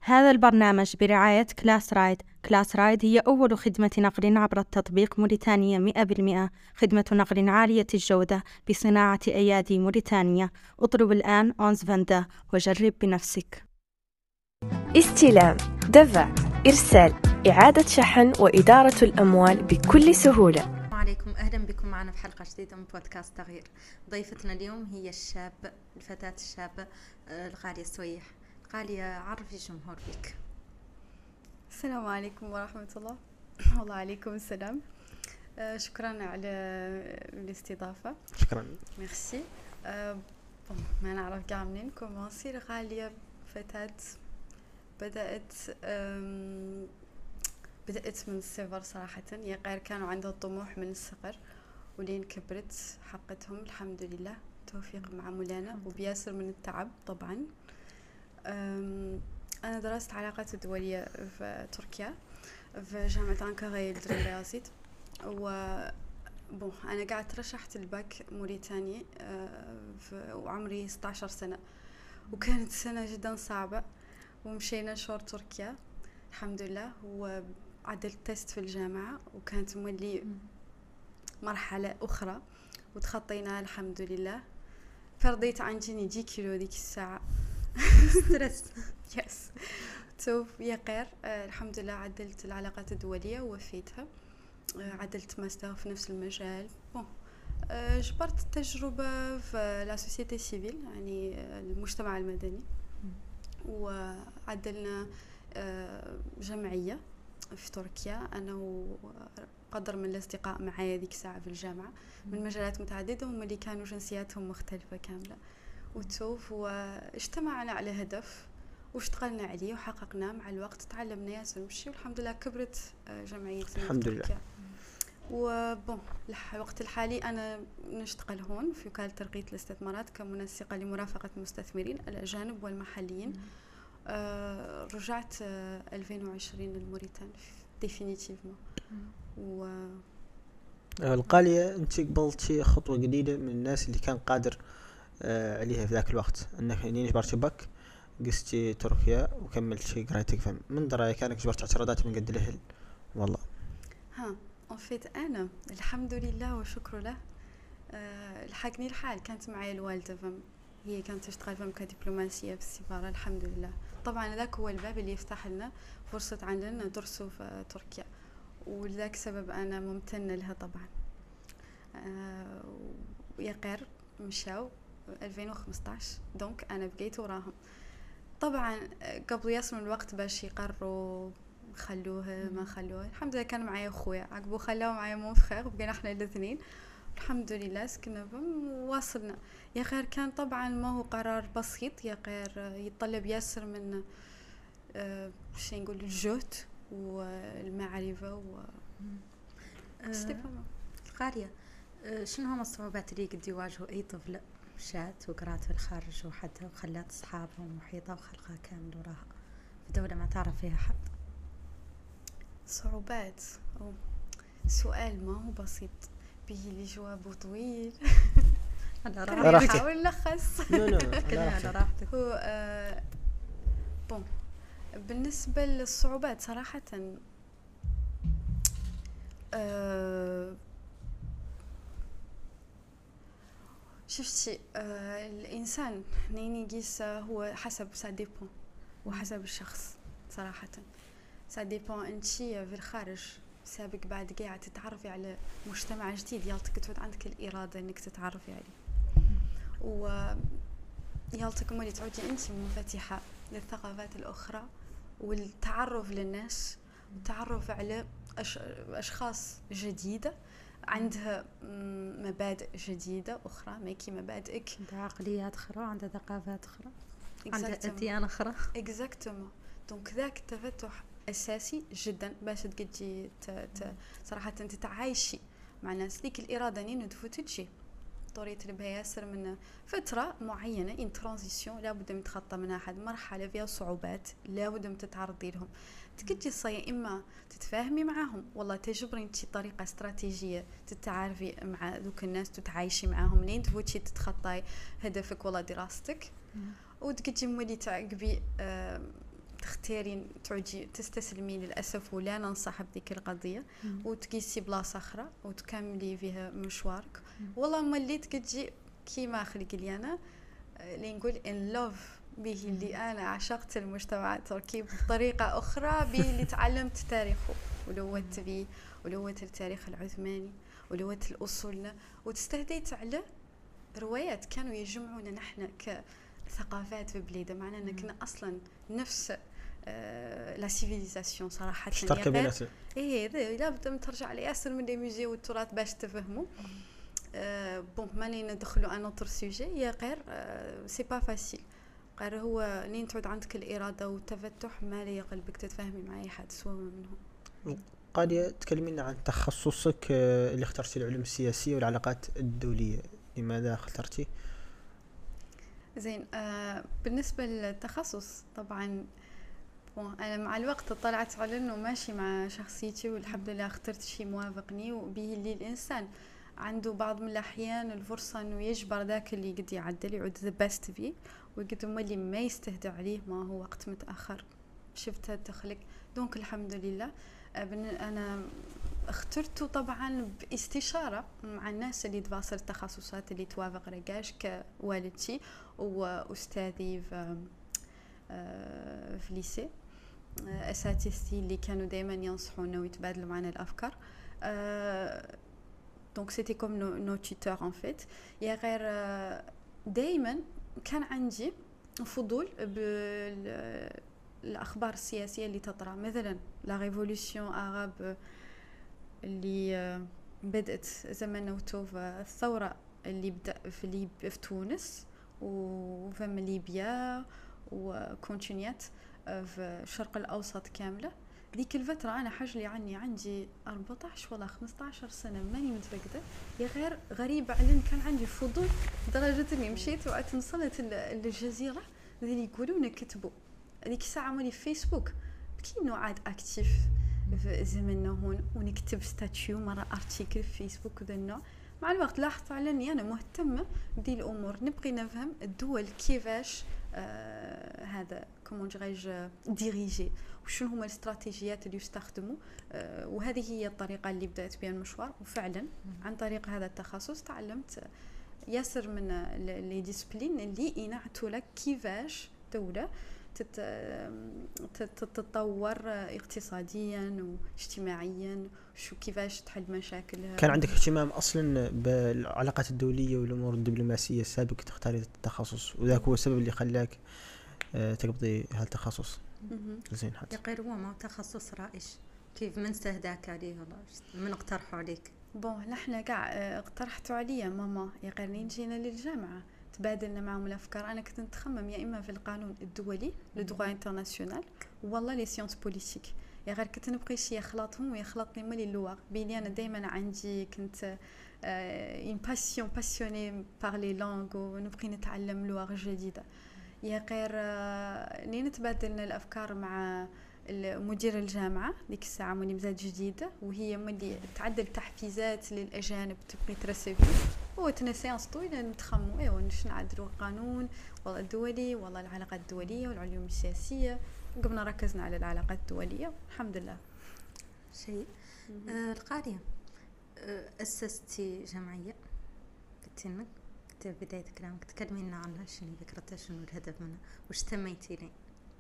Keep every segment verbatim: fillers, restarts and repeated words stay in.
هذا البرنامج برعاية كلاس رايد. كلاس رايد هي أول خدمة نقل عبر التطبيق موريتانيا مئة بالمئة، خدمة نقل عالية الجودة بصناعة أيادي موريتانيا. اطلب الآن أونز فاندا وجرب بنفسك. استلام، دفع، إرسال، إعادة شحن وإدارة الأموال بكل سهولة. السلام عليكم، أهلا بكم معنا في حلقة جديدة من بودكاست تغيير. ضيفتنا اليوم هي الشابة الفتاة الشابة الغالية سويح. غالية، عرفي الجمهور بك. السلام عليكم ورحمة الله. وعليكم السلام. آه شكرا على الاستضافة. شكرا. ميرسي. آه ما نعرف كاع منين كومونسي. غالية فتاة بدأت بدأت من الصغر صراحة. يا غير كانوا عندها الطموح من الصغر ولين كبرت حقتهم الحمد لله، توفيق مع مولانا وبياسر من التعب طبعا. أنا درست علاقات دولية في تركيا في جامعة أنقرة الدراسيت، و بون أنا قاعد ترشحت الباك موريتاني وعمري ستة عشر سنة، وكانت سنة جدا صعبة. ومشينا شور تركيا الحمد لله، وعدلت تيست في الجامعة وكانت مولي مرحلة أخرى وتخطيناها الحمد لله. فرضيت عن جيني دي كيلو ديك الساعة ستريس. يس توف يا غير. آه الحمد لله عدلت العلاقات الدولية ووفيتها. آه عدلت ماستر في نفس المجال. بون آه جبرت التجربة في لا سوسيتي سيفيل، يعني آه المجتمع المدني، وعدلنا آه جمعية في تركيا أنا وقدر من الأصدقاء معايا ذيك الساعة في الجامعة من مجالات متعددة، وهم اللي كانوا جنسياتهم مختلفة كاملة. وتوف واجتمعنا على هدف واشتغلنا عليه وحققناه مع الوقت. تعلمنا ياسر نمشي والحمد لله كبرت جمعيتنا الحمد لله. وبون الوقت الحالي أنا نشتغل هون في وكالة ترقية الاستثمارات كمنسقة لمرافقة المستثمرين الأجانب والمحليين. آه رجعت آه ألفين وعشرين للموريتان ديفينيتيفمون. و الغالية انت قبلتي خطوة جديدة من الناس اللي كان قادر آه عليها في ذاك الوقت، انك يعني جبرتي باك قستي تركيا وكملتي قرايتك. فهم من دراية كانك جبرت اعتراضات من قد الاهل؟ والله ها وفيت انا الحمد لله وشكر له. أه لحقني الحال. كانت معي الوالدة، فهم هي كانت تشتغل فهم كدبلوماسية في السفارة الحمد لله. طبعا ذاك هو الباب اللي يفتح لنا فرصة عندنا ندرسوا في تركيا، ولذاك سبب انا ممتنة لها طبعا. أه ويا غير مشاو ألفين وخمسطاش دونك انا بقيت وراهم. طبعا قبل يصل الوقت باش يقرروا خلوه ما خلوه. الحمد لله كان معايا اخويا عقبو خلاو معايا مون فخير وبقينا احنا الاثنين الحمد لله سكننا وواصلنا. يا غير كان طبعا ما هو قرار بسيط، يا غير يتطلب ياسر من أه شي نقول الجهد والمعرفة و أه غالية، أه شنو هم الصعوبات اللي قد يواجهوا اي طفل مشات وقرات في الخارج وحدها وخلات اصحابها ومحيطها وخلقها كامل وراها في دولة ما تعرف فيها حد؟ صعوبات أو سؤال ما هو بسيط بيه لي جوابه طويل. على راحتك. نحاول نلخص. لا لا على راحتك. هو آه بون بالنسبة للصعوبات صراحة آه شفتي آه الإنسان نيني قيس هو حسب سا ديبون وحسب الشخص صراحة. سا ديبون انتي في الخارج سابق بعد قاعد تتعرفي على مجتمع جديد، يالتك تفوت عندك الإرادة انك تتعرفي عليه، و يالتك مولي تعودي انتي منفتحة للثقافات الأخرى والتعرف للناس والتعرف على أش... أشخاص جديدة عندها مبادئ جديدة أخرى ماكي مبادئك، عندها عقليات أخرى، عندها ثقافات أخرى، عندها أديان أخرى. إكزاكتومون. دونك ذاك التفتح أساسي جدا باش تقدي صراحة تتعايشي مع الناس. ديك الإرادة نين تفوت تجي طوريت بها ياسر من فترة معينة إن ترانزيسيون لابد من تخطى منها حد مرحلة فيها صعوبات لابد من تتعرضي لهم. تكجي صي إما تتفاهمي معاهم والله تجبري انتي طريقة استراتيجية تتعارفي مع ذوك الناس تتعايشي معاهم لين تفوتي تتخطاي هدفك والله دراستك، وتكجي مولي تعقبي تختارين تعجي تستسلمي للاسف ولا ننصح بذيك القضيه وتقيسي بلاصه اخرى وتكملي فيها مشوارك. والله مليت كتجي كيما خلق لي انا اللي نقول ان لوف به اللي انا عشقت المجتمع التركي بطريقه اخرى باللي تعلمت تاريخه ولوت به ولوت التاريخ العثماني ولوت الاصولنا وتستهديت على روايات كانوا يجمعونا نحن كثقافات في بليده معنا ان كنا اصلا نفس آه لا سيفيليزاسيون صراحه مشتركه بيناتنا. ايه لابد ترجع لياسر من لي ميوزي والتراث باش تفهموا. أه بون ماني ندخلوا ان اوتر سوجي يا غير أه سي با فاسيل غير هو نين تعود عندك الاراده والتفتح ما لا يقلبك تتفاهمي مع اي حد سواء منهم. قادية تكلمينا عن تخصصك اللي اخترتي العلوم السياسيه والعلاقات الدوليه، لماذا اخترتي؟ زين أه بالنسبه للتخصص طبعا انا مع الوقت طلعت على انه ماشي مع شخصيتي والحمد لله اخترت شيء موافقني وبه اللي الانسان عنده بعض من الأحيان الفرصة أنه يجبر ذاك اللي قد يعدل يعود the best فيه ويقدم اللي ما يستهدى عليه ما هو وقت متأخر شفتها تخلق. دونك الحمد لله أنا اخترته طبعا باستشارة مع الناس اللي تباصر التخصصات اللي توافق رقاش كوالدتي وأستاذي في, في ليسي أساتذتي اللي كانوا دايما ينصحونا ويتبادلوا معنا الأفكار. donc c'était comme nos, nos tuteurs en fait. يا غير دائما كان عندي فضول بالأخبار السياسية اللي تطرأ مثلا لا ريفولوسيون عرب اللي بدأت زمن نوتوف الثورة اللي بدأ في ليب في تونس وفي ليبيا وكونتينيات في الشرق الأوسط كاملة. ذيك الفترة أنا حجلي عني عندي أربعتاش ولا خمستاشر سنة ماني متفقدة يا غير غريبة علن كان عندي فضول لدرجة إني مشيت وأتنصلت الجزيرة اللي يقولون كتبوا ذيك الساعة مولي في فيسبوك كأنه عاد أكتيف في زمننا هون ونكتب ستاتيو مرة أرتيكل في فيسبوك وذا النوع. مع الوقت لاحظت على إني أنا مهتمة بدي الأمور نبغي نفهم الدول كيفاش آه هذا كومون ديريج ديريجي وشنو هما الاستراتيجيات اللي يستخدموا آه وهذه هي الطريقة اللي بدأت بها المشوار. وفعلا عن طريق هذا التخصص تعلمت ياسر من لي ديسبلين اللي ينعتوا لك كيفاش دولة تتطور اقتصاديا واجتماعيا شو كيفاش تحل مشاكلها. كان عندك اهتمام اصلا بالعلاقات الدوليه والامور الدبلوماسيه سابق تختاري التخصص وذاك هو السبب اللي خلاك تقبضي هالتخصص. زين حتى يقير هو ما تخصص رائج كيف من استهداك عليه والله من اقترحوا عليك؟ بون نحن كاع اقترحتوا عليا ماما يقرنين جينا للجامعه تبادلنا معهم الافكار. انا كنت نتخمم يا اما في القانون الدولي لو دغوا انترناسيونال والله لي سيونس بوليتيك يا غير كنت نبغي شي يخلطهم ويخلطني ملي اللغه بيني انا دائما عندي كنت اون باسيون باسيوني بار لي لانغ ونبغي نتعلم لغه جديده يا غير نين تبادلنا الافكار مع مدير الجامعه ديك الساعه مولي مزاد جديده وهي مولي تعدل تحفيزات للاجانب تبغي ترسفي وتنسيانس طويله نتخموا ايوا واش نعدلوا القانون والله الدولي والله العلاقات الدوليه والعلوم السياسيه. قمنا ركزنا على العلاقات الدوليه الحمد لله. شيء آه القاريه آه اسستي جمعيه قلت لنا كنت بدايه كلامك تكلمينا عنها شنو فكرتها شنو الهدف منها واش تميتي لي؟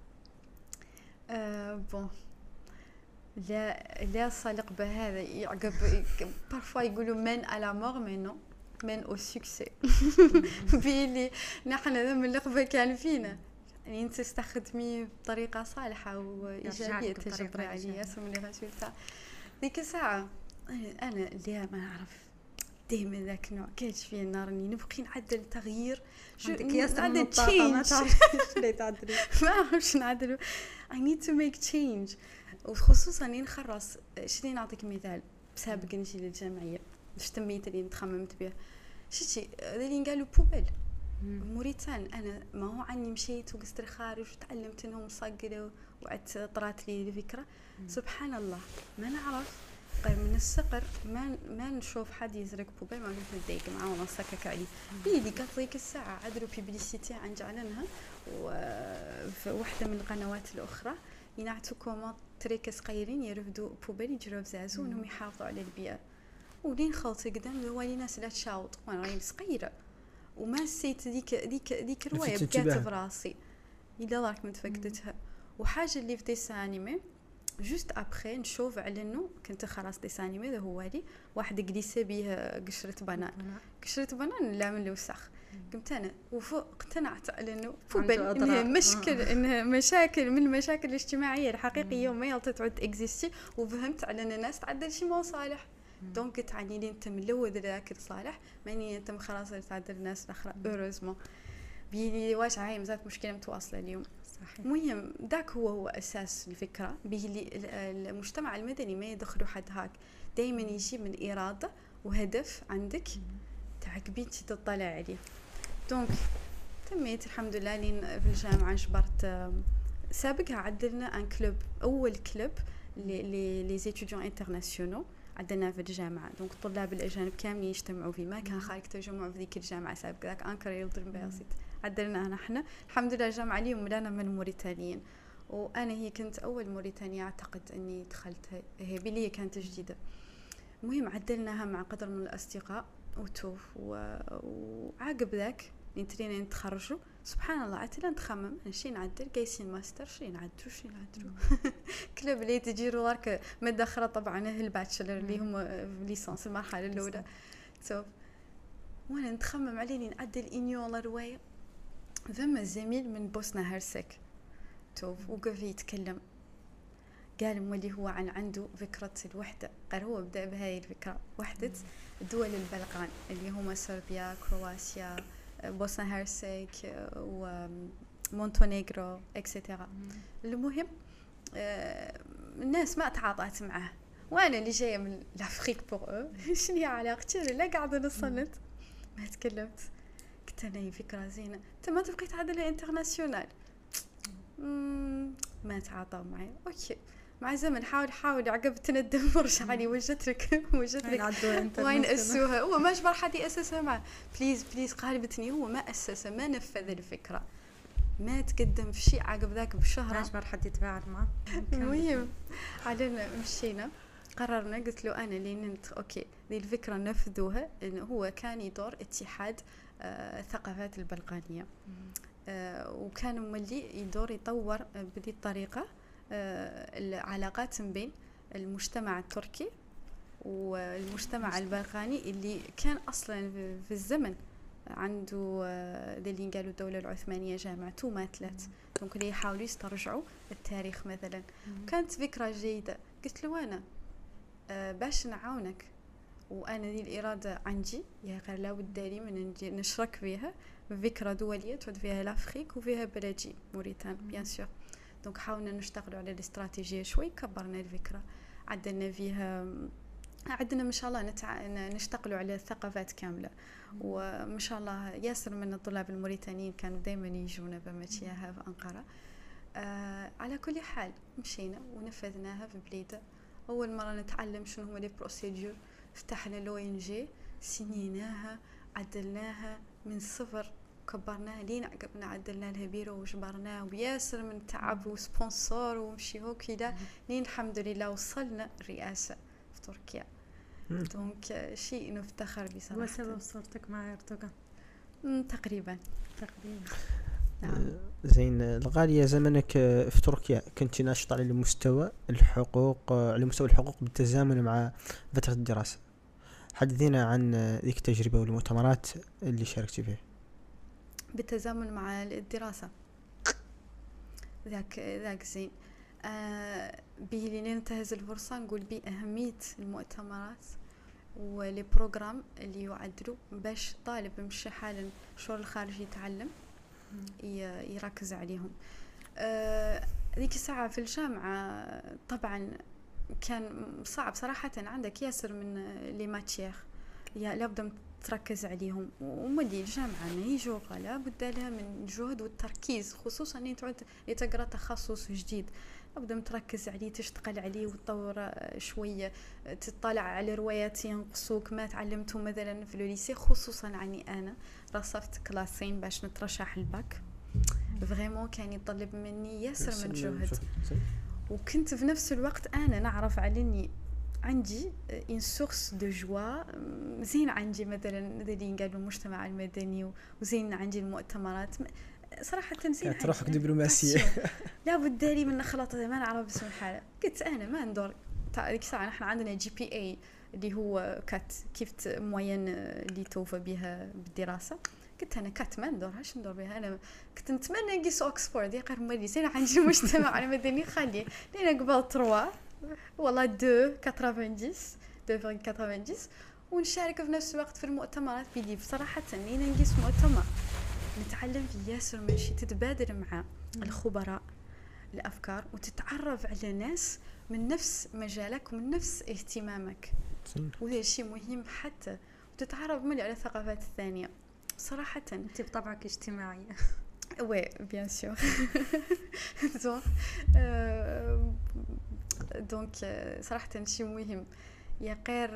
آه بون لا لا صالق بهذا يعقب بارفوا يقولوا من على مور مي نو من او سكسي بيلي نحن من اللقبه كان فينا يعني انت تستخدمي بطريقه صالحه وايجابيه تجبري عليا اسم اللي غسلتها ديك الساعه. انا اللي ما نعرف دائما ذاك النوع كاش فيه النار اني نبغي نعدل تغيير عندك ياسر من الطاقه ما تعرفيش ليه تعدلي ما اعرفش نعدل I need to make change. وخصوصا اني نخرص شنو نعطيك مثال بسابق نجي للجمعيه باش تميت اللي نتخممت بها شتي اللي قالوا بوبيل موريتان. انا ما هو عني مشيت وقست الخارج وتعلمت انهم صقلوا وعدت طرات لي الفكره سبحان الله ما نعرف غير من الصقر ما ما نشوف حد يزرق بوبيل ما قلت نتضايق معاه ولا نسكك عليه بيدي قالت ليك الساعه عدلوا بيبليسيتي عن جعلنها وفي واحدة من القنوات الأخرى ينعتوا كومون تريك صغيرين يرفدوا بوبال يجروا بزازو انهم يحافظوا على البيئة. ولين خلطي قدام الوالي ناس لا تشاوط وانا راهي صغيرة وما سيت ديك ديك ديك الرواية بقات براسي إلا راك متفقدتها. وحاجة اللي في ديسان انيمي جوست ابخي نشوف على انه كنت خلاص ديسان انيمي ذا هو لي واحد جليسه بيه قشرة بنان قشرة بنان لا من الوسخ قمت انا وفوق اقتنعت على انه بوبل انها مشكل انها مشاكل من المشاكل الاجتماعيه الحقيقيه وما يلطي تعود اكزيستي. وفهمت على ان الناس تعدل شي مصالح دونك تعني لي انت ملوذ ذاك الصالح ماني انت خلاص تعدل الناس الاخرى اوروزمون بيلي واش هاي مزات مشكله متواصله اليوم. المهم داك هو هو اساس الفكره به اللي المجتمع المدني ما يدخلوا حد هاك دائما يجي من اراده وهدف عندك تعقبين تطلع عليه. دونك تميت الحمد لله لين في الجامعه جبرت سابقها عدلنا ان كلوب اول كلوب لي لي زيتيديون انترناسيونال عدلنا في الجامعه. دونك الطلاب الاجانب كاملين يجتمعوا فيه ما كان خارج تجمع في ذيك الجامعه سابقا ذاك انكر يلدربيرسيت عدلناها نحن الحمد لله. الجامعه اليوم ملانه من الموريتانيين وانا هي كنت اول موريتانيه اعتقد اني دخلت هي بلي كانت جديده. المهم عدلناها مع قدر من الاصدقاء وتوف وعقب ذاك نترينا نتخرجوا سبحان الله عتلا نتخمم شي نعدل قايسين ماستر شي نعدلوا شي نعدلوا كلب اللي تجيروا غير ماده اخرى طبعا هي الباتشلر اللي هم ليسانس المرحله الاولى. توف وانا نتخمم عليه نعدل انيولا روايه ثم زميل من بوسنا هرسك توف وقف يتكلم قال مولي هو عن عنده فكرة الوحدة. قال هو بدأ بهاي الفكرة وحدة دول البلقان اللي هما صربيا كرواتيا بوسنا هرسك ومونتونيغرو اكسترا. المهم الناس ما تعاطت معه وانا اللي جايه من لافريك بور او شنو هي علاقتي لا قاعده نصنت ما تكلمت. قلت انا فكره زينه انت ما تبقي تعدل انترناسيونال ما تعاطوا معي اوكي مع الزمن حاول حاول عقب تندم ورجع لي وجدت لك وجدت لك وين اسوها. هو ما جبر حد ياسسها معه بليز بليز قالبتني هو ما اسسها ما نفذ الفكره ما تقدم في شيء عقب ذاك بشهر ما جبر حد يتفاعل معه. المهم علينا مشينا قررنا قلت له انا لين اوكي ذي الفكره نفذوها انه هو كان يدور اتحاد آه الثقافات البلقانيه آه وكان مولي يدور يطور بهذه الطريقه آه العلاقات بين المجتمع التركي والمجتمع البلقاني اللي كان اصلا في الزمن عنده ذي اللي قالوا الدولة العثمانية جامعته ماتلت دونك اللي يحاولوا يسترجعوا التاريخ مثلا. كانت فكرة جيدة قلت له أنا آه باش نعاونك وأنا ذي الإرادة عندي يا غير لابد لي من نشرك فيها فكرة دولية تعود فيها الأفريق وفيها بلدي موريتان بيان سور. دونك حاولنا نشتغلوا على الاستراتيجية شوي كبرنا الفكرة عدلنا فيها عندنا ما شاء الله نتع... نشتغلوا على الثقافات كاملة وما شاء الله ياسر من الطلاب الموريتانيين كانوا دائما يجونا بمشيها في أنقرة. آه على كل حال مشينا ونفذناها في بليدة. أول مرة نتعلم شنو هو لي بروسيدور فتحنا لو إن جي سنيناها عدلناها من صفر كبرناها لين عقبنا عدلنا لها بيرو وجبرناه وياسر من تعب وسبونسور ومشي هو كذا لين الحمد لله وصلنا الرئاسة في تركيا. دونك شيء نفتخر بصراحة. وسبب صورتك مع أردوغان تقريبا تقريبا نعم. زين الغالية زمنك في تركيا كنت ناشط على مستوى الحقوق على مستوى الحقوق بالتزامن مع فترة الدراسة. حدثينا عن ذيك التجربة والمؤتمرات اللي شاركت فيها بالتزامن مع الدراسة. ذاك ذاك زين آه به اللي ننتهز الفرصة نقول بأهمية المؤتمرات والبروغرام اللي يعدلوا باش طالب مشي حالا شغل الخارجي يتعلم يركز عليهم. آه ذيك الساعة في الجامعة طبعا كان صعب صراحة عندك ياسر من لي ماتيير يا لابد تركز عليهم ومدي الجامعة ما يجوا لا بد لها من الجهد والتركيز خصوصا ان تعود تقرا تخصص جديد لابد تركز عليه تشتغل عليه وتطور شويه تطلع على روايات ينقصوك ما تعلمته مثلا في الليسي خصوصا عني انا رصفت كلاسين باش نترشح الباك فريمون كان يطلب مني ياسر من جهد، وكنت في نفس الوقت انا نعرف على اني عندي ان سورس دو جوا. زين عندي مثلا الذي قالوا المجتمع المدني، وزين عندي المؤتمرات صراحه زين تروح دبلوماسيه لابد داري من خلطه ما نعرف باسم الحاله. قلت انا ما ندور تاع ساعه نحن عندنا جي بي اي اللي هو كات كيف موين اللي توفى بها بالدراسه. قلت انا كات ما ندورهاش ندور بها. انا كنت نتمنى نقيس اوكسفورد يا قرب مالي زين عندي مجتمع المدني خليه لين قبل ثلاثة والله دو ثمانين دو ثمانين ونشارك في نفس الوقت في المؤتمرات بدي بصراحه لين نقيس مؤتمر نتعلم في ياسر من شيء، تتبادل مع الخبراء الافكار وتتعرف على ناس من نفس مجالك ومن نفس اهتمامك، وهذا شيء مهم حتى وتتعرف ملي على الثقافات الثانيه. صراحه انت بطبعك اجتماعيه وي بيان سور دونك صراحه شيء مهم يا غير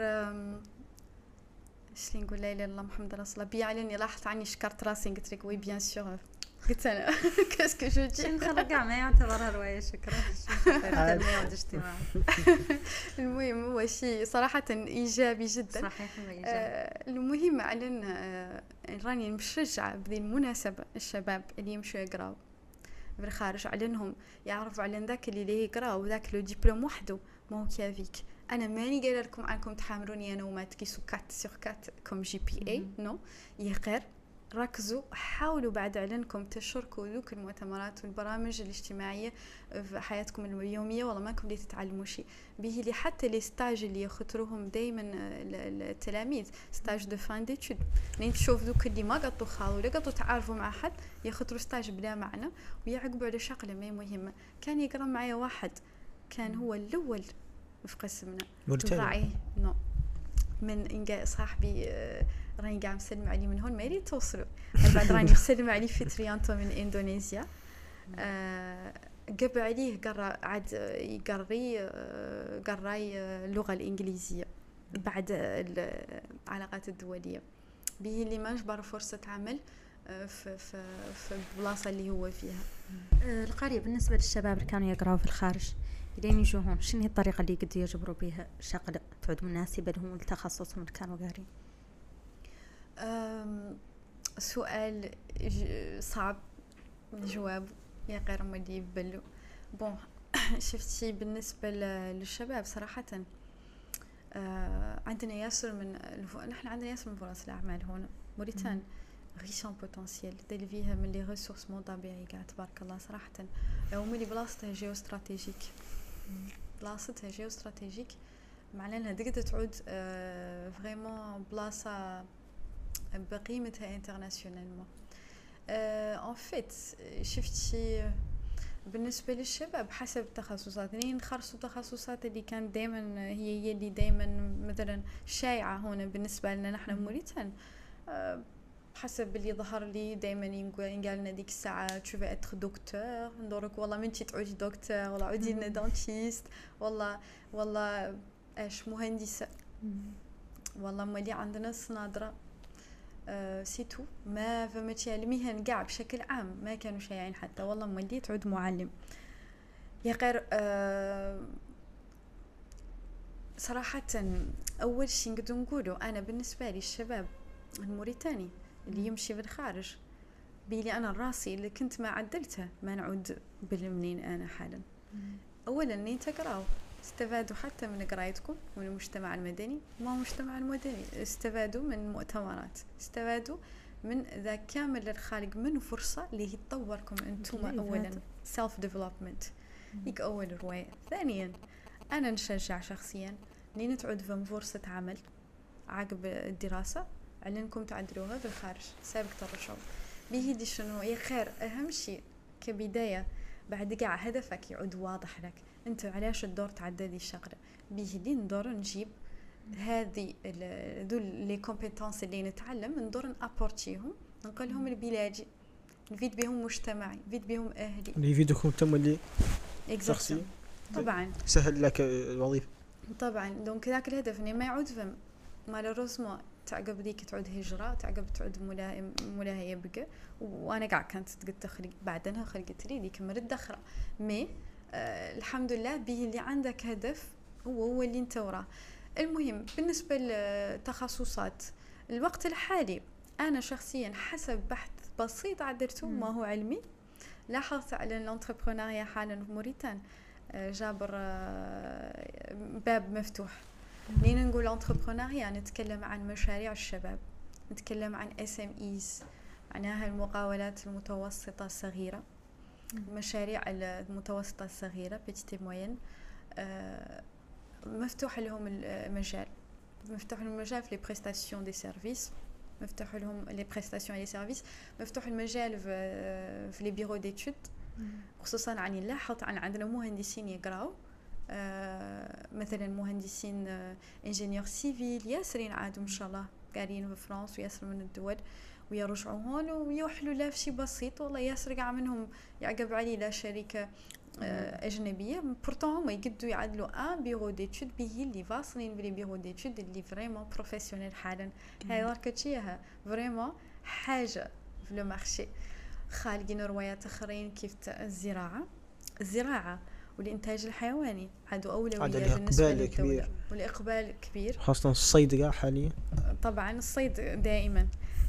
اش نقول لا اله الا الله محمد رسول الله. بيا علاني لاحظت عني شكرت راسي قلت لك وي بيان سور. قلت انا كاسكو جو دي نخرج كاع ما يعتبرها روايه شكرا التنميه والاجتماع. المهم هو شيء صراحه ايجابي جدا صحيح ايجابي. آه المهم علن آه راني مشجعه بذي المناسبه الشباب اللي يمشوا يقراوا في الخارج علنهم يعرفوا على ذاك اللي يقراوا وذاك لو دبلوم وحده ما هو كافيك. انا ماني قايله لكم عنكم تحامروني انا وما تقيسوا كات سور كات كوم جي بي اي نو يا غير ركزوا حاولوا بعد علنكم تشاركوا ذوك المؤتمرات والبرامج الاجتماعيه في حياتكم اليوميه. والله ماكم اللي تتعلموا شيء به لي حتى لي ستاج اللي يخطروهم دائما التلاميذ ستاج دو فان ديتود لين تشوف ذوك اللي ما قطوا خاو ولا قطوا تعرفوا مع حد يخطروا ستاج بلا معنى ويعقبوا على شغله ما مهمه. كان يقرا معايا واحد كان هو الاول في قسمنا موريتانيا نو من إنجا صاحبي راني قاعد مسلم عليه من هون ما يريد توصلوا بعد راني مسلم عليه في تريانتو من إندونيسيا. آه قبل عليه قرأ عاد يقري قراي اللغة الإنجليزية بعد العلاقات الدولية به اللي ما جبر فرصة عمل في في في البلاصة اللي هو فيها. القرية بالنسبة للشباب اللي كانوا يقرأوا في الخارج لين يجوهم شنو هي الطريقة اللي قد يجبروا بها شغل تعود مناسبة لهم لتخصصهم اللي كانوا قارين؟ سؤال صعب الجواب يا غير ما اللي يبلو. بون شفتي بالنسبة للشباب صراحة آه عندنا ياسر من الف... نحن عندنا ياسر من فرص الأعمال هنا موريتان ريش ان بوتنسيال ديال فيها من لي ريسورس مو طبيعي قاعد تبارك الله صراحة. وملي بلاصتها جيو استراتيجيك بلاصتها جيو استراتيجيك معناها انها تقدر تعود آه فريمون بلاصة بقيمتها انترناسيونالمون. ان فيت شفتي بالنسبة للشباب حسب التخصصات اللي نخرصوا التخصصات اللي كان دائما هي هي اللي دائما مثلا شائعة هنا بالنسبة لنا نحن موريتان. أه حسب اللي ظهر لي دائما ينقال لنا ديك الساعة تشوفي اتر دكتور ندورك والله منتي تعودي دكتور والله عودي لنا دانتيست والله والله ايش مهندسة والله مالي عندنا صنادرة أه سيتو ما فهمتي المهن قاع بشكل عام ما كانوا شايعين حتى والله مالي تعود معلم يا غير أه صراحة أول شيء نقدر نقوله أنا بالنسبة لي الشباب الموريتاني اللي يمشي بالخارج بيلي أنا راسي اللي كنت ما عدلته ما نعود بالمنين أنا حالا. أولا أني تقرأوا استفادوا حتى من قرايتكم من المجتمع المدني ما المجتمع المدني استفادوا من المؤتمرات استفادوا من ذا كامل الخالق من فرصة اللي يتطوركم أنتم. أولا self development هيك أول رواية. ثانيا أنا نشجع شخصيا لين تعود فم فرصة عمل عقب الدراسة علنكم تعدلوها في الخارج سابق الرشوة به دي شنو يا خير. أهم شيء كبداية بعد قاع هدفك يعود واضح لك انت علاش الدور تعددي الشغله به دي ندور نجيب هذه ذو لي كومبيتونس اللي نتعلم ندور نابورتيهم ننقلهم لبلادي نفيد بهم مجتمعي نفيد بهم اهلي اللي يفيدكم انتم اللي شخصي طبعا سهل لك الوظيفه طبعا. دونك ذاك الهدف اني ما يعود فم مالوروسمون تعقب ذيك تعود هجرة، تعقب تعود ملاهية بقى، وأنا قاعد كانت تقد تخلق بعدها خلقت لي ذيك مرد أخرى. مي آه الحمد لله به اللي عندك هدف هو هو اللي انت وراه. المهم بالنسبة للتخصصات الوقت الحالي، أنا شخصيا حسب بحث بسيط عدرته ما هو علمي، لاحظت على الانتربرونيا حالا في موريتان جابر باب مفتوح. لين نقول انتربرونيا نتكلم عن مشاريع الشباب، نتكلم عن اس ام ايز، معناها المقاولات المتوسطة الصغيرة، المشاريع المتوسطة الصغيرة بيتي موين، مفتوح لهم المجال، مفتوح لهم المجال في لي بريستاسيون دي سيرفيس، مفتوح لهم لي بريستاسيون لي سيرفيس، مفتوح المجال في في لي بيرو ديتود، خصوصا عن لاحظت عن عندنا مهندسين يقراو آه مثلا مهندسين آه انجينيور سيفيل ياسرين عادوا ان شاء الله قاعدين في فرنسا وياسر من الدول ويرجعوا هون ويوحلوا لا شيء بسيط والله ياسر قاع منهم يعقب عليه لا شركه آه اجنبيه بورتون هما يقدوا يعدلوا ان بيرو ديتود به اللي واصلين بلي بيرو ديتود اللي فريمون بروفيسيونيل حالا. هاي وركتشيها فريمون حاجه في لو مارشي. خالقين روايات اخرين كيف الزراعه الزراعه والإنتاج الحيواني عادوا أولوية بالنسبة للدولة، والإقبال كبير خاصة الصيد قاع حاليا. طبعا الصيد دائما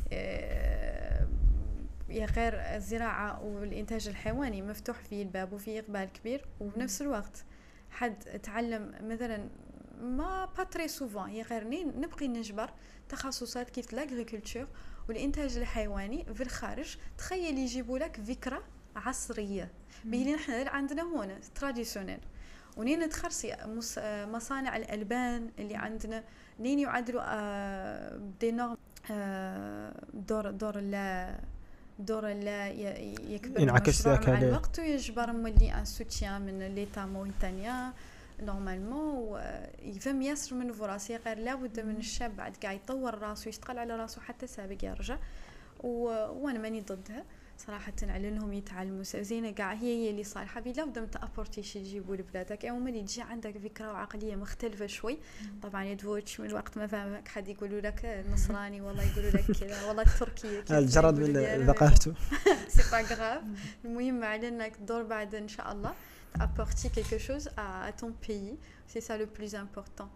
يا غير الزراعة والإنتاج الحيواني مفتوح فيه الباب وفيه إقبال كبير. وبنفس الوقت حد تعلم مثلا ما باتري سوفون يا غير نبقي نجبر تخصصات كيف الأغريكولتور والإنتاج الحيواني في الخارج. تخيل يجيبوا لك فكرة عصرية بيلي نحن عندنا هنا تراديشنال، ونين تخرسي مصانع الألبان اللي عندنا نين يعدلوا آه دي نورم آه دور دور لا دور لا يكبر المشروع مع الوقت ويجبر مولي ان سوتيان من ليتا موريتانيا نورمالمون يفهم ياسر من فراسي غير لابد من الشاب بعد قاعد يطور راسه ويشتغل على راسه حتى سابق يرجع. وانا ماني ضدها صراحة، على انهم يتعلموا زينة قاع هي هي اللي صالحة بي لابد من تابورتي شي تجيبوا لبلادك او ملي تجي عندك فكرة وعقلية مختلفة شوي. طبعا يدوتش من الوقت ما فهمك حد يقولوا لك النصراني والله يقولوا لك كذا والله التركية الجرد من ثقافته سي با غراف. المهم على انك تدور بعد ان شاء الله تابورتي كيلكو شوز ا تون بيي، سي سا لو بلوز امبورطون.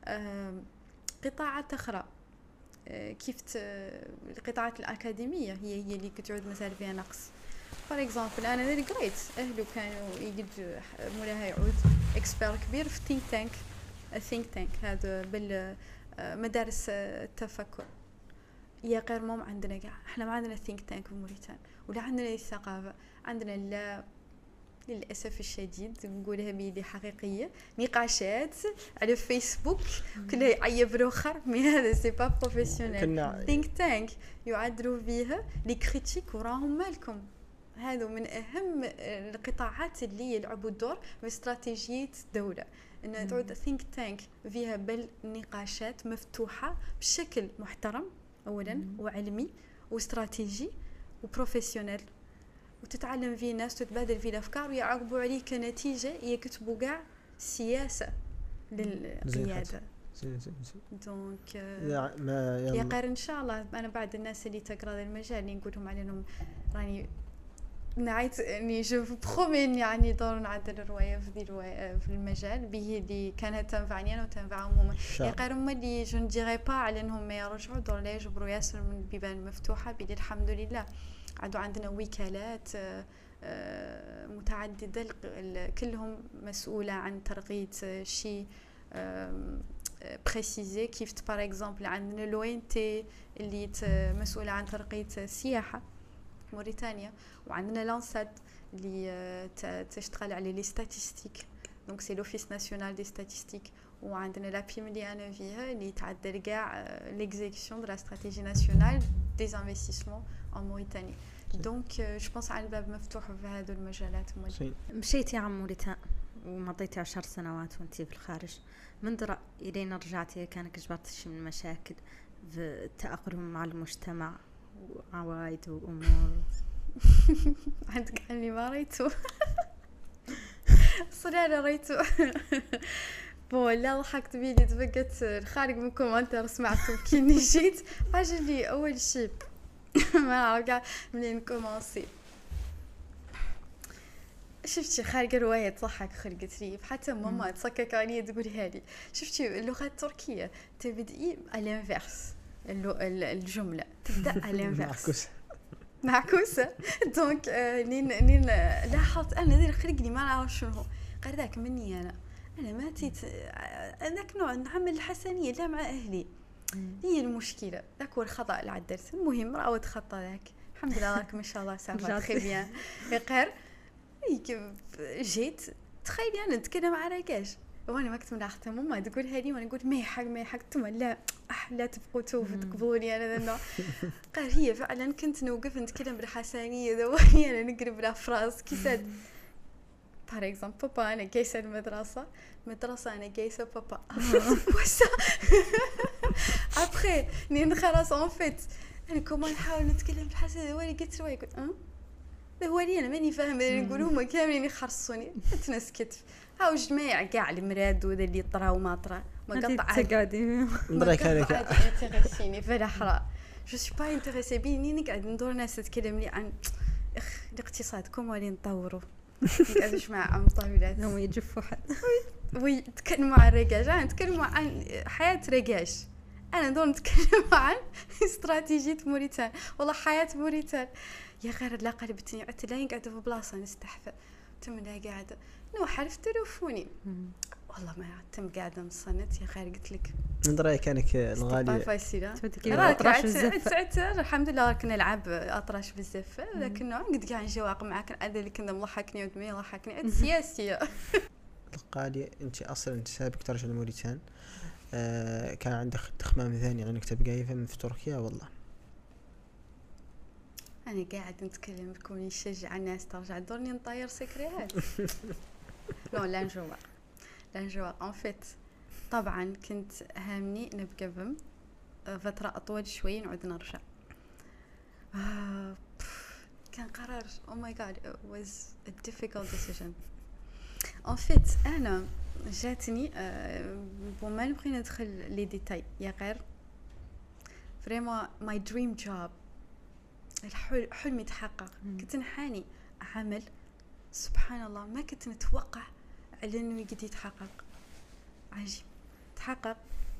قطاعات اخرى كيف القطاعات الأكاديمية هي هي اللي كتعود مثلا فيها نقص. فور اكزامبل انا اللي قريت اهله كانوا يجد مولاها يعود اكسبير كبير في ثينك تانك ثينك تانك هذا بالمدارس التفكر. يا غير مو عندنا كاع احنا ما عندنا ثينك تانك في موريتان ولا عندنا الثقافة عندنا لا للأسف الشديد نقولها بيدي حقيقية نقاشات على فيسبوك كلها يعيب الآخر مي هذا سي با بروفيسيونيل. ثينك تانك يعدلوا فيها لي كريتيك وراهم مالكم. هذا من أهم القطاعات اللي يلعبوا الدور في استراتيجية الدولة، أن تعود ثينك تانك فيها بل نقاشات مفتوحة بشكل محترم أولا وعلمي واستراتيجي وبروفيسيونيل، وتتعلم فيه ناس تتبادل فيه الأفكار ويعاقبوا عليه كنتيجة يكتبوا قاع سياسة للقيادة. دونك يا قار إن شاء الله أنا بعد الناس اللي تقرأ هذا المجال اللي نقولهم على أنهم راني نعيت اني جو برومين يعني دور نعدل الروايه في ذي الروايه في المجال به اللي كانت تنفعني انا وتنفعهم هما. يا غير هما اللي جو نديري با على انهم ما يرجعوا دور لا يجبروا ياسر من البيبان مفتوحه بدي الحمد لله. عندو عندنا وكالات متعدده كلهم مسؤوله عن ترقيه شيء بريسيزي. كيف باغ اكزومبل عندنا لو ان تي اللي مسؤوله عن ترقيه السياحه في موريتانيا، وعندنا لانساد اللي تشتغل على لي ستاتستيك دونك سي لوفيس ناسيونال دي ستاتستيك، وعندنا لا بيم اللي انا فيها اللي تعدل كاع ليكزيكسيون دو لا استراتيجي ناسيونال دي انفستيسمون ان موريتاني. دونك جو بونس على الباب مفتوح في هذو المجالات. مشيتي عن موريتان ومضيتي عشر سنوات وانتي في الخارج، من درا الين رجعتي كانك جبرتي شي من مشاكل في التأقلم مع المجتمع وعوايد وامور؟ عندك اللي ما ريتو صراحه ريتو بون لا ضحكت بيلي تبقت الخارج من كومنتر سمعته كيني جيت عجبني اول شيء ما نعرف كاع منين كومونسي. شفتي خارج رواية تضحك خرجت لي حتى ماما تصكك عليا تقولها لي. شفتي اللغة التركية تبدأي الانفيرس الجملة تبدأ الانفيرس معكوسة دونك نين نين لاحظت انا ذي خرجني ما نعرف شنو قال ذاك مني انا انا ما تيت ذاك نوع نعمل الحسنية لا مع اهلي هي المشكلة ذاك هو الخطأ اللي عدلت. المهم راود خطأ ذاك الحمد لله راك ما شاء الله سافا تخي بيان غير جيت تخيلي انا نتكلم على رقاش وانا ما كنت ملاحظه ماما تقولها لي وانا نقول ما يحق ما يحق ثم لا اح لا تبقوا تقبلوني انا ذا قال هي فعلا كنت نوقف نتكلم بالحسانيه ذواني انا نقرب لها فراس كيساد بار اكزامبل بابا انا جايسه المدرسه مدرسه انا جايسه بابا وسا ابخي نين خلاص اون فيت انا كمان نحاول نتكلم بالحسانيه ذواني قلت له يقول اه ذواني انا ماني فاهمه اللي يقولوا هما كاملين يخرصوني تنسكت هاو جماعة كاع المراد وذا اللي طرا وما طرا ما قطع تقعدي نضرك عليك انتريسيني في الاحرى جو سي با انتريسي بيني نقعد ندور ناس تتكلم لي عن اخ الاقتصاد كوم ولي نطوروا نقعدوش مع عم طاولات هم يجفوا حد وي تكلموا عن رقاش انا نتكلموا عن حياة رقاش انا ندور نتكلم عن استراتيجية موريتان والله حياة موريتان يا غير لا قلبتني عدت لا نقعد في بلاصه نستحفى تم لا قاعده نو حرف تلوفوني والله ما تم قاعده مصنت يا خير قلت لك نظري كانك الغالي تعبت الحمد لله كنا نلعب اطراش بزاف لكن قد قاعد نجواق معاك هذا اللي كنا مضحكني ودمي ضحكني سياسيه القالي انت اصلا انت سابق ترجع لموريتان آه كان عندك تخمام ثاني انك تبقى في تركيا والله أنا قاعد نتكلم لكم نشجع الناس ترجع دورني نطير سكريات لا لا نجوا لا نجوا ان فيت طبعا كنت هامني نبقى بم فترة أطول شوي نعود نرجع آه كان قرار oh my god it was a difficult decision en fait أنا جاتني آه وما نبغي ندخل لي ديتاي يا غير فريمون my dream job الحلم حلمي تحقق كنت نحاني عمل سبحان الله ما كنت نتوقع على انه يقدر يتحقق عجيب تحقق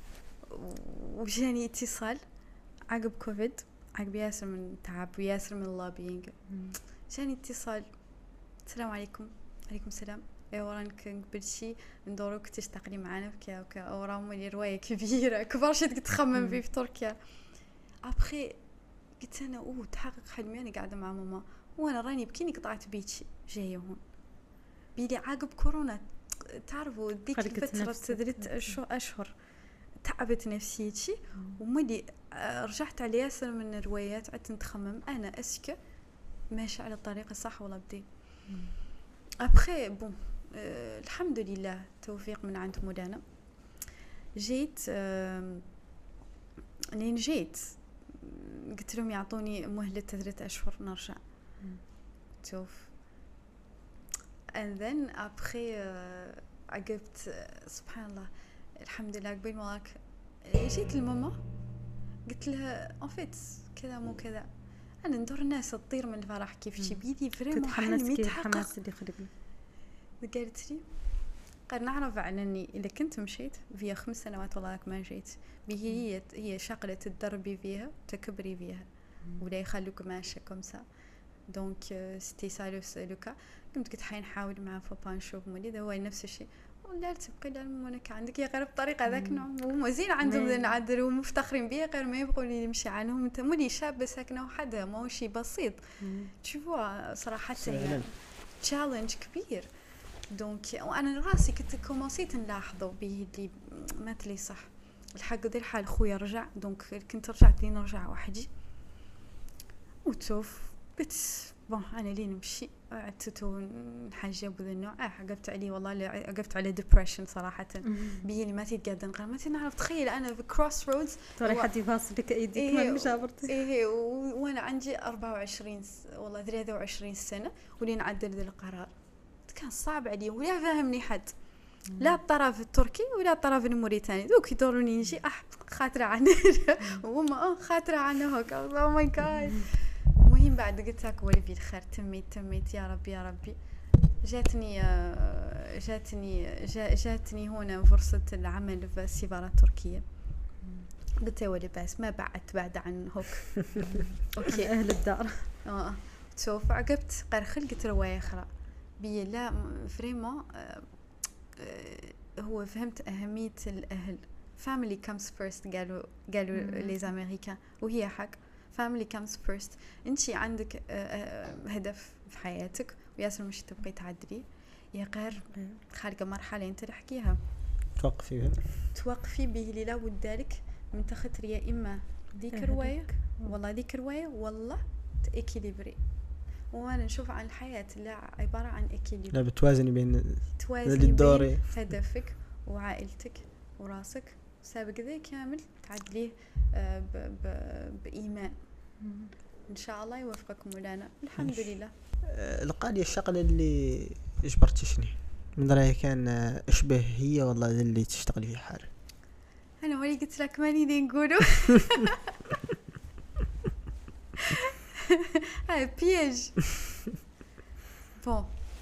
وجاني اتصال عقب كوفيد عقب ياسر من تعب وياسر من اللابينج جاني اتصال السلام عليكم عليكم السلام اورانك قبل شي ندوروك تشتغلي معنا في كا اورا مولي روايه كبيره كبار شي تخمم فيه في تركيا ابخي قلت انا اوه تحقق حلمي انا قاعده مع ماما وانا راني بكيني قطعت بيتشي جايه هون بيلي عقب كورونا تعرفوا ديك الفتره ثلاث اشهر تعبت نفسيتي وملي رجعت على ياسر من الروايات عدت نتخمم انا اسكو ماشي على الطريق الصح ولا بدي ابخي بون أه الحمد لله توفيق من عند مولانا جيت أه لين جيت قلت لهم يعطوني مهلة ثلاثة أشهر نرجع شوف and then après uh, عقبت uh, سبحان الله الحمد لله قبل ما جيت لماما قلت لها en fait كذا مو كذا أنا ندور الناس تطير من الفرح كيف شي بيدي فريمون حلمي يتحقق قالت لي قال نعرف على اني اذا كنت مشيت فيها خمس سنوات والله ما جيت هي هي شغله تدربي فيها تكبري فيها ولا يخلوك ماشيه كومسا دونك سيتي سالو سلوكا قمت قلت حنحاول مع بابا نشوف مولي هو نفس الشيء ولا تبقي لهم انك عندك يا غير بطريقه ذاك نوع ومزين عندهم نعدل ومفتخرين بيه غير ما يبغوا لي نمشي عنهم انت مولي شاب ساكنه وحده ما شيء بسيط تشوفوا صراحه يعني تشالنج كبير دونك وانا راسي كنت كومونسيت نلاحظوا به اللي مات لي صح الحق ذي الحال خويا رجع دونك كنت رجعت لي نرجع وحدي وتشوف قلت بون انا لي نمشي عدت نحجب ذا النوع اه عقبت عليه والله عقبت على ديبريشن صراحه بيني ما تقعد نقرا ما نعرف تخيل انا في كروس رودز ترى حد يفاصل لك ايديك إيه ما جابرتي ايه وانا عندي أربعة وعشرين والله ثلاثة وعشرين سنه ولي نعدل ذا القرار كان صعب علي ولا فاهمني حد لا الطرف التركي ولا الطرف الموريتاني دوك يدوروني نجي اح خاطره عن وهما اه خاطره عن هوك او ماي جاد. المهم بعد قلت لك ولي الخير تميت تميت يا ربي يا ربي. جاتني جاتني جاتني هنا فرصة العمل في السفارة التركية. قلت يا ولي بس ما بعدت بعد عن هوك اوكي اهل الدار. اه سوف عقبت قال خلقت رواية أخرى بي لا فريمون. هو فهمت أهمية الأهل. family comes first قالوا قالوا ليز أمريكان وهي حق. family comes first. انتي عندك هدف في حياتك وياسر مش تبقي تعدلي يا غير خارجة مرحلة انت تحكيها توقفي بها توقفي به للا ودالك من تختر يا إما ديك رواية والله ديك رواية والله تأكيليبري. وانا نشوف عن الحياة لا عبارة عن اكيليبري. لا بتوازني بين توازني بين هدفك وعائلتك وراسك سابق ذي كامل تعدليه بإيمان. إن شاء الله يوفقك مولانا. الحمد لله. القضية الشغلة اللي اجبرتشني من رأيي كان اشبه هي والله اللي تشتغلي في حالة. أنا ولي قلت لك ماني دي نقوله هاي بيج بون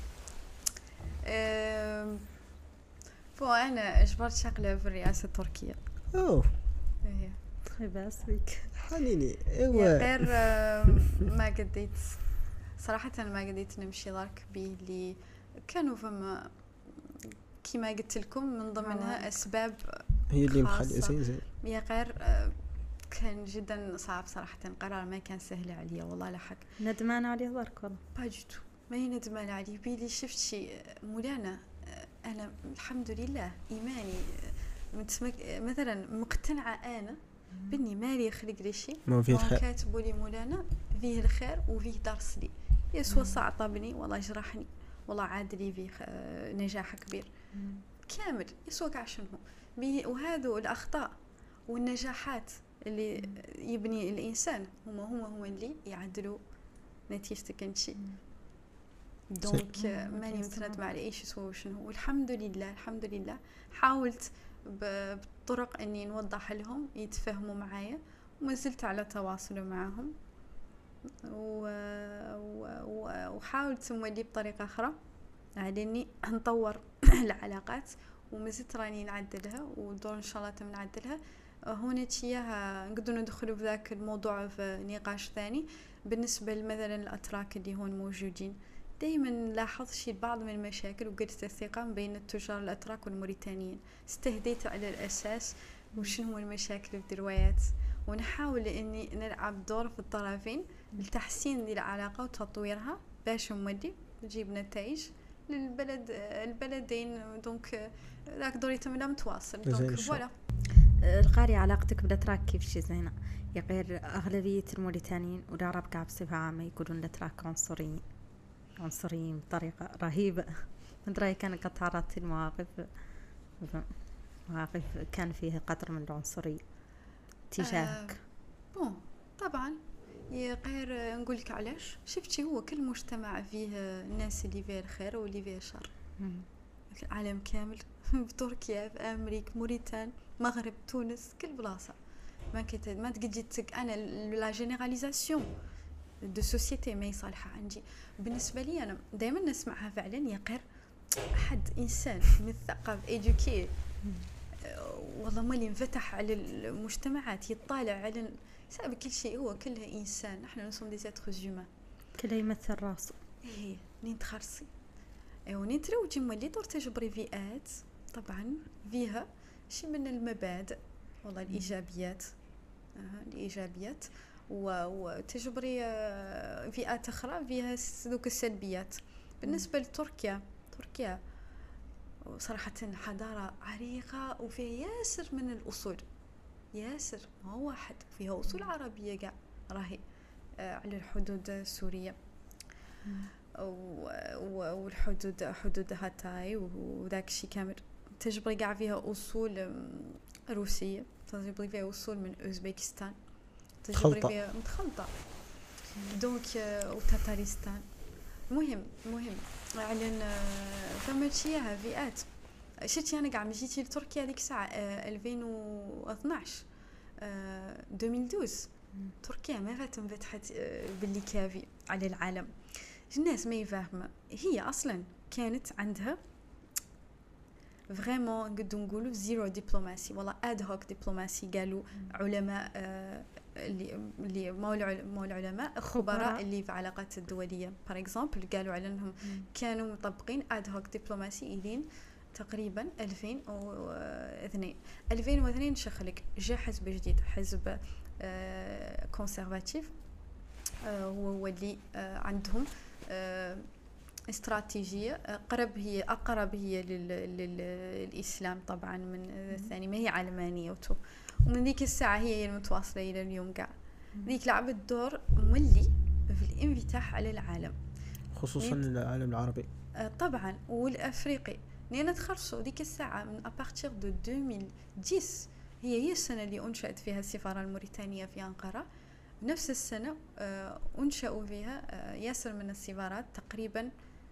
بون أنا اجبرت شغلة في الرئاسة التركية. أوه إيه بس بيك حنيني ايوه غير ما قديت صراحة ما قديت نمشي ضرك بيه اللي كانوا فما كما قلت لكم من ضمنها أسباب هي اللي مخلي زين زين يا غير كان جدا صعب صراحة. قرار ما كان سهل عليا والله لحق. ندمان عليه ضرك والله باجتو ما هي ندمان عليه بيلي شفت شيء مولانا. أنا الحمد لله إيماني متسمك مثلا مقتنعة أنا بني مالي خلق لي شيء ما فيه الخير كاتبوا لي مولانا فيه الخير وفيه درس لي يسوى صعطبني والله جرحني والله عاد لي فيه نجاح كبير مم. كامل يسوى كاع شنو وهذو الأخطاء والنجاحات اللي مم. يبني الإنسان هما هما هما اللي يعدلوا نتيجتك انتي. دونك ماني متندمة على اي شيء سوى شنو. والحمد لله الحمد لله حاولت بطرق اني نوضح لهم يتفهموا معايا وما زلت على تواصل معهم و... و... وحاولت نولي بطريقة أخرى على اني نطور العلاقات وما زلت راني نعدلها ودور ان شاء الله تم نعدلها. هنا تياها نقدر ندخلوا في ذاك الموضوع في نقاش ثاني. بالنسبة مثلا الأتراك اللي هون موجودين دايما لاحظ شي بعض من المشاكل وقلت الثقة بين التجار الأتراك والموريتانيين. استهديت على الأساس وشنو المشاكل في الروايات ونحاول إني نلعب دور في الطرفين لتحسين العلاقة وتطويرها باش نودي نجيب نتائج للبلد البلدين. دونك ذاك دوري تملا متواصل. دونك فوالا القاري علاقتك بالأتراك كيف شي زينة يا غير أغلبية الموريتانيين والعرب كاع بصفة عامة يقولون الأتراك عنصريين عنصريين بطريقة رهيبة. من رأيي كان قد تعرضت لمواقف مواقف كان فيها قدر من العنصرية تجاهك. آه بون طبعا يا غير نقول لك علاش شفتي هو كل مجتمع فيه الناس اللي فيه الخير واللي فيه الشر. العالم كامل في تركيا في أمريكا موريتان مغرب تونس كل بلاصة ما كنت ما تجيتك أنا لا جينيراليزاسيون دو سوسيتي ما يصالحها عندي. بالنسبة لي أنا دائما نسمعها فعلا يا غير أحد إنسان مثقف إيدوكي والله ما اللي انفتح على المجتمعات يطالع على سبب كل شيء هو كلها إنسان. نحن نصوم دي زاتر زومان كله يمثل راسه. إيه نين تخرصي أيوة نين تروجي مولي دور تجبري فئات طبعا فيها شيء من المبادئ والله الإيجابيات آه الإيجابيات وتجبري فئات أخرى فيها ذوك السلبيات. بالنسبة لتركيا تركيا صراحة حضارة عريقة وفيها ياسر من الأصول ياسر ما هو واحد فيها أصول عربية قاع راهي على الحدود السورية والحدود حدود هاتاي وذاك الشيء كامل. تجبري قاع فيها أصول روسية تجبري فيها أصول من أوزبكستان تجبري فيها متخلطة دونك وتاتارستان. مهم مهم على فما تشيها فئات شتي انا قاعد جيتي لتركيا هذيك الساعه آه ألفين واثناش آه ألفين واثناش تركيا ما فات انفتحت آه باللي كافي على العالم. الناس ما يفهموا هي اصلا كانت عندها فريمون نقدروا نقولوا زيرو دبلوماسي والله اد هوك دبلوماسي. قالوا علماء آه اللي اللي مو العلماء خبراء اللي في العلاقات الدوليه باغ اكزومبل قالوا على انهم كانوا مطبقين اد هوك دبلوماسي الين تقريبا ألفين واثنين. ألفين واثنين شخلك جاء حزب جديد حزب آه كونسيرفاتيف آه هو اللي آه عندهم آه استراتيجية قرب هي أقرب هي للإسلام طبعا من الثاني ما هي علمانية وتو. ومن ذيك الساعة هي المتواصلة إلى اليوم قاع ذيك لعبت دور مولي في الانفتاح على العالم خصوصا العالم العربي طبعا والأفريقي. لأن تخرصوا ذيك الساعة من أبارتير دو ألفين وعشرة هي هي السنة اللي أنشأت فيها السفارة الموريتانية في أنقرة. نفس السنة أنشأوا فيها ياسر من السفارات تقريبا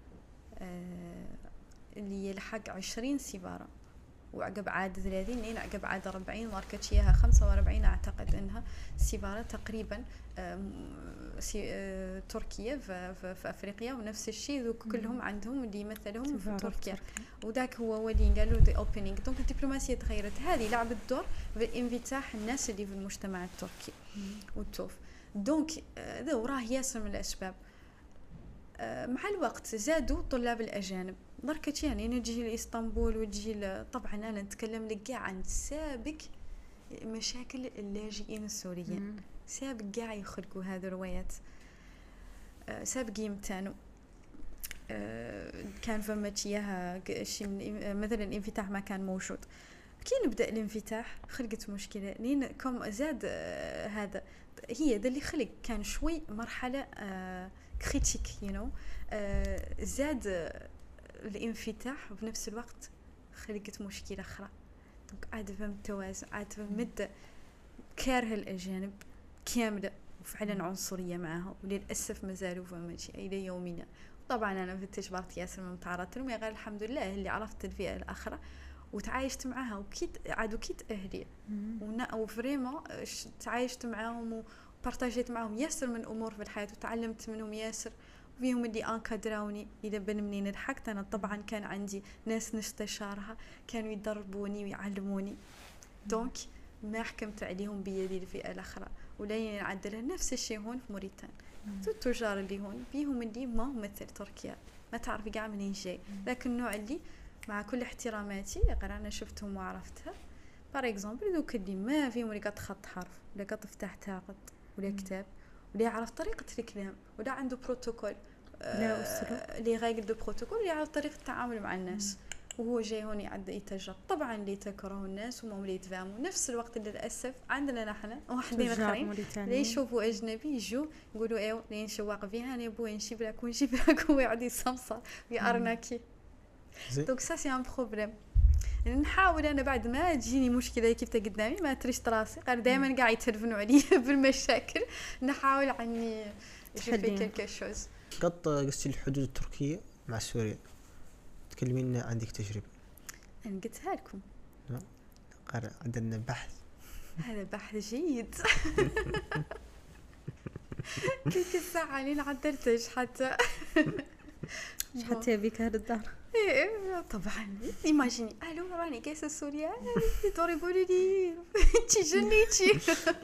اللي يلحق عشرين سفارة وعقب عاد ثلاثين لين عقب عاد أربعين ماركت فيها خمسة وأربعين أعتقد أنها سفارة تقريبا تركيا في, في, في أفريقيا. ونفس الشيء ذوك كلهم عندهم اللي يمثلهم في تركيا وذاك هو ولي قالوا the opening. دونك الدبلوماسية تغيرت هذه لعبت دور في انفتاح الناس اللي في المجتمع التركي والتوف. دونك ذا وراه ياسر من الأسباب. مع الوقت زادوا طلاب الأجانب دركت يعني نجي لإسطنبول وتجي طبعا أنا نتكلم لك قاع عن سابق مشاكل اللاجئين السوريين سابق قاع يخلقوا هذه الروايات سابق يمتانوا كان فمت إياها شيء مثلا انفتاح ما كان موجود. كي نبدأ الانفتاح خلقت مشكلة لين كم زاد هذا هي ده اللي خلق كان شوي مرحلة كريتيك you know زاد الانفتاح وفي نفس الوقت خلقت مشكلة أخرى. دونك عاد فهم توازن عاد فهم مدة كاره الأجانب كاملة وفعلا عنصرية معها وللأسف ما زالوا فهمتي إلى يومنا. طبعا أنا في تجربتي ياسر من تعرضت لهم غير الحمد لله اللي عرفت الفئة الأخرى وتعايشت معها وكيت عادوا كيت أهلي ونا وفريمون تعايشت معهم وبارتاجيت معهم ياسر من أمور في الحياة وتعلمت منهم ياسر وفيهم اللي أنكادراوني إذا بن منين الحقت. أنا طبعا كان عندي ناس نستشارها كانوا يدربوني ويعلموني دونك ما حكمت عليهم بيدي الفئة الأخرى ولين نعدلها. نفس الشيء هون في موريتان التجار اللي هون فيهم اللي ما مثل تركيا ما تعرفي قاع منين جاي لكن النوع اللي مع كل احتراماتي غير أنا شفتهم وعرفتها بار اكزومبل دوك اللي ما فيهم اللي قد خط حرف ولا قد فتح تاقد ولا كتاب ولا يعرف طريقة الكلام ولا عنده بروتوكول آه اللي غايق عنده بروتوكول اللي يعرف طريقة التعامل مع الناس وهو جاي هون يعد يتجرب. طبعا اللي تكرهوا الناس وما اللي يتفاهموا نفس الوقت اللي للأسف عندنا نحن واحدين اخرين اللي يشوفوا اجنبي يجوا يقولوا ايوا لين نشوق فيها انا بو نجيب لك ونجيب لك هو يقعد يصمصر ويارناكي. دونك سا سي ان بروبليم. نحاول انا بعد ما تجيني مشكله كيف قدامي ما تريش راسي غير دائما قاعد يتلفنوا علي بالمشاكل نحاول عني نشوف كلكه شوز. قط قصتي الحدود التركيه مع سوريا تكلمينا عندك تجربه. انا قلتها لكم قرأ عندنا بحث هذا بحث جيد كيف الساعه اللي عدلتش حتى حتى يبيك هذا الدار. ايه طبعا ايماجيني الو راني كاس سوريا يضربوا لي انتي جنيتي.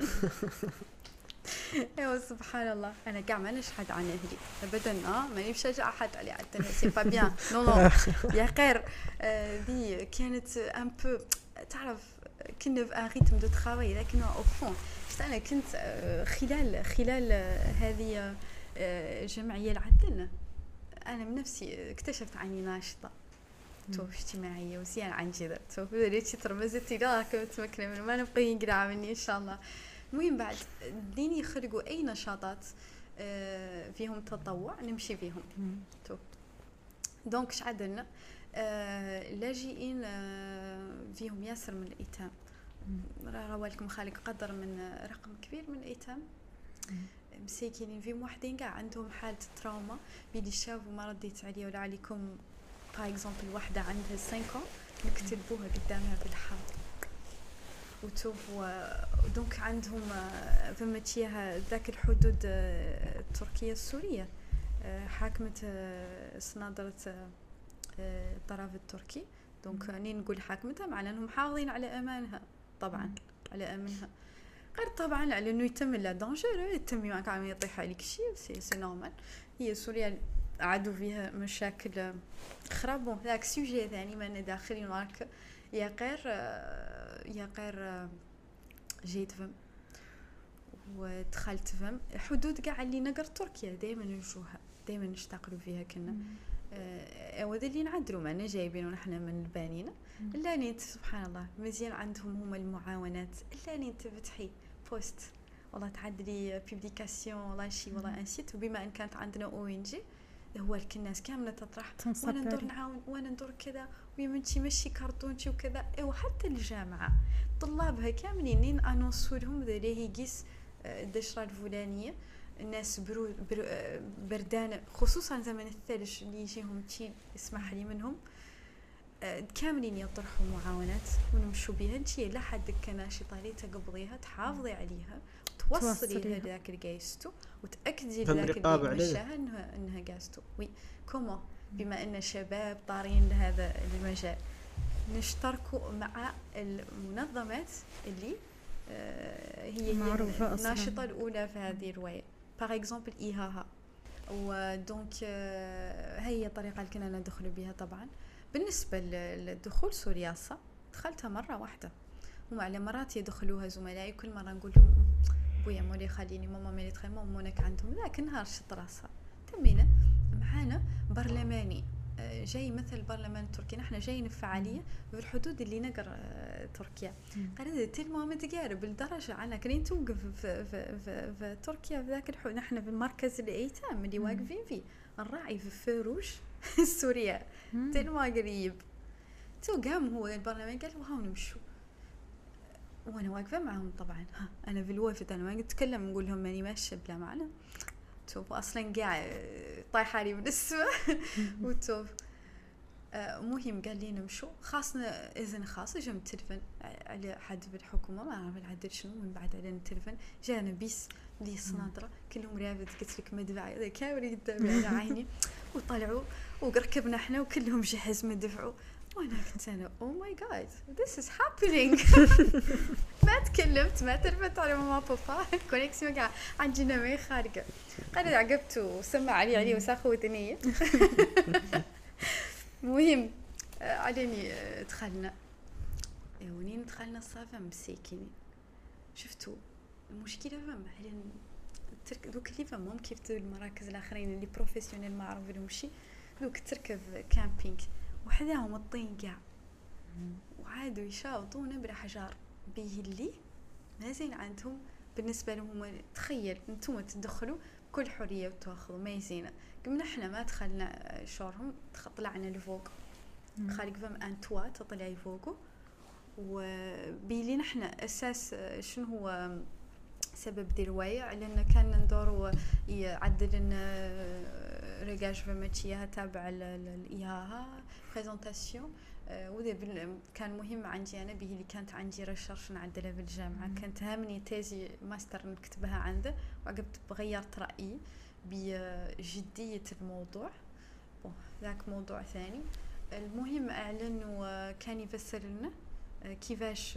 ايوا سبحان الله انا كاع ما نشهد عن اهلي ابدا اه ماني بشجع احد على عدنا سي با بيان نو نو يا خير دي كانت ان بو تعرف كنا في ان ريتم دو ترافاي لكن او فون انا كنت خلال خلال هذه الجمعيه اللي عندنا انا من نفسي اكتشفت عني ناشطه تو اجتماعيه وزيان عن جد تو ريتي ترمزتي لا كنت مكلمه ما نبقى ينقلع مني ان شاء الله. المهم بعد ديني يخرجوا اي نشاطات فيهم تطوع نمشي فيهم تو دونك اش عدلنا لاجئين فيهم ياسر من الايتام راه لكم خالق قدر من رقم كبير من الايتام مساكين فيهم وحدين كاع عندهم حالة تراوما بيدي شافوا ما رديت عليه ولا عليكم باغ اكزومبل واحدة عندها خمسة نكتلبوها قدامها بالحر وتوف دونك عندهم فما تشيها ذاك الحدود التركية السورية حاكمة صنادرة الطرف التركي دونك راني نقول حاكمتها معناه انهم محافظين على امانها طبعا على امنها غير طبعا على انه يتم لا دانجر يتم ما كان يطيح عليك شيء سي سي نورمال. هي سوريا عادوا فيها مشاكل خراب ذاك سوجي ثاني ما داخلين معك يا غير يا غير جيت فم ودخلت فم حدود كاع اللي نقر تركيا دائما نشوفها دائما نشتغلوا فيها كنا آه وذا اللي نعدلوا معنا جايبين ونحن من البانينا الا نيت سبحان الله مزيان عندهم هما المعاونات الا نيت تفتحي بوست والله تعدلي بيبليكاسيون والله شي والله انسيت وبما ان كانت عندنا او ان جي هو الناس كامله تطرح وانا ندور نعاون وانا ندور كذا ويمشي مشي كرتونشي وكذا وحتى الجامعه طلابها كاملين انونسوا لهم ذا ليه يقيس الدشره الفلانيه الناس برو برو بردانه خصوصا زمن الثلج اللي يجيهم شيء اسمح لي منهم كاملين يطرحوا معاونات ونمشوا بها انتي لا حد كناشطه لي تقبضيها تحافظي عليها توصلي هذاك الجايستو وتاكدي لذاك اللي مشاها انها انها جايستو وي كومو بما ان الشباب طارين لهذا المجال نشتركوا مع المنظمات اللي آه هي معروفة الناشطه الاولى في هذه الروايه باغ اكزومبل ايهاها ودونك آه هي الطريقه اللي كنا ندخل بها. طبعا بالنسبه للدخول سورياسا دخلتها مره واحده هم على مرات يدخلوها زملائي كل مره نقول لهم بويا مولي خليني ماما مالي تخيل مامونك عندهم ذاك نهار شط راسها تمينا معانا برلماني جاي مثل البرلمان التركي نحن جايين في فعاليه في الحدود اللي نقر تركيا قال تل ما متقارب بالدرجه عنا كرين توقف في, في, في, في تركيا في ذاك الحدود نحن في المركز الايتام اللي واقفين فيه الراعي في فروش سوريا تل ما قريب تو قام هو البرلمان قال وها نمشوا وانا واقفه معهم طبعا ها انا في الوفد انا ما قلت اتكلم نقول لهم ماني ماشيه بلا معنى توف اصلا قاعد طايحه لي من السما وتوف آه مهم قال لي نمشوا خاصنا اذن خاص جا من التلفن على حد بالحكومه ما اعرف العدل شنو من بعد على التلفن جانا بيس لي صنادره كلهم رافد قلت لك مدفع كامل قدامي على عيني وطلعوا وركبنا احنا وكلهم جهز مدفعوا وانا كنت انا او ماي جاد ذس از هابينج ما تكلمت ما ترفت على ماما بابا كونيكسيون كاع عندنا ما خارجه قال عقبت وسمع علي علي وساخو ودنيه مهم عليني دخلنا ونين دخلنا الصافه مساكين شفتوا المشكله فما على ترك دوك اللي فما كيف المراكز الاخرين اللي بروفيسيونيل ما عرف لهم شيء دوك تركب كامبينج وحداهم الطين كاع وعادوا يشاوطونا بالحجار بيه اللي ما زين عندهم بالنسبه لهم تخيل انتم تدخلوا بكل حريه وتاخذوا ما يزينا قمنا احنا ما دخلنا شورهم طلعنا لفوق خالق فم ان توا تطلعي فوقه وبيلي نحن اساس شنو هو سبب دي الروايه لان كان ندور يعدل لنا رجاج فماتشيها تابع الاياها بريزونطاسيون وذا كان مهم عندي انا به اللي كانت عندي ريشيرش نعدلها في الجامعه كانت هامني تيزي ماستر نكتبها عنده وعقبت بغيرت رايي بجديه الموضوع ذاك موضوع ثاني. المهم اعلنوا كان يفسر لنا كيفاش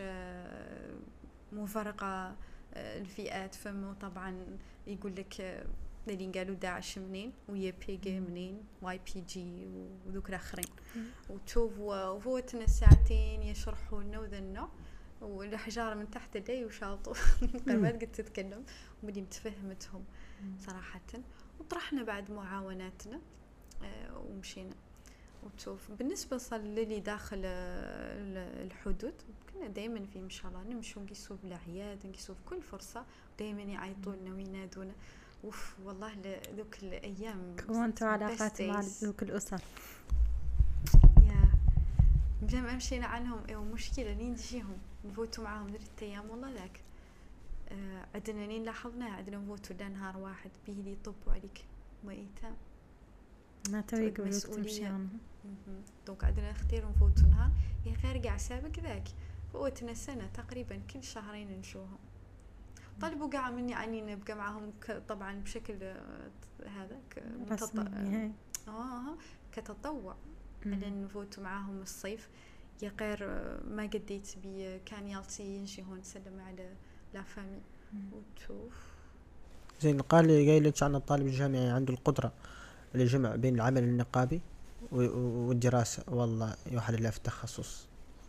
مفارقه الفئات فمو طبعا يقول لك اللي قالوا داعش منين ويا بي جي منين واي بي جي وذوك الاخرين وتشوفوا فوتنا ساعتين يشرحوا لنا وذا النوع والحجاره من تحت لي وشاطوا ما قلت تتكلم وبدي متفهمتهم صراحه وطرحنا بعد معاوناتنا آه ومشينا وتشوف بالنسبه صار للي داخل الحدود كنا دائما في ان شاء الله نمشوا نقيسوا بالاعياد نقيسوا في كل فرصه دائما يعيطوا لنا وينادونا اوف والله ذوك الايام كونتوا علاقات مع ذوك الاسر يا بلا ما مشينا عنهم ايوا مشكله لين نجيهم نفوتوا معاهم ثلاث ايام والله ذاك آه عندنا لين لاحظنا عندنا نفوتوا نهار واحد به اللي يطبوا عليك ما ايتام ما تويق تمشي مسؤولية. عنها. مهم. دونك عندنا نختاروا نفوتوا نهار يا غير كاع سابق ذاك فوتنا سنة تقريبا كل شهرين نشوفهم. طلبوا كاع مني عني نبقى معاهم ك- طبعا بشكل آه، هذا ك- متط- رسمي هاي. اه كتطوع مم. لأن نفوتوا معاهم الصيف يا غير آه، ما قديت بي كان يالتي ينشي هون نسلم على لا فامي مم. وتشوف. زين قال لي قايل لك عن الطالب الجامعي عنده القدرة للجمع بين العمل النقابي و- و- والدراسة، والله يوحد الله في التخصص.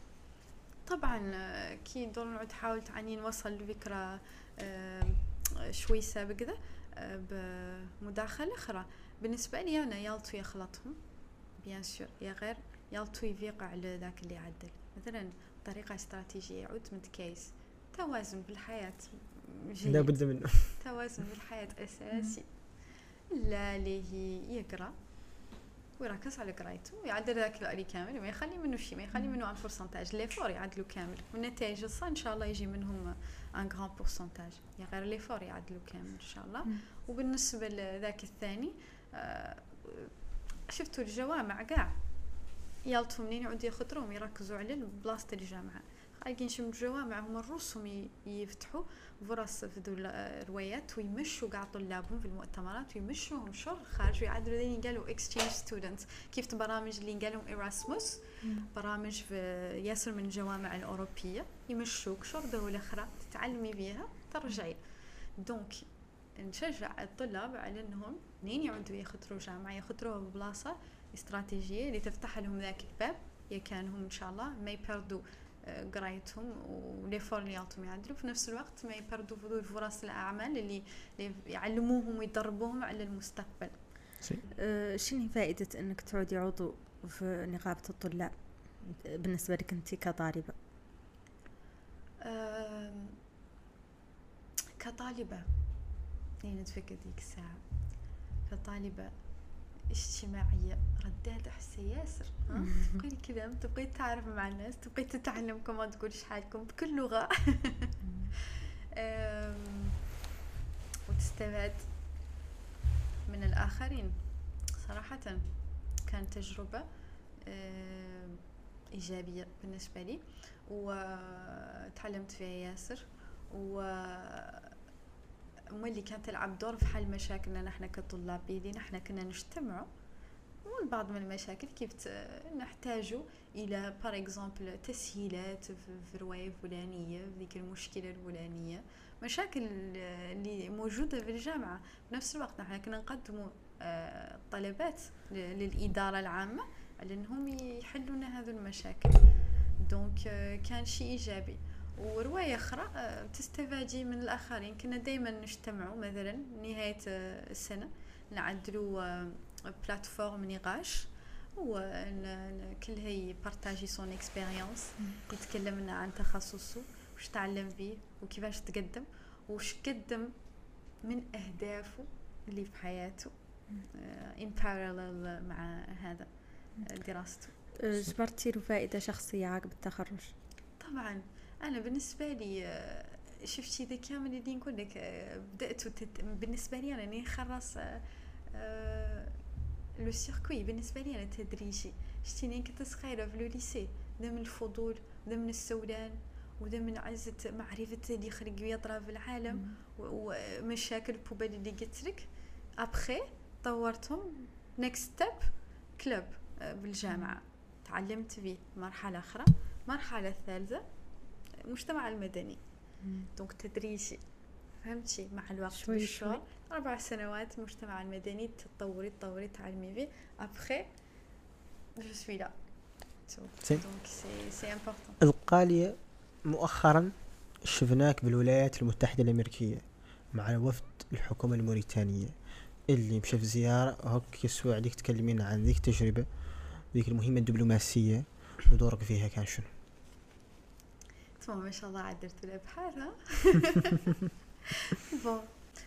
طبعا آه، اكيد دور نعود حاولت عني نوصل الفكره آه، شوي سابق كذا آه، بمداخله اخرى. بالنسبه لي انا يالتو يخلطهم بيان سور يا غير يالتو يفيق على ذاك اللي يعدل مثلا طريقه استراتيجيه يعود متكيس. توازن بالحياه جيد. لا بد منه. توازن بالحياه اساسي. لا ليه يقرا ويركز على قرايته ويعدل ذاك القري كامل وما يخلي منه شيء، ما يخلي منه ان بورسنتاج لي فور يعدلوا كامل والنتائج الصا ان شاء الله يجي منهم ان غران بورسنتاج يا غير لي فور يعدلوا كامل ان شاء الله. مم. وبالنسبه لذاك الثاني آه شفتوا الجوامع كاع يالتهم منين يعودوا يخطروهم يركزوا على بلاصه الجامعه خالقين شم الجوامع هم الرسوم ي- يفتحوا فرص في ذو الروايات ويمشوا قاع طلابهم في المؤتمرات ويمشوهم شغل خارج ويعدلوا ذي قالوا اكسشينج ستودنتس كيف برامج اللي قالوا ايراسموس برامج في ياسر من الجوامع الأوروبية يمشوك شغل دولة أخرى تتعلمي بيها ترجعي. دونك نشجع الطلاب على أنهم منين يعودوا يخطروا جامعة يخطروها ببلاصة استراتيجية اللي تفتح لهم ذاك الباب يا كانهم إن شاء الله ما يبردوا آه، قرايتهم وليفور اللي يعطوهم يعدلوا في نفس الوقت ما يبردوا فضول فرص الأعمال اللي, اللي يعلموهم ويدربوهم على المستقبل. أه، شنو فائدة انك تعودي عضو في نقابة الطلاب بالنسبة لك انت كطالبة؟ آم، كطالبة يعني نتفكر ديك الساعة كطالبة اجتماعية ردات أحس ياسر ها؟ تبقي كذا تبقي تعرف مع الناس تبقي تتعلم كمان تقول حالكم بكل لغة آم، وتستفاد من الآخرين. صراحة كانت تجربة آم، إيجابية بالنسبة لي وتعلمت فيها ياسر و اللي كانت تلعب دور في حل مشاكلنا نحن كطلاب بيدي نحن كنا نجتمع والبعض من المشاكل كيف نحتاج إلى بار إكزامبل تسهيلات في رواية فلانية في ذيك المشكلة الفلانية مشاكل اللي موجودة في الجامعة. بنفس الوقت نحن كنا نقدم طلبات للإدارة العامة على أنهم يحلون هذه المشاكل. دونك كان شيء إيجابي. ورواية أخرى تستفادي من الآخرين كنا دايما نجتمعوا مثلا نهاية السنة نعدلوا بلاتفورم نقاش وكل هي بارتاجي سون اكسبيريونس يتكلم لنا عن تخصصه وش تعلم فيه وكيفاش تقدم وش قدم من أهدافه اللي في حياته in parallel مع هذا دراسته. جبرتي له فائدة شخصية عقب التخرج؟ طبعا أنا بالنسبة لي شفتي ذا كامل اللي نقول لك بدأت وتت... بالنسبة لي أنا إني خلص لو سيركوي بالنسبة لي أنا تدريجي. شتيني كنت صغيرة في لو ليسي ضمن الفضول ضمن السودان وضمن عزة معرفة اللي خلق يطرى في العالم ومشاكل بوبال اللي قلت لك أبخي طورتهم نيكست ستيب كلوب بالجامعة تعلمت فيه مرحلة أخرى مرحلة الثالثة مجتمع المدني. دونك تدريجي فهمتي مع الوقت شوي بالشغل شوي. أربع سنوات مجتمع المدني تطوري تطوري تعلمي فيه أبخي جو سوي لا دونك سي سي امبورطون. القالية مؤخرا شفناك بالولايات المتحدة الأمريكية مع وفد الحكومة الموريتانية اللي مشى في زيارة هوك يسوع عليك تكلمينا عن ذيك التجربة ذيك المهمة الدبلوماسية ودورك فيها كان شنو؟ تمام ما شاء الله عدلت الأبحاث ها بون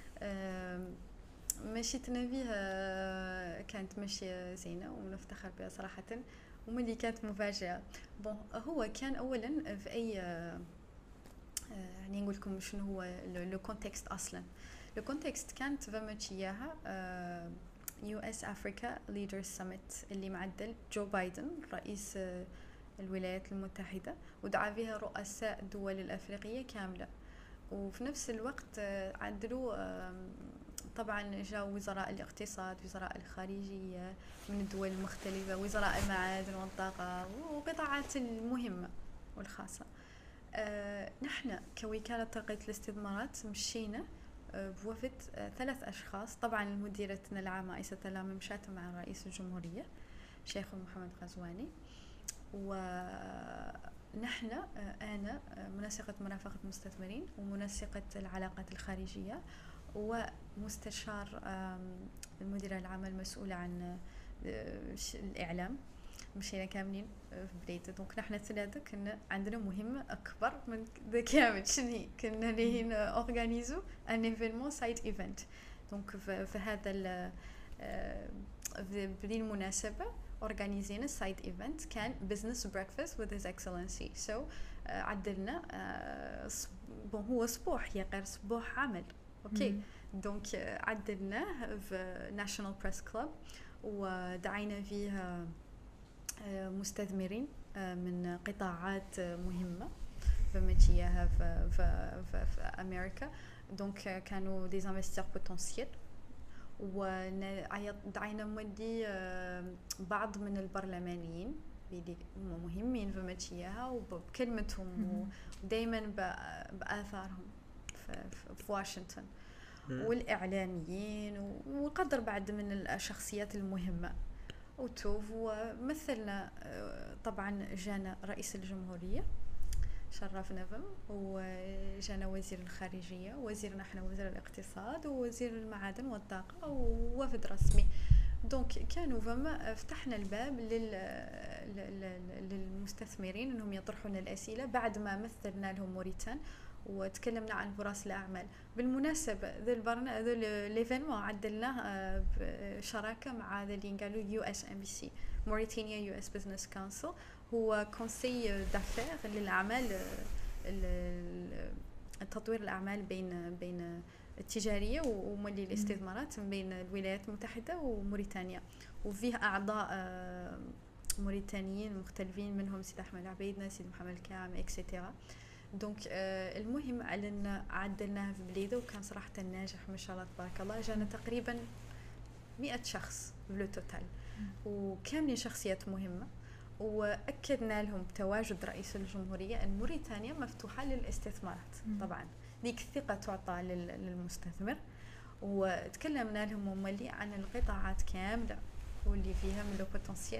مشيتنا فيها كانت مشية زينة ونفتخر بها صراحة وملي كانت مفاجأة. بون هو كان أولا في أي يعني نقول لكم شنو هو لو كونتكست أصلا. لو كونتكست كانت فهمت إياها يو إس أفريكا ليدرز سميت اللي معدل جو بايدن رئيس الولايات المتحدة، ودعا فيها رؤساء الدول الأفريقية كاملة. وفي نفس الوقت عدلوا طبعا جاءوا وزراء الاقتصاد، وزراء الخارجية من الدول المختلفة، وزراء المعادن والطاقة وقطاعات المهمة والخاصة. أه نحن كوكالة ترقية الاستثمارات مشينا أه بوفد أه ثلاث أشخاص. طبعا مديرتنا العامة عائشة تلامي مشات مع رئيس الجمهورية شيخ محمد غزواني، ونحن أه أنا أه منسقة مرافقة المستثمرين ومنسقة العلاقات الخارجية ومستشار المديرة العامة المسؤولة عن الإعلام. مشينا كاملين في بليدة. دونك نحن الثلاثة كنا عندنا مهمة أكبر من ذا كامل. شنو كنا لين أورغانيزو أن إيفينمون سايد إيفنت. دونك في هذا بهذه المناسبة أورغانيزينا سايد إيفنت كان بزنس بريكفاست with his excellency. so uh, عدلنا uh, هو أسبوع هي غير أسبوع عمل. أوكي دونك عدلناه في ناشونال بريس كلوب، ودعينا فيه مستثمرين من قطاعات مهمة فمتيها في, في, في, في أمريكا. دونك كانوا دي انفستير بوتنسيال، ودعينا مودي بعض من البرلمانيين اللي مهمين في متيها وبكلمتهم ودائما بآثارهم في, في واشنطن، والإعلاميين وقدر بعد من الشخصيات المهمة وتوف. ومثلنا طبعا جانا رئيس الجمهورية شرفنا فم، وجانا وزير الخارجية، وزيرنا احنا وزير الاقتصاد ووزير المعادن والطاقة ووفد رسمي. دونك كانوا فما فتحنا الباب للمستثمرين انهم يطرحون الأسئلة بعد ما مثلنا لهم موريتان وتكلمنا عن فرص الأعمال. بالمناسبة ذا البرنامج ذا ليفينمون عدلناه بشراكة مع ذا اللي قالوا يو اس ام بي سي موريتانيا يو اس بزنس كونسل، هو كونسي دافير للأعمال التطوير الأعمال بين بين التجارية ومولي الاستثمارات بين الولايات المتحدة وموريتانيا، وفيه أعضاء موريتانيين مختلفين منهم سيد أحمد عبيدنا، سيد محمد الكاعم اكسترا. دونك آه المهم على عدلناها في بليدة وكان صراحة ناجح ما شاء الله تبارك الله. جانا تقريبا مئة شخص بلو توتال وكاملين شخصيات مهمة، وأكدنا لهم بتواجد رئيس الجمهورية أن موريتانيا مفتوحة للاستثمارات. طبعا ديك الثقة تعطى للمستثمر، وتكلمنا لهم مملي عن القطاعات كاملة واللي فيها من لو بوتنسيال،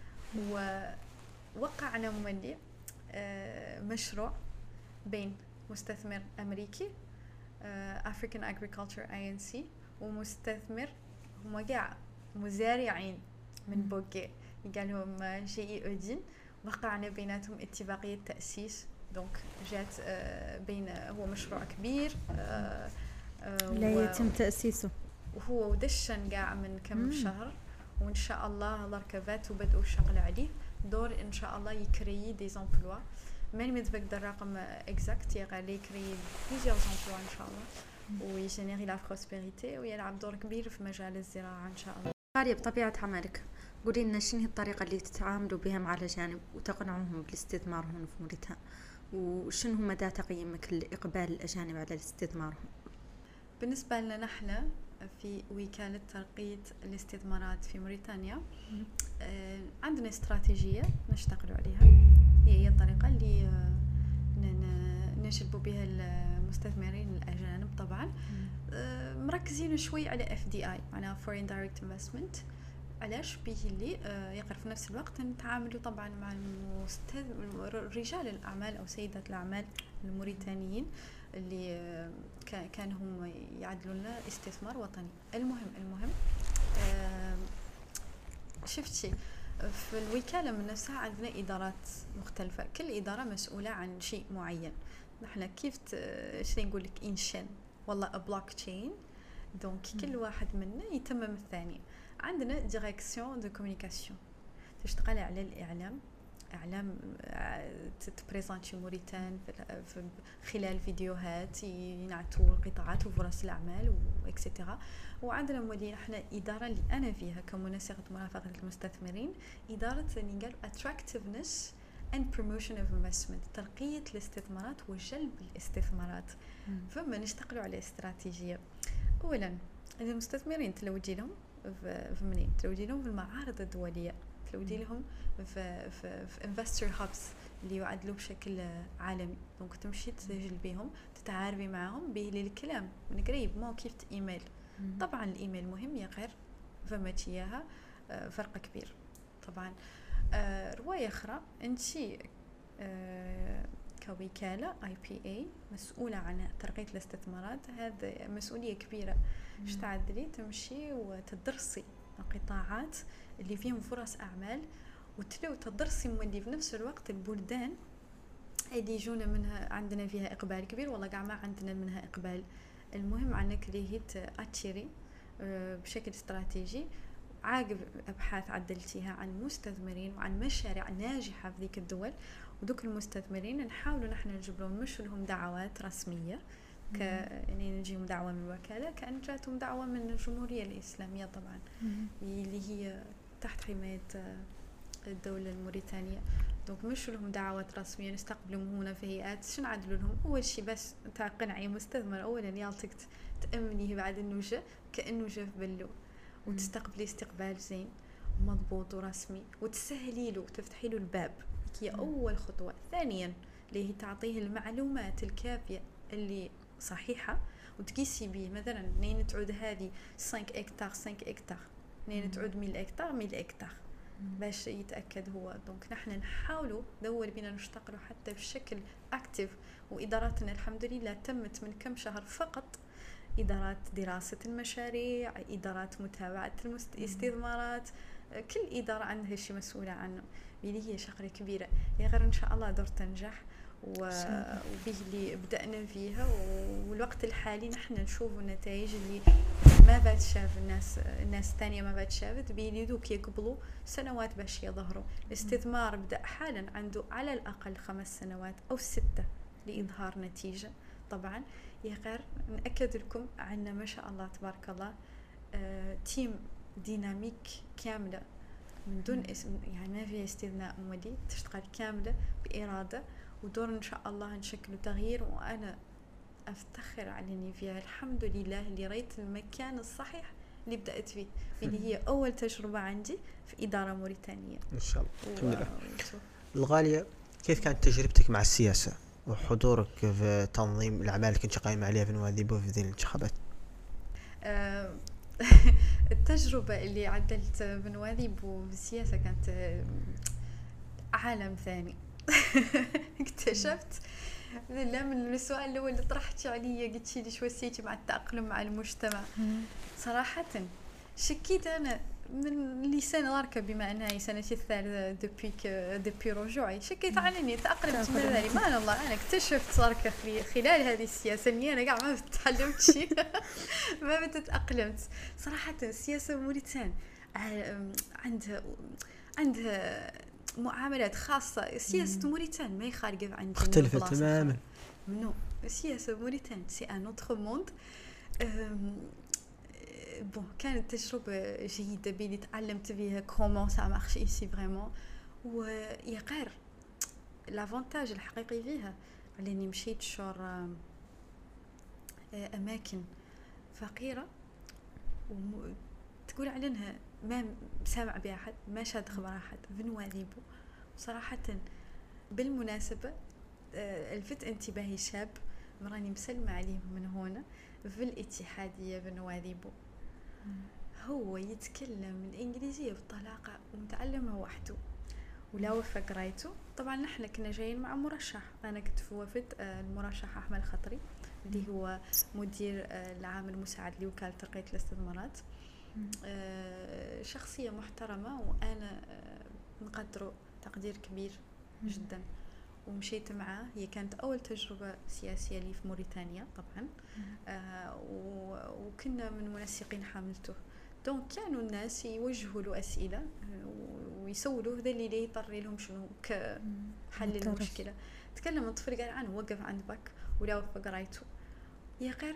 ووقعنا مملي آه مشروع بين مستثمر أمريكي آه African Agriculture آي إن سي ومستثمر هم قاع مزارعين من بوغي قالهم جي إي أودين. وقعنا بيناتهم اتفاقية تأسيس. دونك جات آه بين هو مشروع كبير آه آه لا يتم تأسيسه، وهو ودشن قاع من كم مم. شهر، وإن شاء الله الركبات وبدأوا الشغل عليه. دور إن شاء الله يكري دي زامبلوا ماني متذكر الرقم اكزاكت، يقال يكري بليزيور زامبلوا ان شاء الله ويجينيري لا بروسبيريتي ويلعب دور كبير في مجال الزراعه ان شاء الله. غالية بطبيعة عملك قولي لنا شنو هي الطريقة اللي تتعاملوا بها مع الأجانب وتقنعوهم بالاستثمار هنا في موريتانيا، وشنو هو مدى تقييمك لإقبال الأجانب على الاستثمار هنا؟ بالنسبة لنا نحن في وكالة ترقية الاستثمارات في موريتانيا آه عندنا استراتيجية نشتغل عليها، هي الطريقة اللي نجلب بها المستثمرين الأجانب. طبعا آه مركزين شوي على إف دي آي معناها Foreign Direct Investment. علاش بيه اللي آه يقر في نفس الوقت نتعاملوا طبعا مع رجال الأعمال أو سيدات الأعمال الموريتانيين اللي آه كانوا هم يعدلوا لنا استثمار وطني. المهم المهم آه شفتي في الوكالة من نفسها عندنا إدارات مختلفة، كل إدارة مسؤولة عن شيء معين. نحن كيف شنو نقول لك إنشن والله بلوك تشين. دونك كل واحد منا يتمم الثاني. عندنا ديريكسيون دو كومونيكاسيون تشتغل على الإعلام، إعلام تبريزنتي موريتان في خلال فيديوهات ينعتوا القطاعات وفرص الأعمال واكسترا. وعندنا مولين احنا اداره اللي انا فيها كمنسقه مرافقه المستثمرين، اداره اللي قال attractiveness and promotion of investment، ترقيه الاستثمارات وجلب الاستثمارات. فما نشتغلوا على استراتيجيه. اولا المستثمرين تلوجي لهم في منين؟ تلوجي لهم في المعارض الدوليه، تلوجي لهم في في, في انفستر هابس اللي يعدلوا بشكل عالمي. دونك تمشي تجلبيهم، تتعارفي معهم بالكلام من قريب، مو كيف ايميل. طبعا الايميل مهم يا غير، فما تياها فرق كبير. طبعا آه روايه اخرى، انت آه كوكاله اي بي اي مسؤوله عن ترقيه الاستثمارات، هذا مسؤوليه كبيره. ايش تعدلي؟ تمشي وتدرسي القطاعات اللي فيهم فرص اعمال، وتلو تدرسي مولي في نفس الوقت البلدان اللي يجونا منها عندنا فيها اقبال كبير ولا قاع ما عندنا منها اقبال. المهم عنك اللي هي تأشيري بشكل استراتيجي، عاقب ابحاث عدلتيها عن مستثمرين وعن مشاريع ناجحه في ذيك الدول، ودوك المستثمرين نحاولوا نحن نجيب لهم مش لهم دعوات رسميه ك يعني نجيهم دعوه من الوكاله، كأن جاتهم دعوه من الجمهوريه الاسلاميه طبعا اللي هي تحت حمايه الدوله الموريتانيه. دونك مش لهم دعوات رسميه نستقبلهم هنا في هيئات. شنو عدلوا لهم؟ اول شيء بس تقنعي مستثمر اولا يالتك تامنيه بعد انه جا كانه جا في بلو، وتستقبلي استقبال زين ومضبوط ورسمي، وتسهلي له وتفتحي له الباب. هي اول خطوه. ثانيا اللي هي تعطيه المعلومات الكافيه اللي صحيحه، وتقيسي به مثلا منين تعود هذه خمسة هكتار خمسة هكتار، منين تعود مية هكتار مية هكتار، باش يتاكد هو. دونك نحن نحاولوا دول بينا نشتغلوا حتى بشكل اكتيف، واداراتنا الحمد لله تمت من كم شهر فقط، ادارات دراسه المشاريع، ادارات متابعه الاستثمارات، كل اداره عندها شيء مسؤوله عنه. اللي هي شغله كبيره يا غير ان شاء الله دور تنجح، وبه اللي بدأنا فيها. والوقت الحالي نحن نشوف النتائج اللي ما بعد شاف الناس الناس الثانيه ما بعد شافت، بيدوك يقبلوا سنوات باش يظهروا. الاستثمار بدأ حالا عنده على الأقل خمس سنوات أو ستة لإظهار نتيجة. طبعا يا غير نأكد لكم عنا ما شاء الله تبارك الله آه، تيم ديناميك كاملة من دون اسم، يعني ما في استثناء، مولي تشتغل كاملة بإرادة ودور إن شاء الله نشكل تغيير. وأنا أفتخر على إني فيها الحمد لله اللي رأيت المكان الصحيح اللي بدأت فيه، اللي هي أول تجربة عندي في إدارة موريتانية إن شاء الله. الحمد لله. الغالية، كيف كانت تجربتك مع السياسة وحضورك في تنظيم الأعمال اللي كنت قايم عليها في نواذيبو في ذي الانتخابات؟ أه التجربة اللي عدلت بنواذيبو في السياسة كانت عالم ثاني. اكتشفت لا من السؤال الأول اللي طرحتي عليا قلتي لي شو حسيتي مع التأقلم مع المجتمع. صراحة شكيت أنا من لسان غاركة بما أنها سنتي الثالثة دبيك دبي رجوعي، شكيت على إني تأقلمت من ذلك. ما الله أنا اكتشفت صارك خلال هذه السياسة إني أنا قاعد ما بتعلمت شيء ما بتتأقلمت. صراحة السياسة موريتان عندها عندها معاملات خاصة. سياسة موريتان ما يخالف عندنا مختلفة تماما. نو سياسة موريتان سي ان اوتر موند. بون كانت تجربة جيدة بلي تعلمت فيها كومون سا مارشي ايسي فريمون. ويا غير لافونتاج الحقيقي فيها على اني مشيت شور اماكن فقيرة وتقول عليها ما سامع بها أحد، ما شاد خبر أحد في نواذيبو. صراحة بالمناسبة الفت انتباهي شاب مراني مسلمة عليه من هنا في الاتحادية في نواذيبو، هو يتكلم الإنجليزية بطلاقة ومتعلمها وحده ولا وفق رايته. طبعا نحن كنا جايين مع مرشح، أنا كنت في وفد المرشح أحمد الخطري اللي هو مدير العام المساعد لوكالة ترقية الاستثمارات. آه شخصية محترمة وأنا آه نقدره تقدير كبير جدا، ومشيت معاه. هي كانت أول تجربة سياسية لي في موريتانيا طبعا. آه وكنا من منسقين حاملته، دونك كانوا الناس يوجهوا له أسئلة ويسولوه ذا اللي يضطر لهم شنو كحل المشكلة. تكلم الطفل قال عنه وقف عند بك ولا وفق رايته. يا غير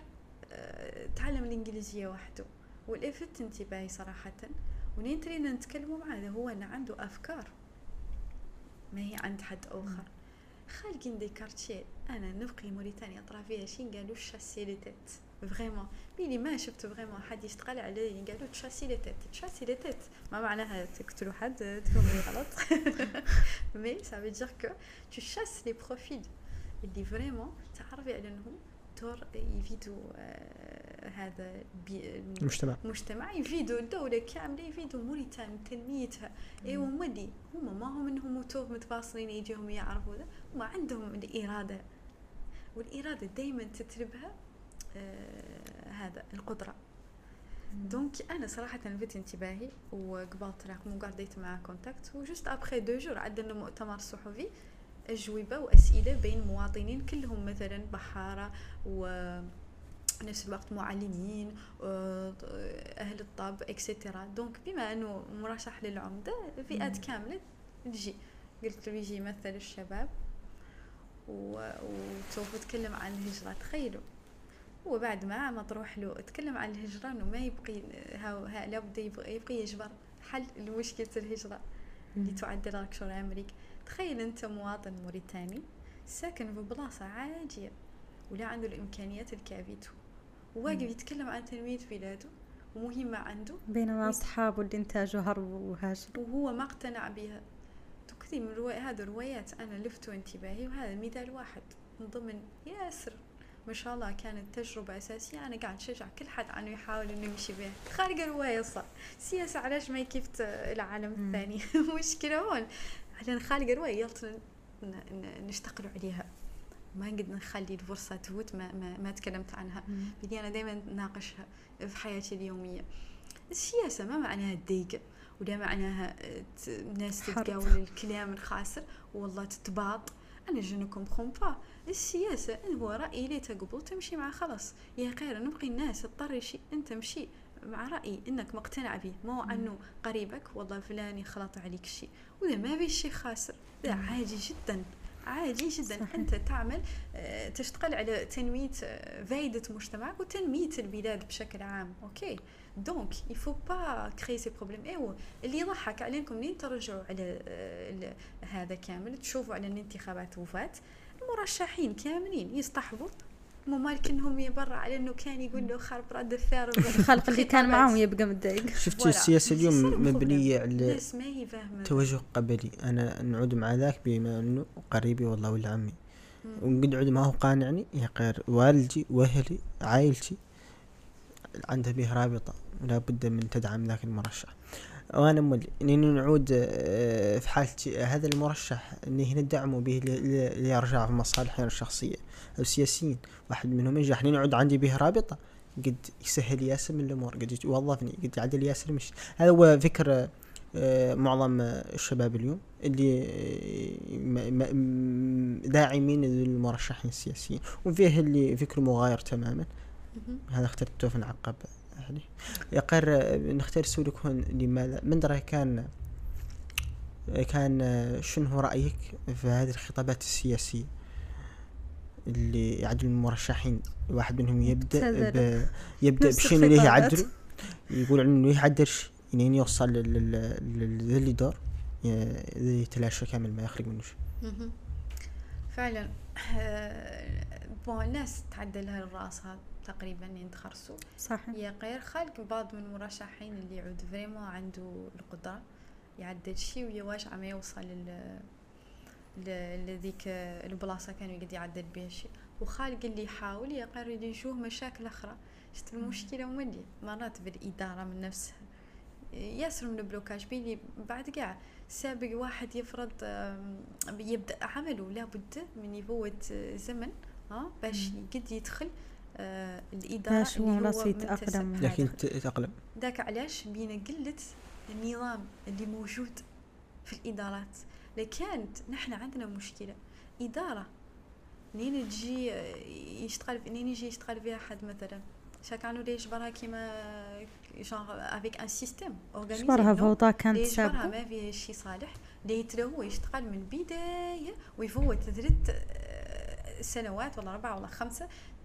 آه، تعلم الانجليزيه وحده. واللفت انتباهي صراحه ونين ترينا نتكلموا معاه هو ان عنده افكار ما هي عند حد اخر. خالقين دي كارتشي انا نبقي موريتانيا طرا فيها شي قالوا شاسي لي تيت فريمون بيلي ما شفت فريمون حد يشتغل عليه قالوا تشاسي لي تيت تشاسي لي تيت ما معناها تقتلوا حد تفهموني غلط مي سا فيو دير كو تو شاس لي بروفيل اللي فريمون تعرفي على انهم دور يفيدوا آه هذا المجتمع المجتمع يفيدوا الدولة كاملة يفيدوا موريتانيا تنميتها. ايوا مودي هما ما هم انهم موتوف متواصلين يجيهم يعرفوا ذا هما عندهم الإرادة والإرادة دايما تتربها آه هذا القدرة. دونك انا صراحه لفت انتباهي وقبلت رقم وقعدت معاه كونتاكت وجست ابخي دو جور عندنا مؤتمر صحفي اجوبه واسئله بين مواطنين كلهم مثلا بحاره ونفس الوقت معلمين اهل الطب اكسترا. دونك بما انه مرشح للعمده فئات كامله تجي قلت له يجي يمثل الشباب وسوف اتكلم عن الهجره. تخيلوا هو بعد ما ما تروح له اتكلم عن الهجره انه ما يبقي ها لابد يبقى, يبقى يجبر حل لمشكله الهجره اللي تعدل اكثر امريكا. تخيل انت مواطن موريتاني ساكن في بلاصه عاجيه ولا عنده الامكانيات الكافيه وواقف يتكلم عن تنميه بلاده ومهمه عنده بينما اصحابه اللي انتاجوا هربوا وهاجروا وهو ما اقتنع بها. كثير من رواية هذه الروايات انا لفتوا انتباهي وهذا مثال واحد من ضمن ياسر ما شاء الله كانت تجربة أساسية. أنا قاعد أشجع كل حد عنه يحاول إنه يمشي بها. خارج الرواية صح سياسة علاش ما يكفت العالم الثاني مشكلة هون على خارج الرواية يلطن نشتغلوا عليها ما نقدر نخلي الفرصة تفوت ما ما, ما تكلمت عنها. بدي أنا دائما ناقشها في حياتي اليومية. السياسة ما معناها الدقيقة ولا معناها ناس تتقاول الكلام الخاسر والله تتباط. أنا جنكم خنفا السياسة إن هو رأي لي تقبل تمشي مع خلاص يا خير نبقي الناس تضطر شيء أنت مشي مع رأي إنك مقتنع به مو أنه قريبك والله فلاني خلط عليك شيء وإذا ما في شيء خاسر ده عادي جدا عادي جدا. صحيح. أنت تعمل اه تشتغل على تنمية اه فائدة مجتمعك وتنمية البلاد بشكل عام. أوكي دونك يفو با كري سي بروبليم. ايوا اللي يضحك عليكم منين ترجعوا على اه هذا كامل تشوفوا على الانتخابات وفات المرشحين كاملين يصطحبوا مو مالكنهم يبرع على انه كان يقول له خرب رد الثار الخلق اللي كان معهم يبقى متضايق. شفت السياسه اليوم مبنيه على ما توجه قبلي. انا نعود مع ذاك بما انه قريبي والله ولا عمي ونقعد ما هو قانعني يا غير والدي واهلي عائلتي عندها به رابطه ولا بد من تدعم ذاك المرشح. وانا مولي اني نعود في حالتي هذا المرشح اني ندعمه به ليرجع في مصالحنا الشخصيه او السياسيين. واحد منهم ينجح نعود عندي به رابطه قد يسهل ياسر من الامور قد يوظفني قد يعدل ياسر مش. هذا هو فكر معظم الشباب اليوم اللي داعمين للمرشحين السياسيين وفيه اللي فكره مغاير تماما. هذا اخترته في نعقب يعني يقر نختار سؤالك هون لماذا من درى كان كان شنو رأيك في هذه الخطابات السياسية اللي يعدل المرشحين واحد منهم يبدأ ب... يبدأ بشيء اللي يعدل يقول انه يعدل شيء يعني يوصل للي دور يتلاشى كامل ما يخرج منه شيء. فعلا بون الناس تعدلها الراس هذا تقريبا ينتخرسوا صح يا غير خالق بعض من المرشحين اللي يعود فريمون عنده القدرة يعدل شيء ويواش عم يوصل لذيك البلاصة كانوا يقدر يعدل بها شيء. وخالق اللي يحاول يا غير يجوه مشاكل أخرى. شفت المشكلة وملي مرات بالإدارة من نفسها ياسر من البلوكاج بيلي بعد قاع سابق واحد يفرض يبدأ عمله لابد من يفوت زمن ها باش قد يدخل آه الإدارة اللي هو يتأقلم لكن يتأقلم ذاك علاش بين قلة النظام اللي موجود في الإدارات. لكانت نحن عندنا مشكلة إدارة نين تجي يشتغل نين يجي يشتغل فيها حد مثلا شكانوا ليش برها كيما genre avec un système organisé شبرها فوضى كانت سابقة ما فيها شيء صالح ليت هو يشتغل من بداية ويفوت ثلاث سنوات ولا أربعة ولا خمسة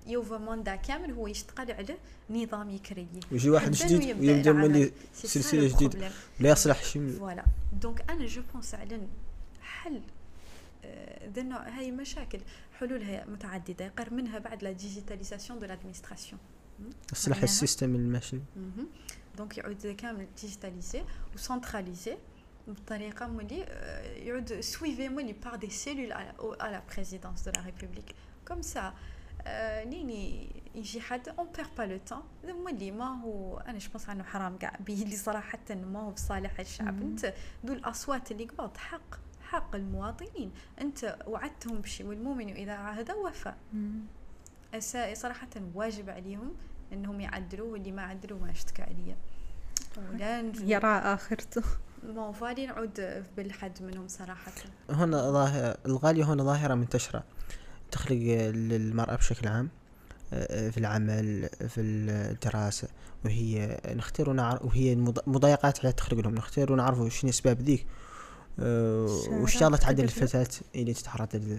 يوفا موندا كامل هو يشتغل على نظام يكريه ويجي واحد جديد ويبدا ملي سلسله جديده لا يصلح شيء. فوالا دونك انا جو بونس على حل ذا النوع. هاي مشاكل حلولها متعدده، يقر منها بعد لا ديجيتاليزاسيون دو لادمينستراسيون، اصلاح السيستم الماشي. دونك يعود كامل ديجيتاليزي وسنتراليزي بطريقه مولي يعود سويفي مولي بار دي سيلول à la présidence de la République comme ça. ليني يجي حد اون بير با لو طون مولي ما هو انا شبونس عنه حرام كاع بيه اللي صراحه ما هو بصالح الشعب. انت دول الاصوات اللي قبض حق حق المواطنين، انت وعدتهم بشيء والمؤمن اذا عاهد وفى. صراحه واجب عليهم انهم يعدلوا، واللي ما عدلوا ما اشتكى عليا ولا يرى اخرته. ما فالي نعود بالحد منهم صراحه. هنا ظاهر الغالية، هنا ظاهرة منتشرة تخلق للمرأة بشكل عام في العمل في الدراسة، وهي نختار ونعرف، وهي مضايقات على تخلق لهم نختار ونعرفوا شنو اسباب ذيك وش شغلة تعدل الفتاة اللي تتعرض ل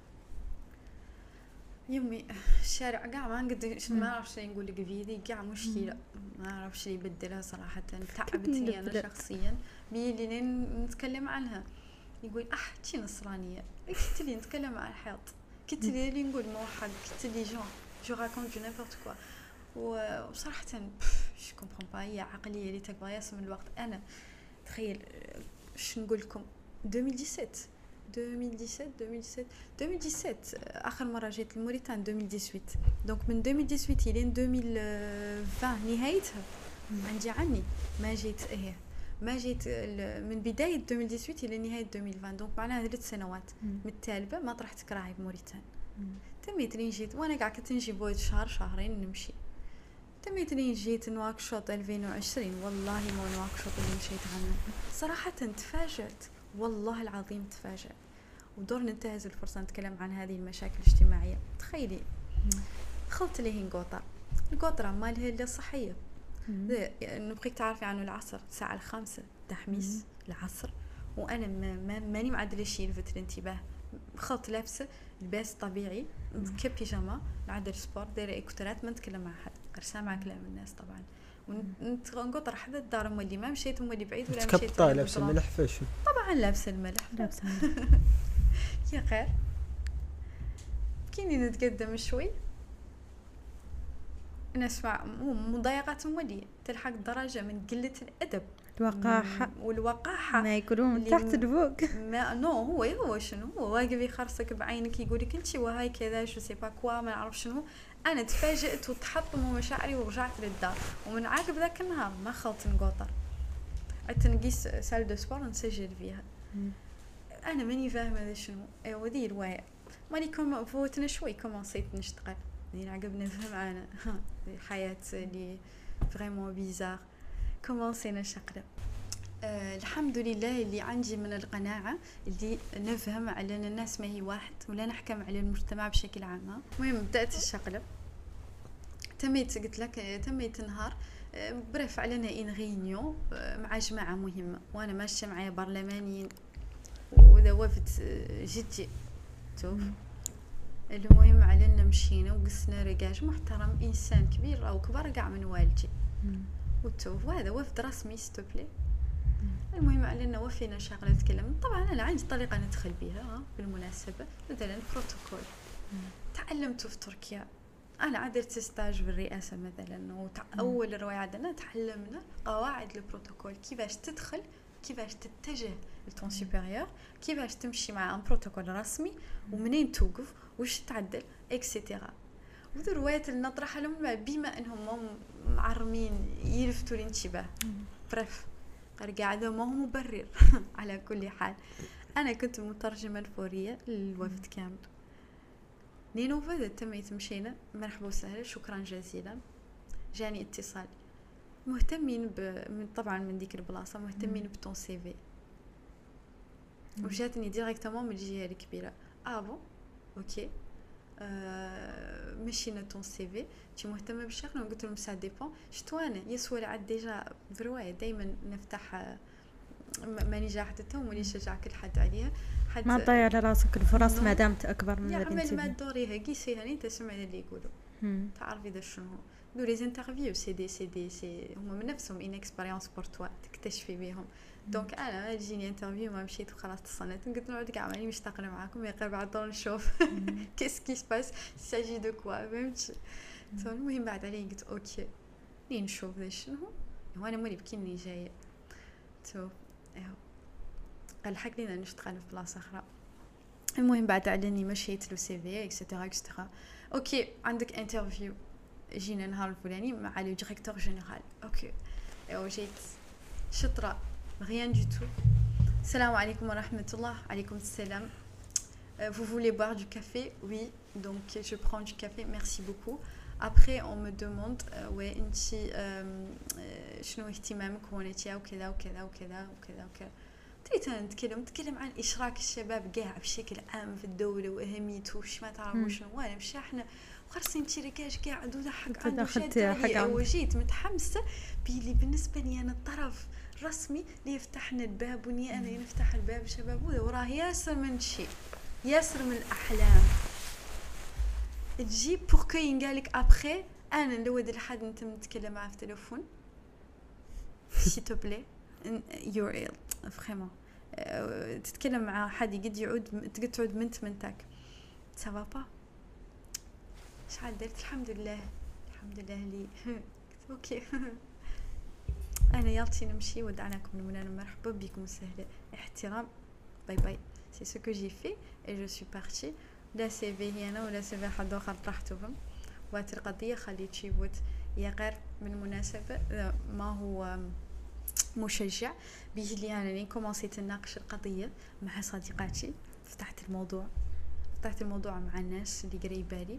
يمي الشارع كاع ما نقدر ما نعرف شنو نقول لك فيدي كاع مشكله ما نعرف شنو يبدلها صراحه. تعبتني انا شخصيا بيلي نتكلم عنها يقول اح تي نصرانيه كنت لي نتكلم عن الحيط، كنت لي نقول موحد، كنت لي جون جو راكونت جو نيمبورت كوا. وصراحه جو كومبرون با هي عقليه اللي تكبر ياسم الوقت. انا تخيل اش نقول لكم ألفين وسبعطاش ألفين وسبعطاش ألفين وسبعطاش ألفين وسبعطاش اخر مره جيت لموريتان ألفين وثمانية عشر. دونك من ألفين وثمانية عشر الى ألفين وعشرين نهايتها عندي عني ما جيت ايه ما جيت من بدايه ألفين وثمانية عشر الى نهايه ألفين وعشرين. دونك معناها ثلاث سنوات متتالبه ما طرحت كراهي بموريتان. تميت لين جيت وانا قاعده كنت نجي بويد شهر شهرين نمشي. تميت لين جيت نواكشوط ألفين وعشرين والله ما نواكشوط اللي مشيت عنه صراحه تفاجأت والله العظيم تفاجأت. ودور ننتهز الفرصه نتكلم عن هذه المشاكل الاجتماعيه. تخيلي خلط ليه نقطر القطره مالها اللي صحيه نبغيك تعرفي عنه العصر الساعه الخامسة تحميس العصر وانا ما ماني معدله شيء لفت الانتباه. خلط لابسه لباس طبيعي كبيجاما نعدل سبورت دايره ايكوترات ما نتكلم مع حد غير سامعه كلام الناس طبعا. ونقطر حدا الدار مولي ما مشيت مولي بعيد ولا مشيت كبطه لابسه الملح فاشن طبعا لابسه الملح لابسه يا خير كيني نتقدم شوي نسمع مضايقات مولي تلحق درجه من قله الادب الوقاحه والوقاحه ما يقولون تحت الفوق. ما نو هو هو شنو هو واقف يخرسك بعينك يقول لك انت وهاي كذا شو سي با كوا ما نعرف شنو. انا تفاجئت وتحطم مشاعري ورجعت للدار. ومن عقب ذاك النهار ما خلط نقطر عدت نقيس سال دو سبور نسجل فيها. انا ماني فاهمه هذا شنو. ايوا ذي الوايع ماني كوم فوتنا شوي كومونسيت نشتغل لين عقب نفهم انا الحياه اللي فريمون بيزار كومونسينا نشقلب. أه الحمد لله اللي عندي من القناعه اللي نفهم على الناس ما هي واحد ولا نحكم على المجتمع بشكل عام. المهم بدات الشقلب تميت قلت لك تميت نهار بريف علينا ان ريونيون مع جماعه مهمه وانا ماشيه معايا برلمانيين وذا وفد جدي توف. المهم علينا مشينا وقسنا رقاج محترم انسان كبير او كبار كاع من والدي وتوف وهذا وفد رسمي ستوبلي. المهم علينا وفينا شغله نتكلم. طبعا انا عندي طريقه ندخل بها بالمناسبه مثلا بروتوكول تعلمته في تركيا. انا عدلت ستاج بالرئاسه مثلا واول روايه عندنا تعلمنا قواعد البروتوكول كيفاش تدخل كيفاش تتجه للتون سوبيريور كيفاش تمشي مع ان بروتوكول رسمي ومنين توقف وش تعدل اكسيتيرا. وذو الروايات اللي نطرح لهم بما انهم معرمين يلفتوا الانتباه. بريف قاعده ما هو مبرر على كل حال. انا كنت مترجمه الفوريه للوفد كامل. نينو فدا تميت مشينا مرحبا وسهلا شكرا جزيلا. جاني اتصال مهتمين ب... من طبعا من ديك البلاصه مهتمين بتون سي في. وجاتني ديريكتومون من الجهه الكبيره افون اوكي أه مشينا تون سي في تي مهتمه بالشغل. وقلت لهم سا ديبون شتو انا يسوى عاد ديجا بروايه دائما نفتح ماني جاحده توم ولي شجع كل حد عليها حد ما تضيع على راسك الفرص ما دامت اكبر من يعمل ما دوريها قيسيها انت سمعنا اللي يقولوا تعرفي ذا شنو دو لي انترفيو سي دي سي دي سي هما من نفسهم ان اكسبيريونس بور توا تكتشفي بهم. دونك انا تجيني انترفيو ما مشيت وخلاص تصنت قلت نقعد كاع ماني مشتاقه معاكم، يقرب بعد دور نشوف كيس كي سباس ساجي دو كوا فهمتي. المهم بعد عليه قلت اوكي ني نشوف ذا شنو، وانا مولي بكيني جايه تو ايوا قال حق لينا نشتغل في بلاصه اخرى. المهم بعد علاني مشيت له سي في اكسترا اكسترا. اوكي عندك انترفيو، جينا نهار الفلاني مع لو ديريكتور جينيرال. اوكي ايوا جيت شطره rien du tout. Salam alaikum wa rahmatullah. Alaikum salam. Euh, vous voulez boire du café? Oui. Donc je prends du café. Merci beaucoup. Après on me demande euh, ouais انتي شنو اهتمامك وانتي وكذا وكذا وكذا وكذا وكذا. تريد نتكلم نتكلم عن اشراك الشباب كاع بشكل عام في الدوله واهميته وش ما تعرفوا شنو. وانا مش احنا خرسين تيريكاج كاع دوده حق عنده شاد. وجيت متحمسه بيلي بالنسبه لي انا الطرف رسمي اللي يفتحنا الباب وني انا نفتح الباب شباب وراه ياسر من شيء ياسر من الاحلام تجي بوركو ينقالك ابخي. انا نلود لحد انت نتكلم معاه في التليفون سي تو بلي يور فريمون تتكلم مع حد يقد يعود تقد تعود منت منتك سافا با شحال درت الحمد لله الحمد لله لي اوكي انا يالتي نمشي ودعناكم المنى مرحبا بكم سهله احترام باي باي سي سو كو جي في اي جو سوي بارتي. لا سي في هي انا ولا سي في حد اخر طرحتهم وات القضيه خليت شي بوت يا غير من المناسبه ما هو مشجع بيجي لي انا لين كومونسيت نناقش القضيه مع صديقاتي. فتحت الموضوع فتحت الموضوع مع الناس اللي قريبه لي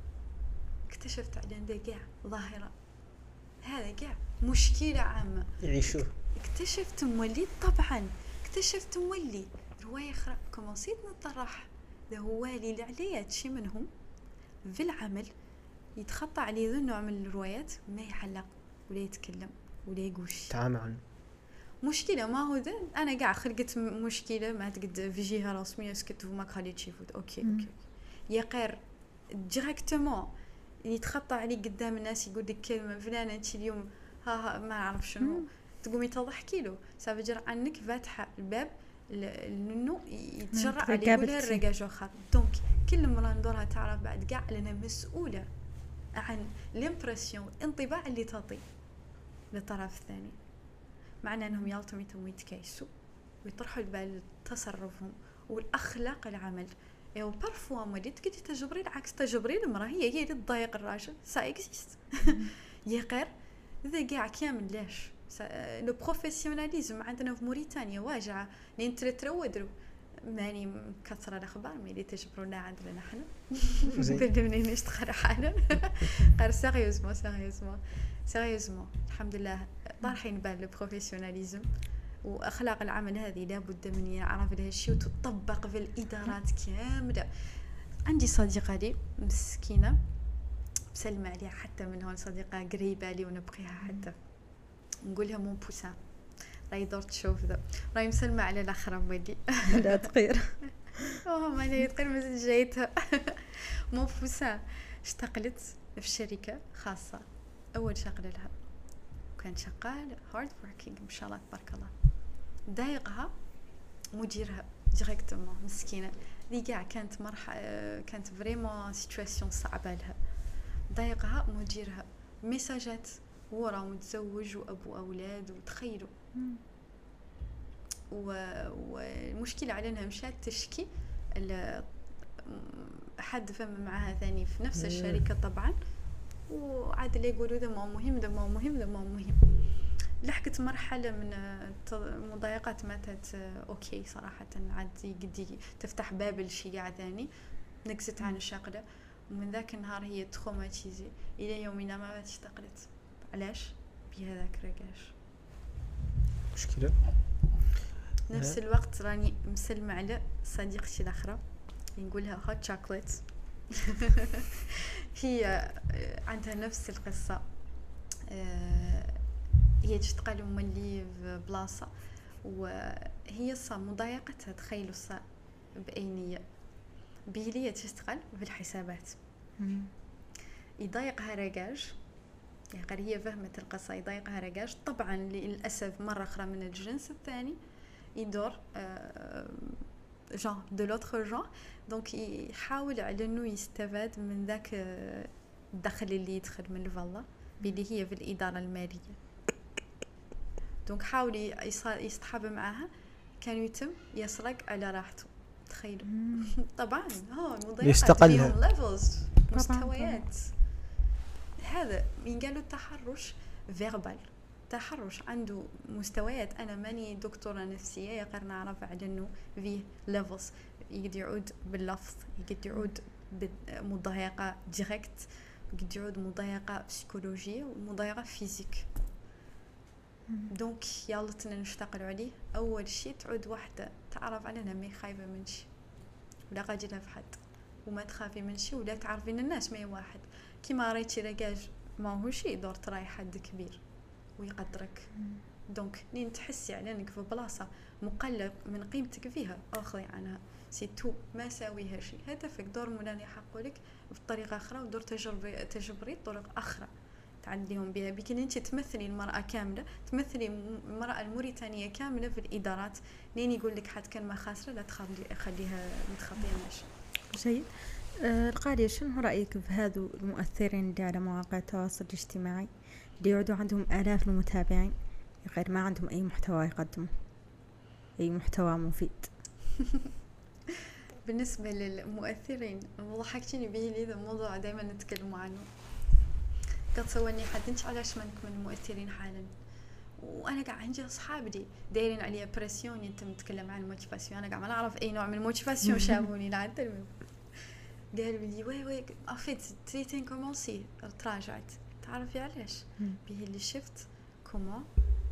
اكتشفت على ذا كاع ظاهره هذا كاع مشكله عامه يعيشوه. اكتشفت مولي طبعا اكتشفت مولي روايه اخرى كومونسيت نطرح ذا هو اللي عليه شي منهم في العمل يتخطى عليه ذا النوع من الروايات ما يعلق ولا يتكلم ولا يقوش تعامل مشكله. ما هو ذا انا قاع خلقت مشكله ما تقد في جهه رسميه سكت وما خليت شي فوت اوكي اوكي يا غير ديريكتومون يتخطى عليك قدام الناس يقول لك كلمه فلانه انت اليوم ها ها ما اعرف شنو تقومي تضحكي له سافجر عنك فاتحه الباب لانه يتجرأ على يقولها الرجاج اخر. دونك كل مره ندورها تعرف بعد كاع لنا مسؤوله عن الامبرسيون الانطباع اللي تعطي للطرف الثاني. معنى انهم يالتم يتموا يتكايسوا ويطرحوا البال تصرفهم والاخلاق العمل. ايوا بارفوا مولي تقدري تجبري العكس تجبري المراه هي هي اللي تضايق الراجل سا اكزيست يا غير ذا كاع كامل لاش لو بروفيسيوناليزم عندنا في موريتانيا واجعه لين ترودرو ماني مكثره الاخبار ملي تجبرونا عندنا نحن بدنا نشتغل حالا غير سيريوزمون سيريوزمون سيريوزمون الحمد لله طارحين بال البروفيسيوناليزم واخلاق العمل هذه لابد من يعرف لها الشيء وتطبق في الادارات كامله. عندي صديقه لي مسكينه بسلم عليها حتى من هون صديقه قريبه لي ونبقيها حتى نقولها مون بوسان راهي دور تشوف ذا راهي مسلمه على الاخر مولي لا تقير اوه ما هي تقير مازال جايتها مون بوسان اشتغلت في شركه خاصه اول شغله لها وكان شغال هارد وركينج ما شاء الله تبارك الله. ضايقها مديرها ديريكتومون مسكينه اللي كاع كانت مرحله كانت فريمون سيتواسيون صعبه لها. ضايقها مديرها ميساجات ورا متزوج وابو اولاد وتخيلوا والمشكله على انها مشات تشكي حد فهم معها ثاني في نفس الشركه طبعا وعاد اللي يقولوا ذا ما مهم ذا ما مهم ذا ما مهم. لحقت مرحله من المضايقات ماتت اوكي صراحه عاد قدي تفتح باب لشي قاعد ثاني نقزت عن الشغله ومن ذاك النهار هي تروماتيزي الى يومنا ما اشتغلت. علاش بهذاك الرقاش مشكله. نفس الوقت راني مسلمه على صديقتي الاخرى نقولها هوت شوكولات هي عندها نفس القصه. هي تشتغل مولي في بلاصه وهي صا مضايقتها تخيلوا صا باي نيه بيليه تشتغل في الحسابات يضايقها رجاج، يعني هي فهمت القصة يضايقها رجاج. طبعا للأسف مرة أخرى من الجنس الثاني يدور جان دو لوتر جان، دونك يحاول على انه يستفاد من ذاك الدخل اللي يدخل من الفالة اللي هي في الإدارة المالية. دونك حاول يصطحب معها، كان يتم يسرق على راحته. تخيلوا. طبعا هو مضيعات فيهم ليفلز مستويات. هذا ينقالوا التحرش فيربال، تحرش عنده مستويات. انا ماني دكتوره نفسيه يقدر نعرف على انه فيه ليفلز، يقدر يعود باللفظ، يقدر يعود بمضايقه ديريكت، يقدر يعود مضايقه بسيكولوجيه ومضايقه فيزيك. دونك يالتنا نشتغلوا عليه. اول شيء تعود واحده تعرف على انها ما خايفه من شيء ولا قاجلها في حد، وما تخافي من شيء ولا تعرفين الناس ما واحد. كيما ريتي رجاج ما هو شيء دور تراي حد كبير ويقدرك. دونك نين تحسي على انك في بلاصه مقلل من قيمتك فيها، اخذي عنها سي تو، ما ساويها شيء. هدفك دور مولانا يحقوا لك بطريقه اخرى، ودور تجربي تجبري طرق اخرى تعديهم بها. بكن انت تمثلي المراه كامله، تمثلي المراه الموريتانيه كامله في الادارات. نين يقول لك حد كان ما خاسره لا تخلي خليها ما تخطيناش. جيد. آه القارية، شنو رأيك في هذو المؤثرين اللي على مواقع التواصل الاجتماعي اللي يعودوا عندهم آلاف المتابعين غير ما عندهم أي محتوى يقدموا، أي محتوى مفيد؟ بالنسبة للمؤثرين ضحكتني به لي هذا الموضوع دائما نتكلم عنه. قد سواني حد انت علاش منك من المؤثرين حالا، وانا قاعد عندي اصحابي دايرين عليا بريسيون. انت متكلم عن الموتيفاسيون، انا قاعد ما نعرف اي نوع من الموتيفاسيون. شافوني نعدل قالوا لي وي وي افيت تريتين كومونسي. تراجعت. تعرفي علاش؟ به اللي شفت كومون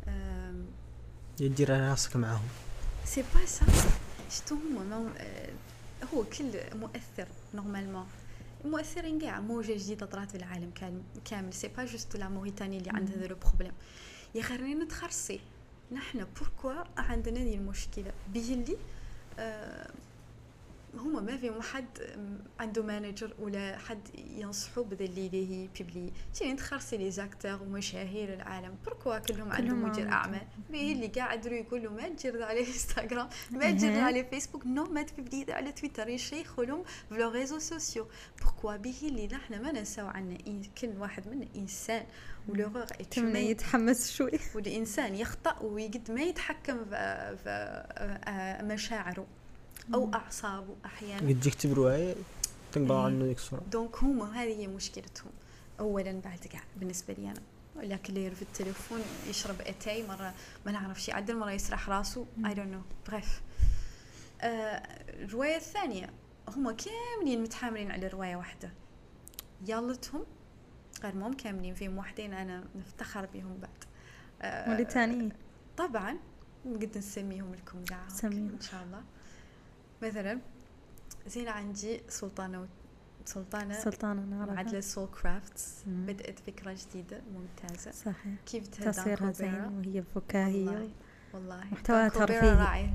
يدير راسك معهم. سي با سا شتو هما هو كل مؤثر نورمالمون. المؤثرين كاع موجه جديده طرات في العالم كامل. سي با جوست لا موريتاني اللي عندها هذا لو بروبليم. يا خلينا نتخرصي نحن بوركوا عندنا هذه المشكله. به اللي آه هما ما فيهم حد عنده مانجر ولا حد ينصحوا بذا اللي هي بيبلي. تيجي نتخرصي لي زاكتور ومشاهير العالم بوركوا كلهم عندهم مدير اعمال. به اللي قاعدوا يقولوا ما تجرد على انستغرام، ما تجرد على فيسبوك، نو ما تبدي على تويتر، يشيخولهم في لو ريزو سوسيو. بوركوا به اللي نحن ما ننساو عنا كل واحد منا انسان ولوغور تمنى يتحمس شوي، والانسان يخطأ ويقد ما يتحكم في مشاعره او اعصابه احيانا. قد يكتب روايه تنقطع عنه ديك الصوره. دونك هما هذه هي مشكلتهم اولا. بعد كاع بالنسبه لي انا ولكن اللي يرفد التليفون يشرب اتاي مره ما نعرف شي عدل مره يسرح راسه اي دون نو. بريف الروايه الثانيه هما كاملين متحاملين على روايه واحده يالتهم، غير مهم كاملين فيهم وحدين انا نفتخر بهم بعد. آه موريتاني طبعا نقدر نسميهم لكم كاع ان شاء الله. مثلا زين عندي سلطانة سلطانة سلطانة نعرفها، معدلة سول كرافتس. بدأت فكرة جديدة ممتازة. صحيح. كيف تصويرها زين وهي فكاهية والله, والله. محتواها ترفيهي رائع.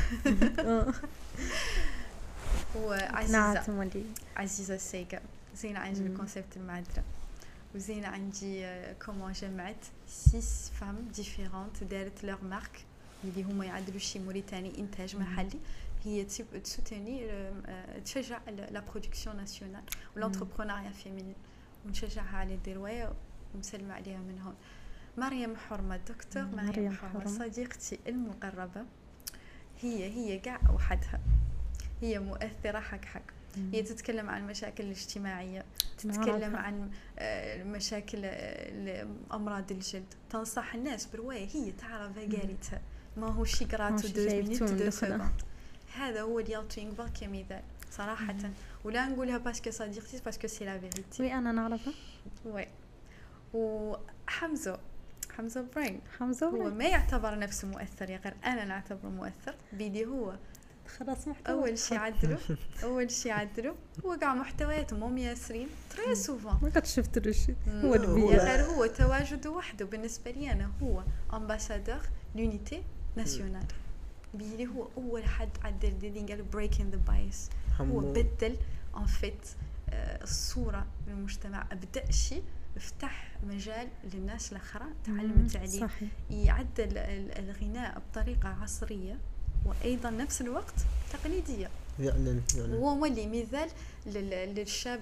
وعزيزة عزيزة السيقة. زين عندي الكونسيبت المعدلة. وزين عندي كومون جمعت سيس فام ديفيرونت دارت لور مارك اللي هما يعدلوا شي موريتاني إنتاج محلي. هي تسوتني تشجع لا برودكسيون ناسيونال والانتربرونيا فيمينين ونشجعها على الروايه ومسلم عليها من هون. مريم حرمه دكتور مريم حرمه صديقتي المقربه. هي هي كاع وحدها، هي مؤثره حق حق. هي تتكلم عن المشاكل الاجتماعيه، تتكلم عن مشاكل امراض الجلد، تنصح الناس بروايه هي تعرف قاريتها، ما هو شي قراتو دو مينوت دو سكوند. هذا هو ديال توينغبال كمثال صراحه. ولا نقولها باسكو صديقتي باسكو سي لا فيريتي. وي انا نعرفها. وي. وحمزه حمزه برين حمزه هو ما يعتبر نفسه مؤثر يا غير انا نعتبره مؤثر. بيدي هو خلاص محتوى. اول شيء عدلوا اول شيء عدلوا هو كاع محتوياتهم مو ياسرين تري سوفون. ما قد شفت الشيء هو غير هو تواجده وحده. بالنسبه لي انا هو امباسادور لونيتي ناسيونال. بيلي هو اول حد عدل اللي قال بريكين ذا بايس. هو بدل ان فيت الصورة للمجتمع أبدأ شيء افتح مجال للناس الأخرى تعلم التعليم، يعدل الغناء بطريقة عصرية وأيضا نفس الوقت تقليدية. فعلا هو مولي مثال للشاب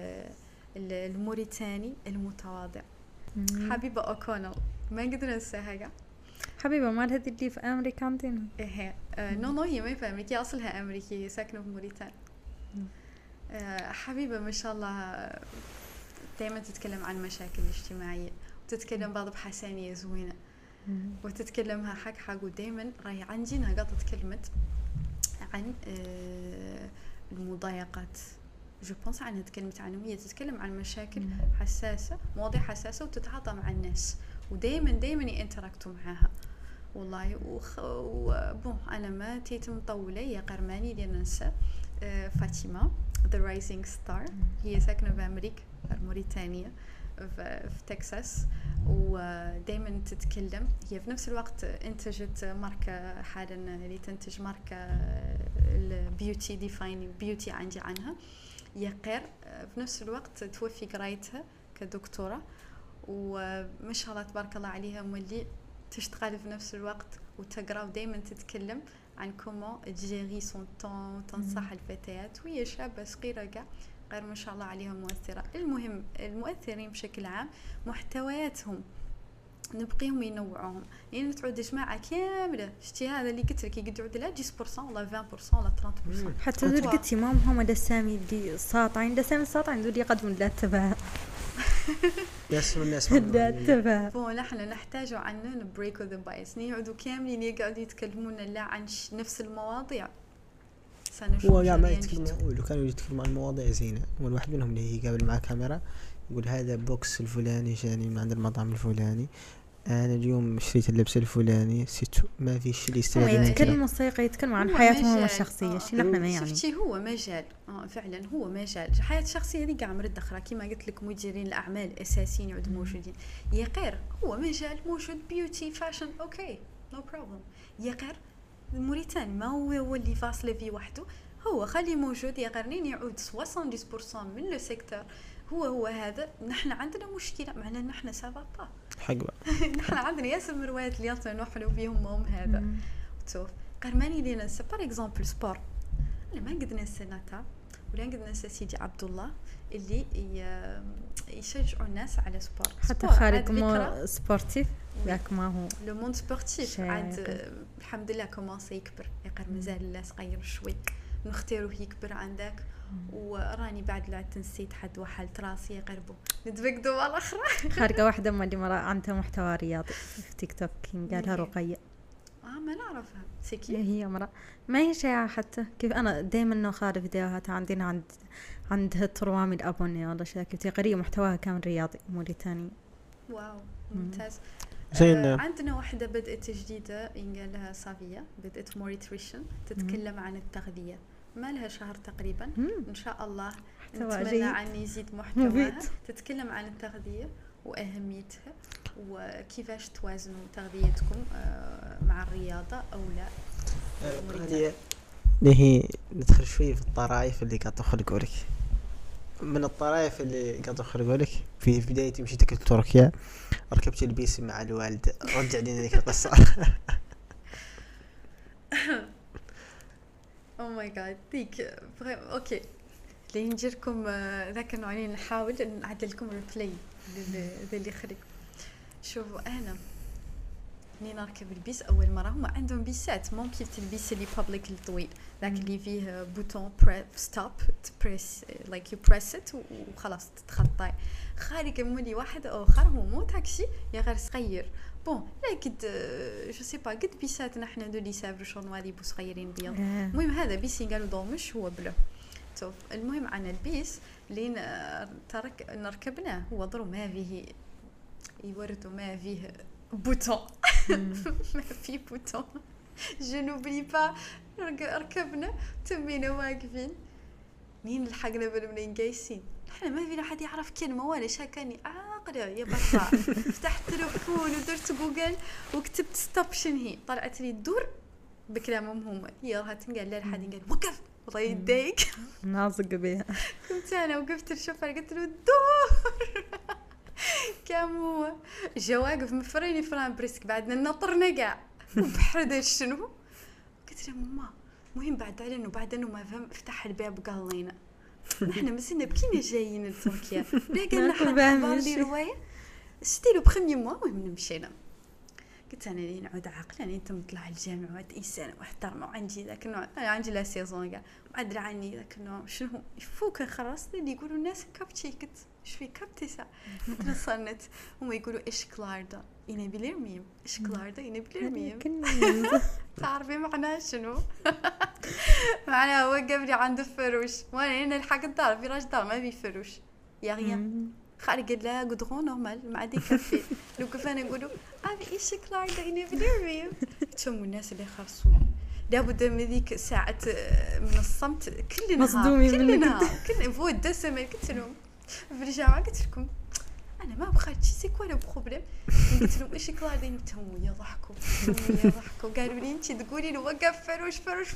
الموريتاني المتواضع. حبيبة أوكونيل ما نقدر ننساها. حبيبة مال هذه اللي في أمريكا عندنا. إيه آه نو نو هي ما في أمريكا، أصلها أمريكي ساكنة في موريتانيا. آه حبيبة ما شاء الله دائما تتكلم عن المشاكل الاجتماعية وتتكلم بعض بحسانية زوينة وتتكلمها حق حق. ودائما راهي عندنا قاعدة تكلمت عن آه المضايقات، جو بونس عنها تكلمت عنهم. هي تتكلم عن مشاكل حساسة، مواضيع حساسة، وتتعاطى مع الناس ودائما دائما ينتراكتوا معها والله. وخ... وبون أنا ما تيت مطولة يا قرماني اللي ننسى آه فاطمة The Rising Star. هي ساكنة في أمريكا موريتانيا في, في تكساس، ودائما تتكلم. هي في نفس الوقت انتجت ماركة حالا اللي تنتج ماركة البيوتي ديفاين بيوتي عندي عنها يقر. في نفس الوقت توفي قرايتها كدكتورة، وما شاء الله تبارك الله عليها مولي تشتغل في نفس الوقت وتقرا ودائما تتكلم عن كومون تجيري سون طون، تنصح الفتيات وهي شابة صغيرة كاع غير ما شاء الله عليها مؤثرة. المهم المؤثرين بشكل عام محتوياتهم نبقيهم ينوعوهم، يعني تعود جماعة كاملة شتي هذا اللي قلت لك يقعد لها عشرة بالمئة ولا عشرين بالمئة ولا ثلاثين بالمئة. حتى ذو قلتي ما هم دسامي اللي ساطعين دسامي الساطعين ذو اللي يقدمون لا تبع يسمى الناس لا تبع. بون نحن نحتاج عنه نبريك ذا بايس، يقعدوا كاملين يقعدوا يتكلمون لا عن نفس المواضيع. هو يا ما يتكلموا لو كانوا يتكلموا عن مواضيع زينة، والواحد منهم اللي يقابل معاه كاميرا يقول هذا بوكس الفلاني جاني من عند المطعم الفلاني، انا اليوم شريت اللبس الفلاني ست ما في شيء يستفاد منه. يتكلم موسيقى يتكلم عن حياتهم الشخصيه. شي نحن ما يعني شفتي هو مجال اه فعلا هو مجال حياه الشخصيه هذه كاع مرد اخرى كما قلت لك مديرين الاعمال الاساسيين يعودوا موجودين. يقير هو مجال موجود بيوتي فاشن اوكي نو بروبلم. يقير الموريتاني ما هو هو اللي فاصله في وحده، هو خليه موجود يقرنين يعود سبعين بالمئة من لو سيكتور. هو هو هذا. نحن عندنا مشكله معنا نحن سافا با حق بقى نحن عندنا ياسر روايات اللي يطلعوا نحلو فيهم هم هذا تشوف قرماني لي ننسى بار اكزامبل سبور. انا ما قد ننسى ناتا ولا قد ننسى سيدي عبد الله اللي يشجعوا الناس على سبور. حتى خارج مو سبورتيف ياك ما هو لو موند سبورتيف عاد الحمد لله كومونسي يكبر. يقر مازال لا صغير شوي نختاروه يكبر عندك. وراني بعد لا تنسيت حد وحل راسي يقربوا نتفقدوا على الاخرى. خارجه واحده ما اللي مرة عندها محتوى رياضي في تيك توك قالها رقيه. اه ما نعرفها سكي هي مرة ما هي شيعة حتى كيف انا دائما انه خارج فيديوهات عندنا عند عندها تروامي الابوني والله شاكتي قريه محتواها كامل رياضي موريتاني. واو ممتاز. آه عندنا واحدة بدأت جديدة ينقال لها صافية بدأت موريتريشن تتكلم عن التغذية ما لها شهر تقريبا. إن شاء الله نتمنى أن يزيد محتواها. تتكلم عن التغذية وأهميتها وكيفاش توازنوا تغذيتكم مع الرياضة أو لا. هذه هي ندخل شوي في الطرائف اللي قاعد تخرجوا لك. من الطرائف اللي قاعد تخرجوا لك في بدايتي مشيت تركيا ركبت البيس مع الوالد. رجع لي ذيك القصة. او ماي جاد ديك اوكي لين نجيركم ذاك النوعين نحاول نعدل لكم البلاي ذا اللي خرج. شوفوا انا ني نركب البيس اول مره هما عندهم بيسات مو كيف البيس اللي بابليك الطويل ذاك اللي فيه بوتون ستوب تبريس لايك يو بريس ات وخلاص تتخطى. خارج مولي واحد اخر هو مو تاكسي يا غير صغير بون لا قد جو سي با قد بيساتنا حنا دو لي سافرو شونوالي بو صغيرين بيض. المهم هذا بيس قالوا دومش هو بلو توف. المهم عن البيس لين ترك نركبناه هو ضرو ما فيه يوردوا ما فيه بوتون ما فيه بوتون جو نوبلي با. ركبنا تمينا واقفين نين لحقنا بالمنين قايسين احنا ما فينا حد يعرف كلمه ولا شاكاني عاقله يا بطا. فتحت تليفون ودرت جوجل وكتبت ستوب شنهي طلعت لي الدور بكلامهم هم. هي راها تنقال لا لحد قال وقف والله يديك ناصق بها. كنت قمت انا وقفت الشوفر قلت له دور كم هو جا واقف مفريني فران بريسك بعدنا نطرنا كاع بحر داك شنو قلت له ماما مهم بعد على انه بعد انه ما فهم فتح الباب قال لينا احنا مازلنا بكينا جايين لتركيا لا قالنا حنا لي روايه شتي لو بخمي موا المهم مشينا قلت انا لي نعود عاقله يعني انت مطلع الجامعه وعاد انسان محترمه وعندي ذاك النوع انا عندي لا سيزون كاع معدل عني ذاك النوع شنو يفوك خلصت اللي يقولوا الناس كابتشي قلت ايش في كابتي ساعه نصنت هم يقولوا ايش كلاردا يني بيلير ميم ايش كلاردا يني بيلير ميم تعرفي معناه شنو معناه هو قبلي عند الفروش وانا هنا الحق الدار في راج دار ما في فروش يا غيان خارج لا قدرون نورمال ما عندي كافي لو كيف انا نقولوا ابي ايش كلاردا يني بيلير ميم تشوفوا الناس اللي خرصوا لابد من ذيك ساعه من الصمت كل نهار كل نهار كل فوت دسم قلت لهم في الجامعه قلت لكم انا ما بخرج سي كوا لو بروبليم قلت لهم ايش كلاردا ينتموا يضحكوا يضحكوا قالوا لي انت تقولي له وقف فروش فروش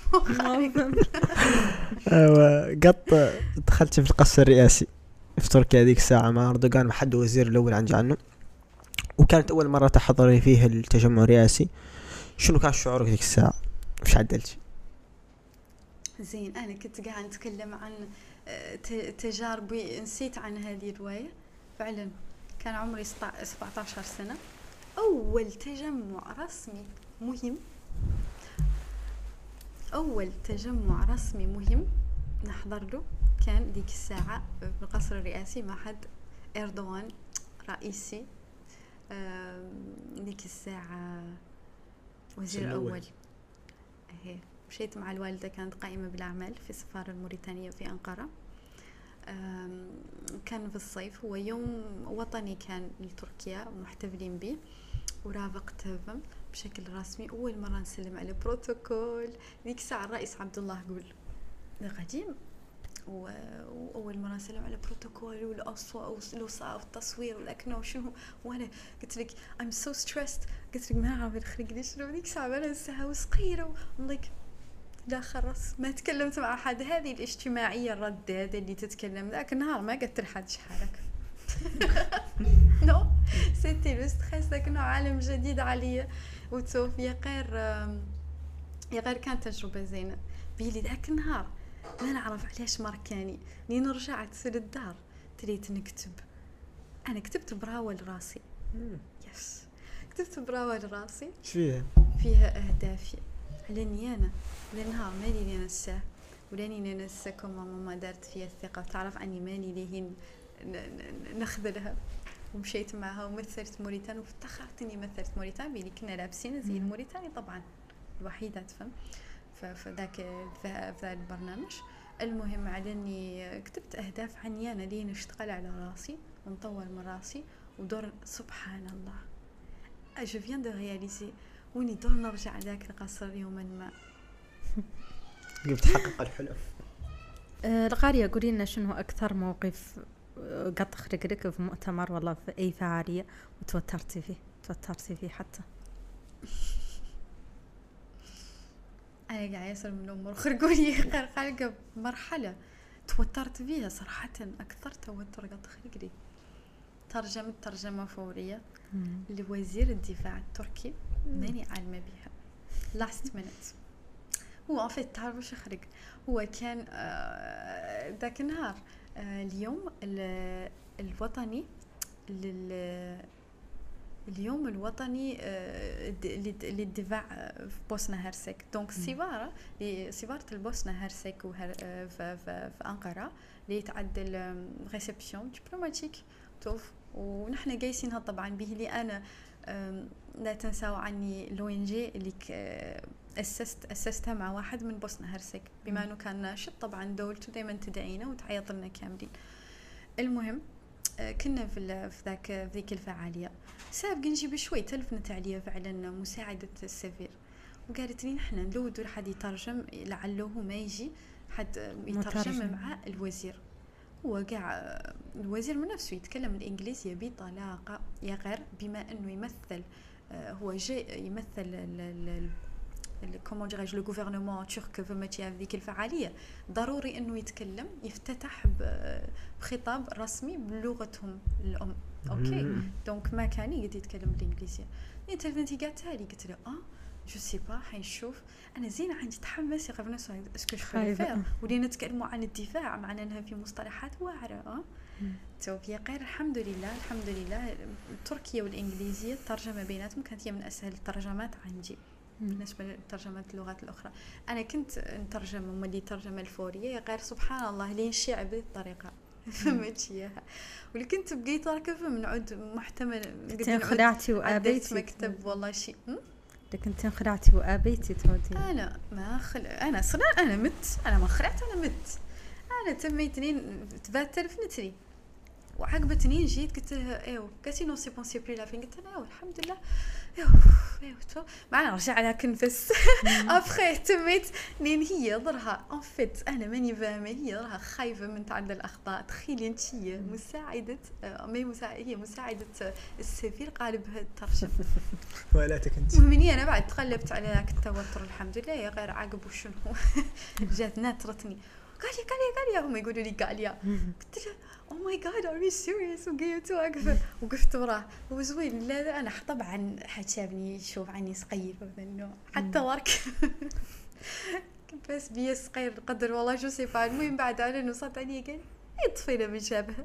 ايوا قط دخلت في القصر الرئاسي في تركيا هذيك الساعه مع اردوغان محد وزير الاول عن عنه وكانت اول مره تحضري فيه التجمع الرئاسي شنو كان شعورك ذيك الساعه ايش عدلتي زين انا كنت قاعد نتكلم عن تجاربي نسيت عن هذه الروايه فعلا كان عمري سبعة عشر سنه اول تجمع رسمي مهم اول تجمع رسمي مهم نحضر له كان ديك الساعه في القصر الرئاسي معهد اردوغان رئيسي ديك الساعه وزير الاول اهي مشيت مع الوالده كانت قائمه بالاعمال في السفاره الموريتانيه في انقره كان في الصيف هو يوم وطني كان لتركيا محتفلين به ورافقتهم بشكل رسمي اول مره نسلم على بروتوكول ديك الساعه الرئيس عبد الله قول قديم واول مره نسلم على بروتوكول والاصوات والتصوير ولكن وشنو وانا قلت لك I'm so stressed قلت لك ما اعرف الخرج ليش شنو ديك الساعه انا نساها وصغيره ولك لا خلص ما تكلمت مع احد هذه الاجتماعيه الرداده اللي تتكلم ذاك النهار ما قلت لحد شحالك نو سيتي لو ستريس ذاك النوع عالم جديد عليا وتوفي غير يا غير كانت تجربه زينه بيلي ذاك النهار ما نعرف علاش مركاني لين رجعت للدار تريت نكتب انا كتبت براول راسي يس كتبت براول راسي ايش فيها فيها اهدافي علاني انا لنهار مالي لي نساه ولاني ننسى كما ماما دارت فيها الثقه وتعرف اني ماني ليهن نخذلها ومشيت معها ومثلت موريتانيا وافتخرت اني مثلت موريتانيا اللي كنا لابسين زي الموريتاني طبعا الوحيده تفهم فذاك في ذا البرنامج المهم على اني كتبت اهداف عني انا لين اشتغل على راسي ونطور من راسي ودور سبحان الله جو فيان دو رياليزي وني دور نرجع ذاك القصر يوما ما قلت تحقق الحلم. أه القارية قولي لنا شنو اكثر موقف قد خرج لك في مؤتمر والله في اي فعالية وتوترتي فيه توترتي فيه حتى انا قاعد يصير من الامور خرجوني خلقه مرحله توترت فيها صراحه اكثر توتر قد خرج لي ترجمه ترجمه فوريه لوزير الدفاع التركي ماني عالمه بها لاست مينيت هو ان فيت تعرف واش خرج هو كان ذاك النهار اليوم الوطني لل اليوم الوطني للدفاع في بوسنا هرسك دونك السفاره سفاره البوسنه هرسك في انقره اللي تعدل ريسبسيون دبلوماتيك توف ونحن جايسينها طبعا به لي انا لا تنسوا عني لو ان جي اللي اسست اسستها مع واحد من بوسنا هرسك بما انه كان ناشط طبعا دولته دائما تدعينا وتعيط لنا كاملين المهم كنا في ذاك في ذيك الفعاليه سابق نجيب شوي تلفنت عليا فعلا مساعده السفير وقالت لي نحن نلودوا لحد يترجم لعله ما يجي حد يترجم مع الوزير هو قاع الوزير من نفسه يتكلم الانجليزيه بطلاقه يا غير بما انه يمثل هو جاي يمثل كومون ديراج لو غوفرنمون ترك فما تي هذيك الفعاليه ضروري انه يتكلم يفتتح بخطاب رسمي بلغتهم الام. اوكي دونك ما كان يقدر يتكلم بالانجليزيه. انت بنتي قالتها لي قلت له اه جو سي با حنشوف انا زين عندي تحمس يا قبل نسوي اسكو شو فير ولينا نتكلموا عن الدفاع مع انها في مصطلحات واعره. اه توفيق غير الحمد لله الحمد لله التركيه والانجليزيه الترجمه بيناتهم كانت هي من اسهل الترجمات عندي بالنسبه لترجمه اللغات الاخرى. انا كنت نترجم مولي ترجمه الفوريه غير سبحان الله لين شيع بهذه الطريقه فهمت اياها واللي كنت بقيت راكبه من عود محتمل قد خدعتي وابيتي مكتب والله شيء كنت انخدعتي وابيتي تودي. انا ما خل انا صرا انا مت انا ما خلعت انا مت انا تميتني تبات تلفنتني وعقبتني جيت قلت لها ايوا قالت لي نو سي بون سي بلي لا فين قلت لها الحمد لله ايوا ايوا معنا رجع لها كنفس افخي تميت نين هي ضرها ان فيت انا ماني فاهمه هي ضرها خايفه من تعدل الاخطاء. تخيلي انت هي مساعده مي مساعده هي مساعده السفير قالبها الترجمه ولاتك انت ومني انا بعد تغلبت على ذاك التوتر الحمد لله يا غير عقب وشنو جات ناترتني قال لي قال لي قال لي هم يقولوا لي قال لي قلت له او ماي جاد ار يو سيريس وقفت واقفه وقفت وراه هو زوين. لا انا طبعا حتشافني يشوف عني صغير انه حتى ورك بس بي صغير قدر والله شو سي فا. المهم بعد على انه صوت علي قال اي طفيله من شابها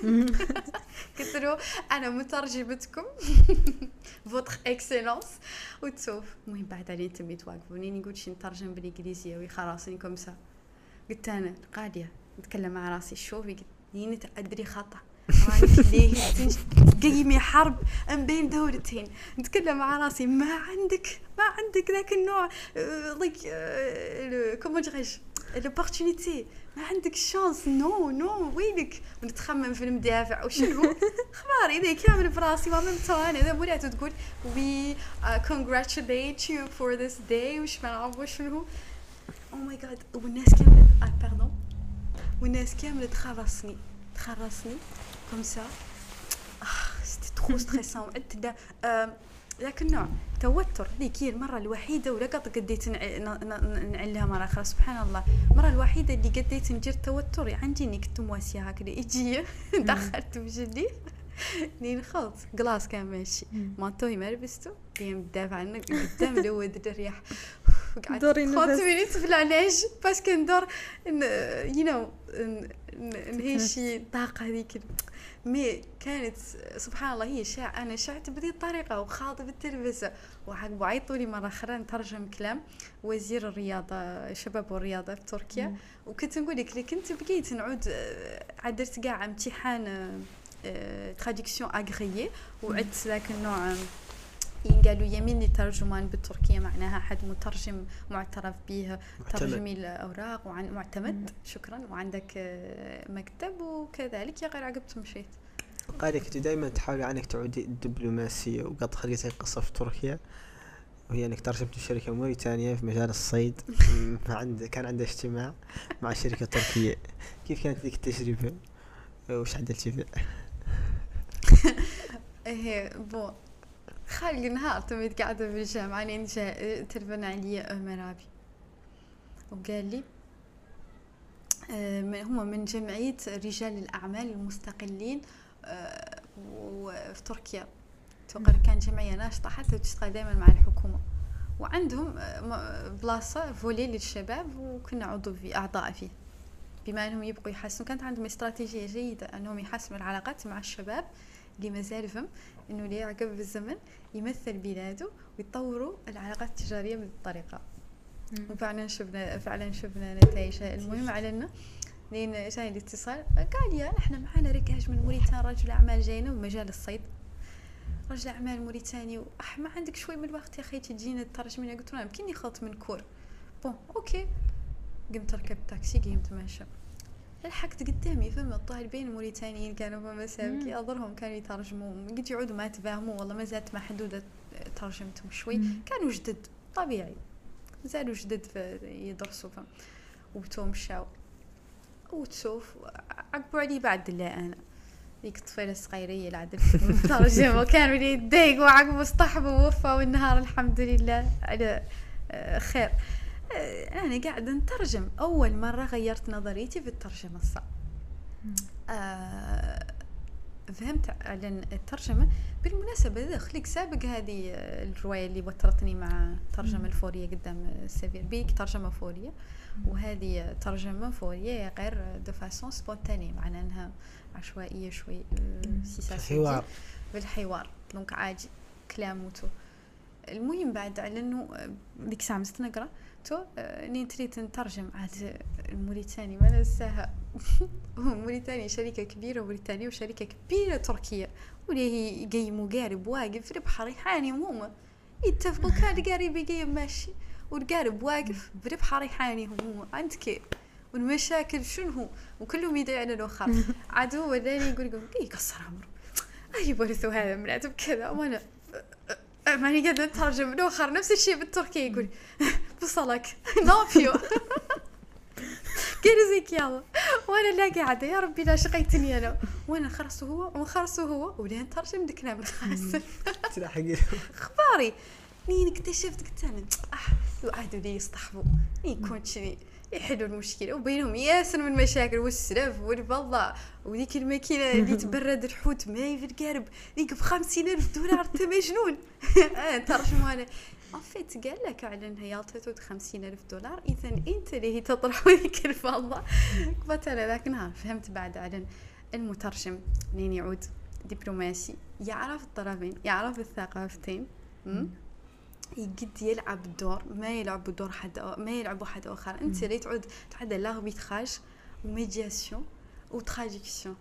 قلت له انا مترجمتكم فوتر اكسلانس وتشوف. المهم بعد علي تميت واقفوني نقول شي نترجم بالانجليزيه ويخراسني كوم سا. قلت انا قاعده نتكلم مع راسي شوفي قلت يني تقدري خطا راني ليه قيمي حرب ام بين دولتين نتكلم مع راسي ما عندك ما عندك ذاك النوع ضيك كومون ديريج لوبورتونيتي ما عندك شانس نو نو وينك ونتخمم في المدافع وشنو خباري ذي كامل براسي ما ممتانه اذا ولات تقول وي congratulate you for this day وش ما نعرف وشنو او ماي جاد والناس كامل اه باردون والناس كامل تخرصني تخرصني كوم سا اه سيتي ترو ستريسون وعدت ذاك النوع توتر. هذيك هي المره الوحيده ولا قد قديت نعلها مره اخرى سبحان الله المره الوحيده اللي قديت ندير توتر عندي اني كنت مواسيه هكذا يجي دخلت بجدي نين خلط كلاس كان ماشي مانتوي ما لبسته قام دافع عنك قدام لود الريح قعدت خمس مينيت في العلاج باسكو ندور يو نو نهي شي طاقه هذيك مي كانت سبحان الله هي شاع انا شعت بهذه الطريقه وخاطب التلفزه وعقبوا عيطوا لي مره اخرى نترجم كلام وزير الرياضه الشباب والرياضه في تركيا مم. وكنت نقول لك اللي كنت بقيت نعود عدرت كاع امتحان تراديكسيون اغريي وعدت ذاك النوع قالوا يمين ترجمان بالتركية معناها حد مترجم معترف به ترجمي الأوراق وعن معتمد شكرا وعندك مكتب وكذلك يا غير عقبت مشيت. قالي كنت دائما تحاولي عنك تعودي الدبلوماسية وقد خليتي قصة في تركيا وهي انك ترجمت شركة موريتانية في مجال الصيد عند كان عندها اجتماع مع شركة تركية. كيف كانت ذيك التجربة وش عدلتي فيها؟ ايه بو خالي نهار تميت قاعدة في الجامعة لين جاء تلفن علي مرابي وقال لي آه هو من جمعية رجال الأعمال المستقلين آه وفي تركيا توقر كان جمعية ناشطة حتى تشتغل دائما مع الحكومة وعندهم بلاصة فولي للشباب وكنا عضو في أعضاء فيه بما أنهم يبقوا يحسنوا. كانت عندهم استراتيجية جيدة أنهم يحسنوا العلاقات مع الشباب اللي مازال فهم انه اللي يعقب بالزمن يمثل بلاده ويطوروا العلاقات التجاريه بهذه الطريقه. وفعلا شفنا فعلا شفنا نتائج. المهم علينا لين جاي الاتصال قال يا احنا معنا ركاج من موريتان رجل اعمال جاينا ومجال الصيد رجل اعمال موريتاني وأح ما عندك شوي من الوقت يا اخي تجينا تترجمي. قلت له يمكنني خلط من كور بون اوكي. قمت ركبت تاكسي قمت ماشي لحقت قدامي فما الطالبين الموريتانيين كانوا فما سابقي اظهرهم كانوا يترجموا قلت يعودوا ما تفاهموا والله ما زالت محدوده ترجمتهم شوي مم. كانوا جدد طبيعي زالوا جدد يدرسوا فهم وبتوم مشاو وتشوف عقبوا علي بعد لا انا ديك الطفيله الصغيريه اللي عدت الترجمه كانوا لي يتضايقوا عقبوا اصطحبوا ووفوا والنهار الحمد لله على آه خير. آه انا قاعده نترجم، اول مره غيرت نظريتي في الترجمه الصح. آه فهمت على الترجمه. بالمناسبه اذا خليك سابق هذه الروايه اللي وترتني مع الترجمه الفوريه قدام سيفير بيك، ترجمه فوريه، وهذه ترجمه فوريه غير دو فاسون سبونتاني، معناها انها عشوائيه شوي، حوار بالحوار دونك عادي كلام وتو. المهم بعد على انه ديك الساعه مست نقرا تو اني تريد نترجم عاد الموريتاني ما ننساها. موريتانيا شركه كبيره موريتانيا وشركه كبيره تركيه، وليه جاي مقارب واقف في البحر ريحاني، هما يتفقوا كان القارب جاي ماشي والقارب واقف في البحر ريحاني هما عندك والمشاكل شنو وكلهم يدعي على الاخر. عاد هو اللي يقول يقول اي قصر عمره اي ورثوا هذا من عتب كذا، وانا ماني قاعده نترجم الاخر نفس الشيء بالتركي يقول بصلك نافيو كيرزيك يلا، وانا لا قاعده يا ربي لا شقيتني انا، وانا خرسه هو وخرسه هو ولين نترجم الكلام الخاص تلاحقي اخباري. نين اكتشفت قلت انا اه عادوا لي يصطحبوا يكون شذي يحلوا المشكله، وبينهم ياسر من المشاكل والسلف والفضاء، وذيك الماكينه اللي تبرد الحوت ماي في القارب ذيك بخمسين ألف دولار انت مجنون. اه ترجموا انا عفيت قال لك على انها يالتو خمسين ألف دولار، اذا انت اللي تطرح ذيك الفضاء. قلت انا ذاك النهار فهمت بعد على المترجم منين يعود دبلوماسي، يعرف الطرفين يعرف الثقافتين، يقد يلعب الدور، ما يلعب دور حد ما يلعب حد اخر. انت اللي تعود تعد لاربيتراج وميدياسيون وتراجيكسيون،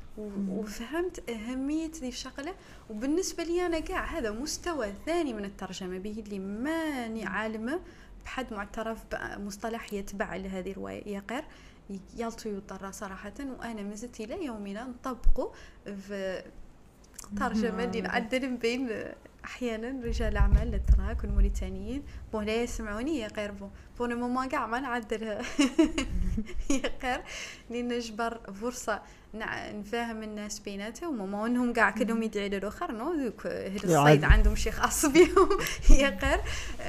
وفهمت اهميه ذي الشغله. وبالنسبه لي انا كاع هذا مستوى ثاني من الترجمه به اللي ماني عالمه بحد معترف بمصطلح يتبع لهذه الروايه يا غير يالتو يضطر صراحه، وانا مازلت الى يومنا نطبقه في ترجمه اللي نعدل بين احيانا رجال اعمال الاتراك والموريتانيين بون لا يسمعوني يا غير بون بون ماما كاع ما نعدلها يا غير لين نجبر فرصه نفهم الناس بيناتهم، وما انهم كاع كلهم يدعي للاخر نو دوك اهل الصيد عندهم شي خاص بهم يا غير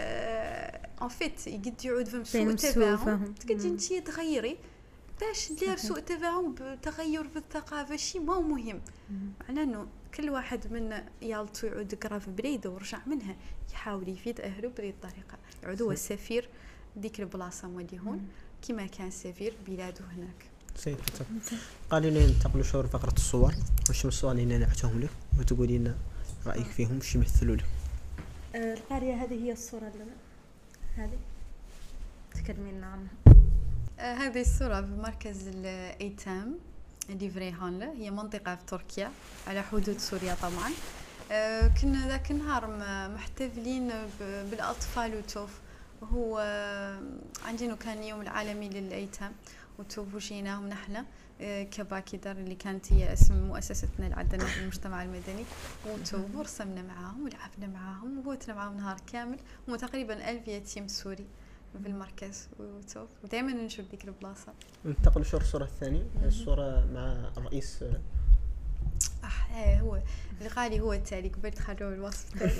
ان فيت يقد يعود فهم سوء تفاهم، تقدري انت تغيري باش ندير سوء تفاهم بتغير في الثقافه شيء ما مهم. معناه انه كل واحد منا يالتو يعود يقرا في بليده ورجع منها يحاول يفيد اهله بهذه الطريقه، يعود هو السفير ديك البلاصه مولي هون كما كان سفير بلاده هناك. سي قال لي ننتقلوا شهور فقره الصور، واش من الصور اللي نعطيهم لك وتقولي لنا رايك فيهم واش يمثلوا لك. آه القاريه هذه هي الصوره اللي هذه تكلمي لنا عنها. آه هذه الصوره في مركز الايتام اللي في ريهانله، هي منطقه في تركيا على حدود سوريا طبعا. آه كنا ذاك النهار محتفلين بالاطفال وتوف، وهو آه عندنا كان يوم العالمي للايتام وتوف وجيناهم نحن آه كباكيدر اللي كانت هي اسم مؤسستنا اللي عندنا في المجتمع المدني، وتوف ورسمنا معاهم ولعبنا معاهم وبوتنا معاهم نهار كامل. هم تقريبا ألف يتيم سوري في المركز وتوف، ودائما نشوف ذيك البلاصه. ننتقل شهر الصوره الثانيه، الصوره مع الرئيس. اه هو الغالي هو التالي قبل تخلوا الوصف التالي.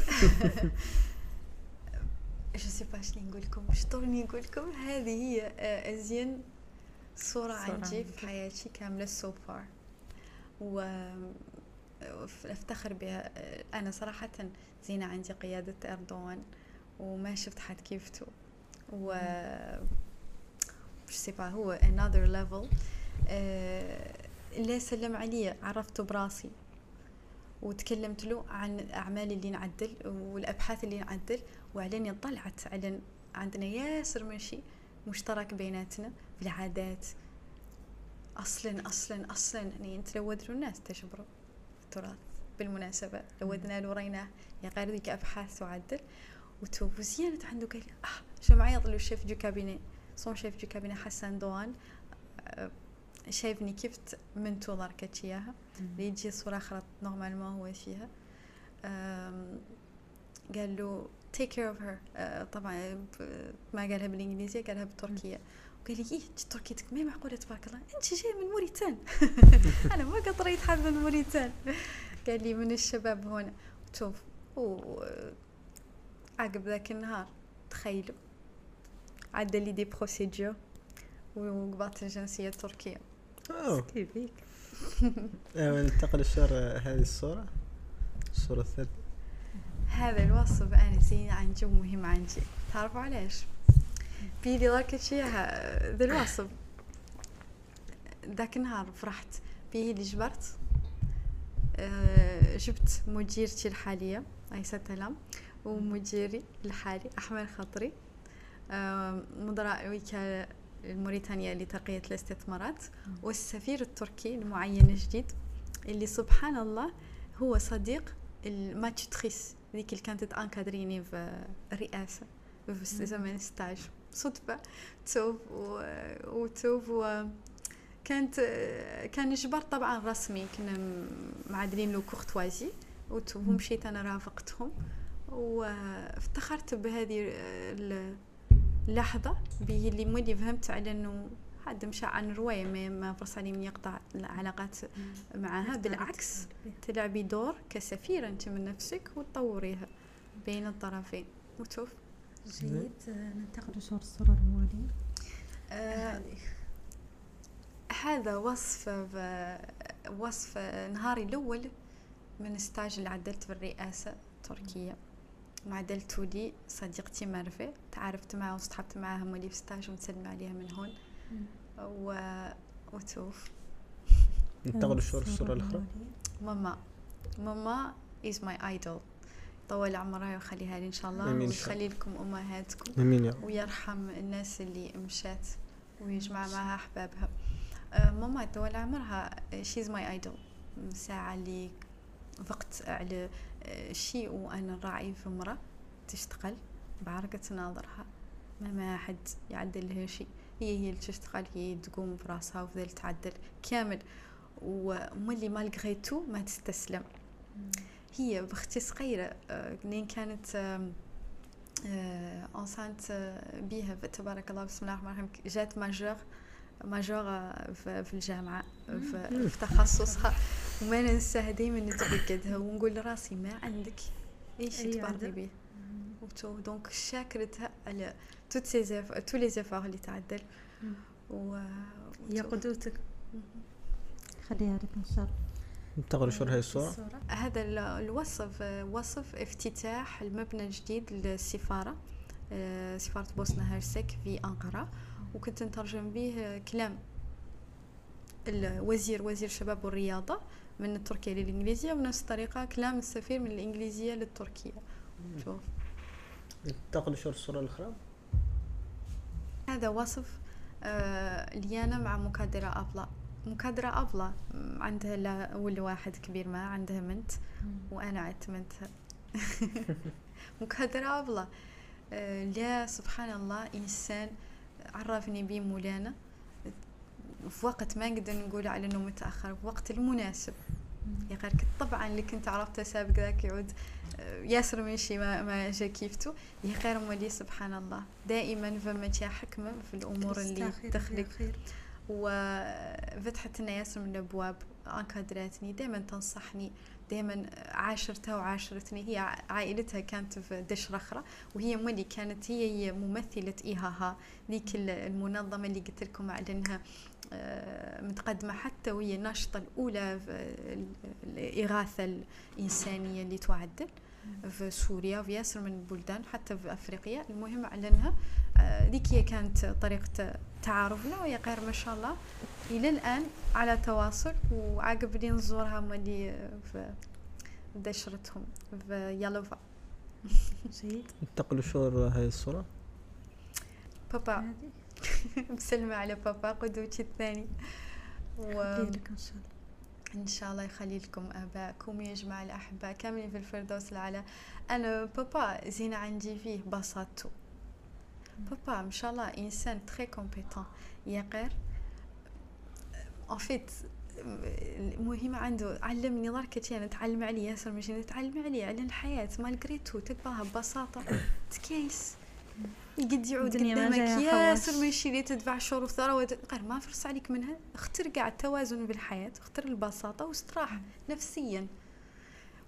ايش سيبا اش نقول لكم ايش طولني نقول لكم هذه هي ازين صوره عندي في حياتي كامله سو فار، و افتخر بها انا صراحه. زينه عندي قياده اردوغان وما شفت حد كيفته، و مش سيبا هو another level. آه... اللي سلم علي عرفته براسي وتكلمت له عن الأعمال اللي نعدل والأبحاث اللي نعدل، وعلاني طلعت على عندنا ياسر من شيء مشترك بيناتنا في العادات. أصلا أصلا أصلا يعني أنت لو ودروا الناس تشبروا التراث بالمناسبة، لو ودنا له ريناه يا غير ذيك أبحاث وعدل وتوب وزيانة عنده قال لي اه شو معي يطلع الشيف دو كابيني صون شيف دو كابيني حسن دوان أه شايفني كيفت من تولار كاتشياها اللي يجي صورة أخرى نورمال ما هو فيها. قال له take care of her. أه طبعا ما قالها بالإنجليزية قالها بالتركية، وقال لي إيه تركيتك ما معقولة تبارك الله أنت جاي من موريتان. أنا ما قد رأيت حد من موريتان. قال لي من الشباب هنا. شوف عقب ذاك النهار تخيلوا عدل لي دي بروسيدور وقبضت الجنسية التركية. أوه. كيفيك؟ ننتقل الشهر هذه الصورة الصورة الثالثة. هذا الوصف أنا زين عندي ومهم عندي. تعرفوا علاش؟ بيدي لاركتشي ذا الوصف ذاك النهار فرحت بيه اللي جبرت. أه جبت مديرتي الحالية عيسى تلام ومديري الحالي أحمد خطري، أه مدراء الوكالة الموريتانية لترقية الاستثمارات، والسفير التركي المعين الجديد اللي سبحان الله هو صديق الماتشتريس ذيك اللي كانت تانكادريني في الرئاسة في زمن ستاج صدفة توف وتوف كانت كان جبر طبعا رسمي، كنا معادلين له كورتوازي وتوف ومشيت انا رافقتهم وافتخرت بهذه اللحظة به اللي مولي فهمت على انه حد مشى عن رواية ما ما فرص علي من يقطع العلاقات معها، بالعكس تلعبي دور كسفيرة انت من نفسك وتطوريها بين الطرفين. وتوف جيد. ننتقل شهر الصورة الموالية. آه هذا وصف وصف نهاري الأول من ستاج اللي عدلت في الرئاسة التركية. معدلتوا لي صديقتي مارفي، تعرفت معها واصطحبت معها مولي في ستاج ونسلم عليها من هون. و... وتوف ننتقل الشهر الصورة الأخرى. ماما ماما is my idol، طول عمرها ويخليها لي إن شاء الله ويخلي لكم أمهاتكم. أمين يا رب. ويرحم الناس اللي مشات ويجمع معها أحبابها. أه ماما طول عمرها she's my idol. ساعة اللي وقت على شيء وأنا راعي في مرة تشتغل بعرقة ناظرها ما ما حد يعدل لها شيء، هي هي اللي تشتغل، هي تقوم براسها وفضل تعدل كامل ومولي مالغريتو ما تستسلم. هي بختي صغيرة لين كانت انسانت بيها تبارك الله بسم الله الرحمن الرحيم جات ماجور ماجور في الجامعة في تخصصها وما ننساها دايما نتفقدها ونقول لراسي ما عندك ايش تبرري به. وتو دونك شاكرتها على توت سي زيف تو لي زيفار اللي تعدل و هي قدوتك. خليها لك ان شاء الله. ننتقل شهر هاي الصورة. هذا الوصف وصف افتتاح المبنى الجديد للسفارة سفارة بوسنة هرسك في أنقرة، وكنت نترجم به كلام الوزير وزير الشباب والرياضة من التركية للإنجليزية، ونفس الطريقة كلام السفير من الإنجليزية للتركية. شوف ننتقل شهر الصورة الأخرى. هذا وصف آه ليانا مع مكادرة أبلة. مكادرة أبلة عندها لا أول واحد كبير ما عندها بنت وأنا عتمتها. مكادرة أبلة آه لا سبحان الله إنسان عرفني بيه مولانا في وقت ما نقدر نقول على انه متاخر، في وقت المناسب. يا غير طبعا اللي كنت عرفته سابق ذاك يعود ياسر من شي ما, ما جا كيفتو. يا غير مولي سبحان الله دائما فما حكمه في الامور اللي تخلق، وفتحت لنا ياسر من الابواب، انكادراتني دائما تنصحني، دائما عاشرتها وعاشرتني. هي عائلتها كانت في دش رخرة وهي مولي كانت هي, هي ممثلة إيهاها ذيك المنظمة اللي قلت لكم على أنها متقدمة حتى وهي الناشطة الأولى في الإغاثة الإنسانية اللي تعدل في سوريا وفي ياسر من البلدان حتى في أفريقيا. المهم على أنها ذيك هي كانت طريقة تعارفنا، وهي غير ما شاء الله إلى الآن على تواصل، وعقب لي نزورها مالي في دشرتهم في يالوفا. جيد. ننتقل شهر هاي الصورة. بابا بسلمة على بابا قدوتي الثاني و... إن شاء الله إن شاء الله يخلي لكم آباءكم يجمع الأحباء كاملين في الفردوس الأعلى. أنا بابا زين عندي فيه بساطته. بابا ما شاء الله إنسان تري كومبيتون، يقر en fait مهم عنده علمني ضركتي أنا تعلم عليه ياسر مش نتعلم عليه على الحياة مالغريتو تقبلها ببساطة تكيس يقد يعود قدامك ياسر من الشيء اللي تدفع شهور وثروة غير ما فرص عليك منها. اختر قاعد توازن بالحياة، اختر البساطة واستراحة نفسيا.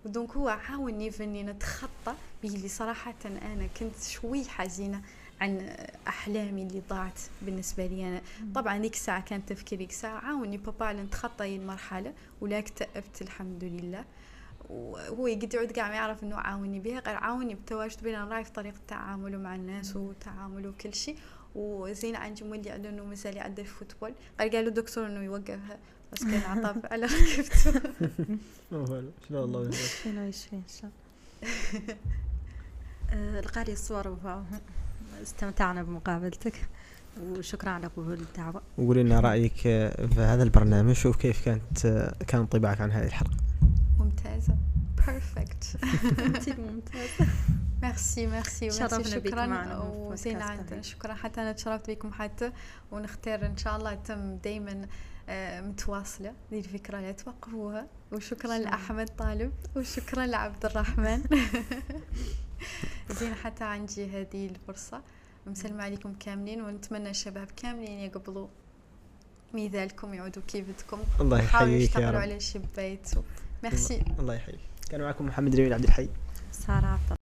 ودونك هو عاوني فاني نتخطى باللي صراحه انا كنت شوي حزينه عن احلامي اللي ضاعت بالنسبه لي انا. طبعا ديك الساعه كان تفكيري ديك الساعه عاوني بابا على نتخطى هي المرحله، ولا اكتئبت الحمد لله. وهو يقعد يعود كاع ما يعرف انه عاوني بها، غير عاوني بالتواجد بين راي في طريقه التعامل مع الناس وتعامله وكل شيء. وزين عندي مولي على انه مازال يعدل الفوتبول، قال قالوا الدكتور انه يوقفها بس كان عطاب على ركبته. ان شاء الله شنو يشفي ان شاء الله. القاري الصور استمتعنا بمقابلتك وشكرا على قبول الدعوة. وقولي لنا رأيك في هذا البرنامج، شوف كيف كانت كان انطباعك عن هذه الحلقة. ممتازة بيرفكت. انت ممتازة. ميرسي ميرسي شرفنا بك شكرا معنا وزين عندنا. شكرا حتى انا تشرفت بكم حتى، ونختار ان شاء الله تم دائما متواصلة دي الفكرة لا توقفوها. وشكرا لأحمد طالب وشكرا لعبد الرحمن. زين حتى عندي هذه الفرصة. مسلمة عليكم كاملين، ونتمنى الشباب كاملين يقبلوا مثالكم يعودوا كيفتكم. الله يحييك يا رب. على شي بيت. ميرسي. الله يحييك. كان معكم محمد جميل عبد الحي. سارة.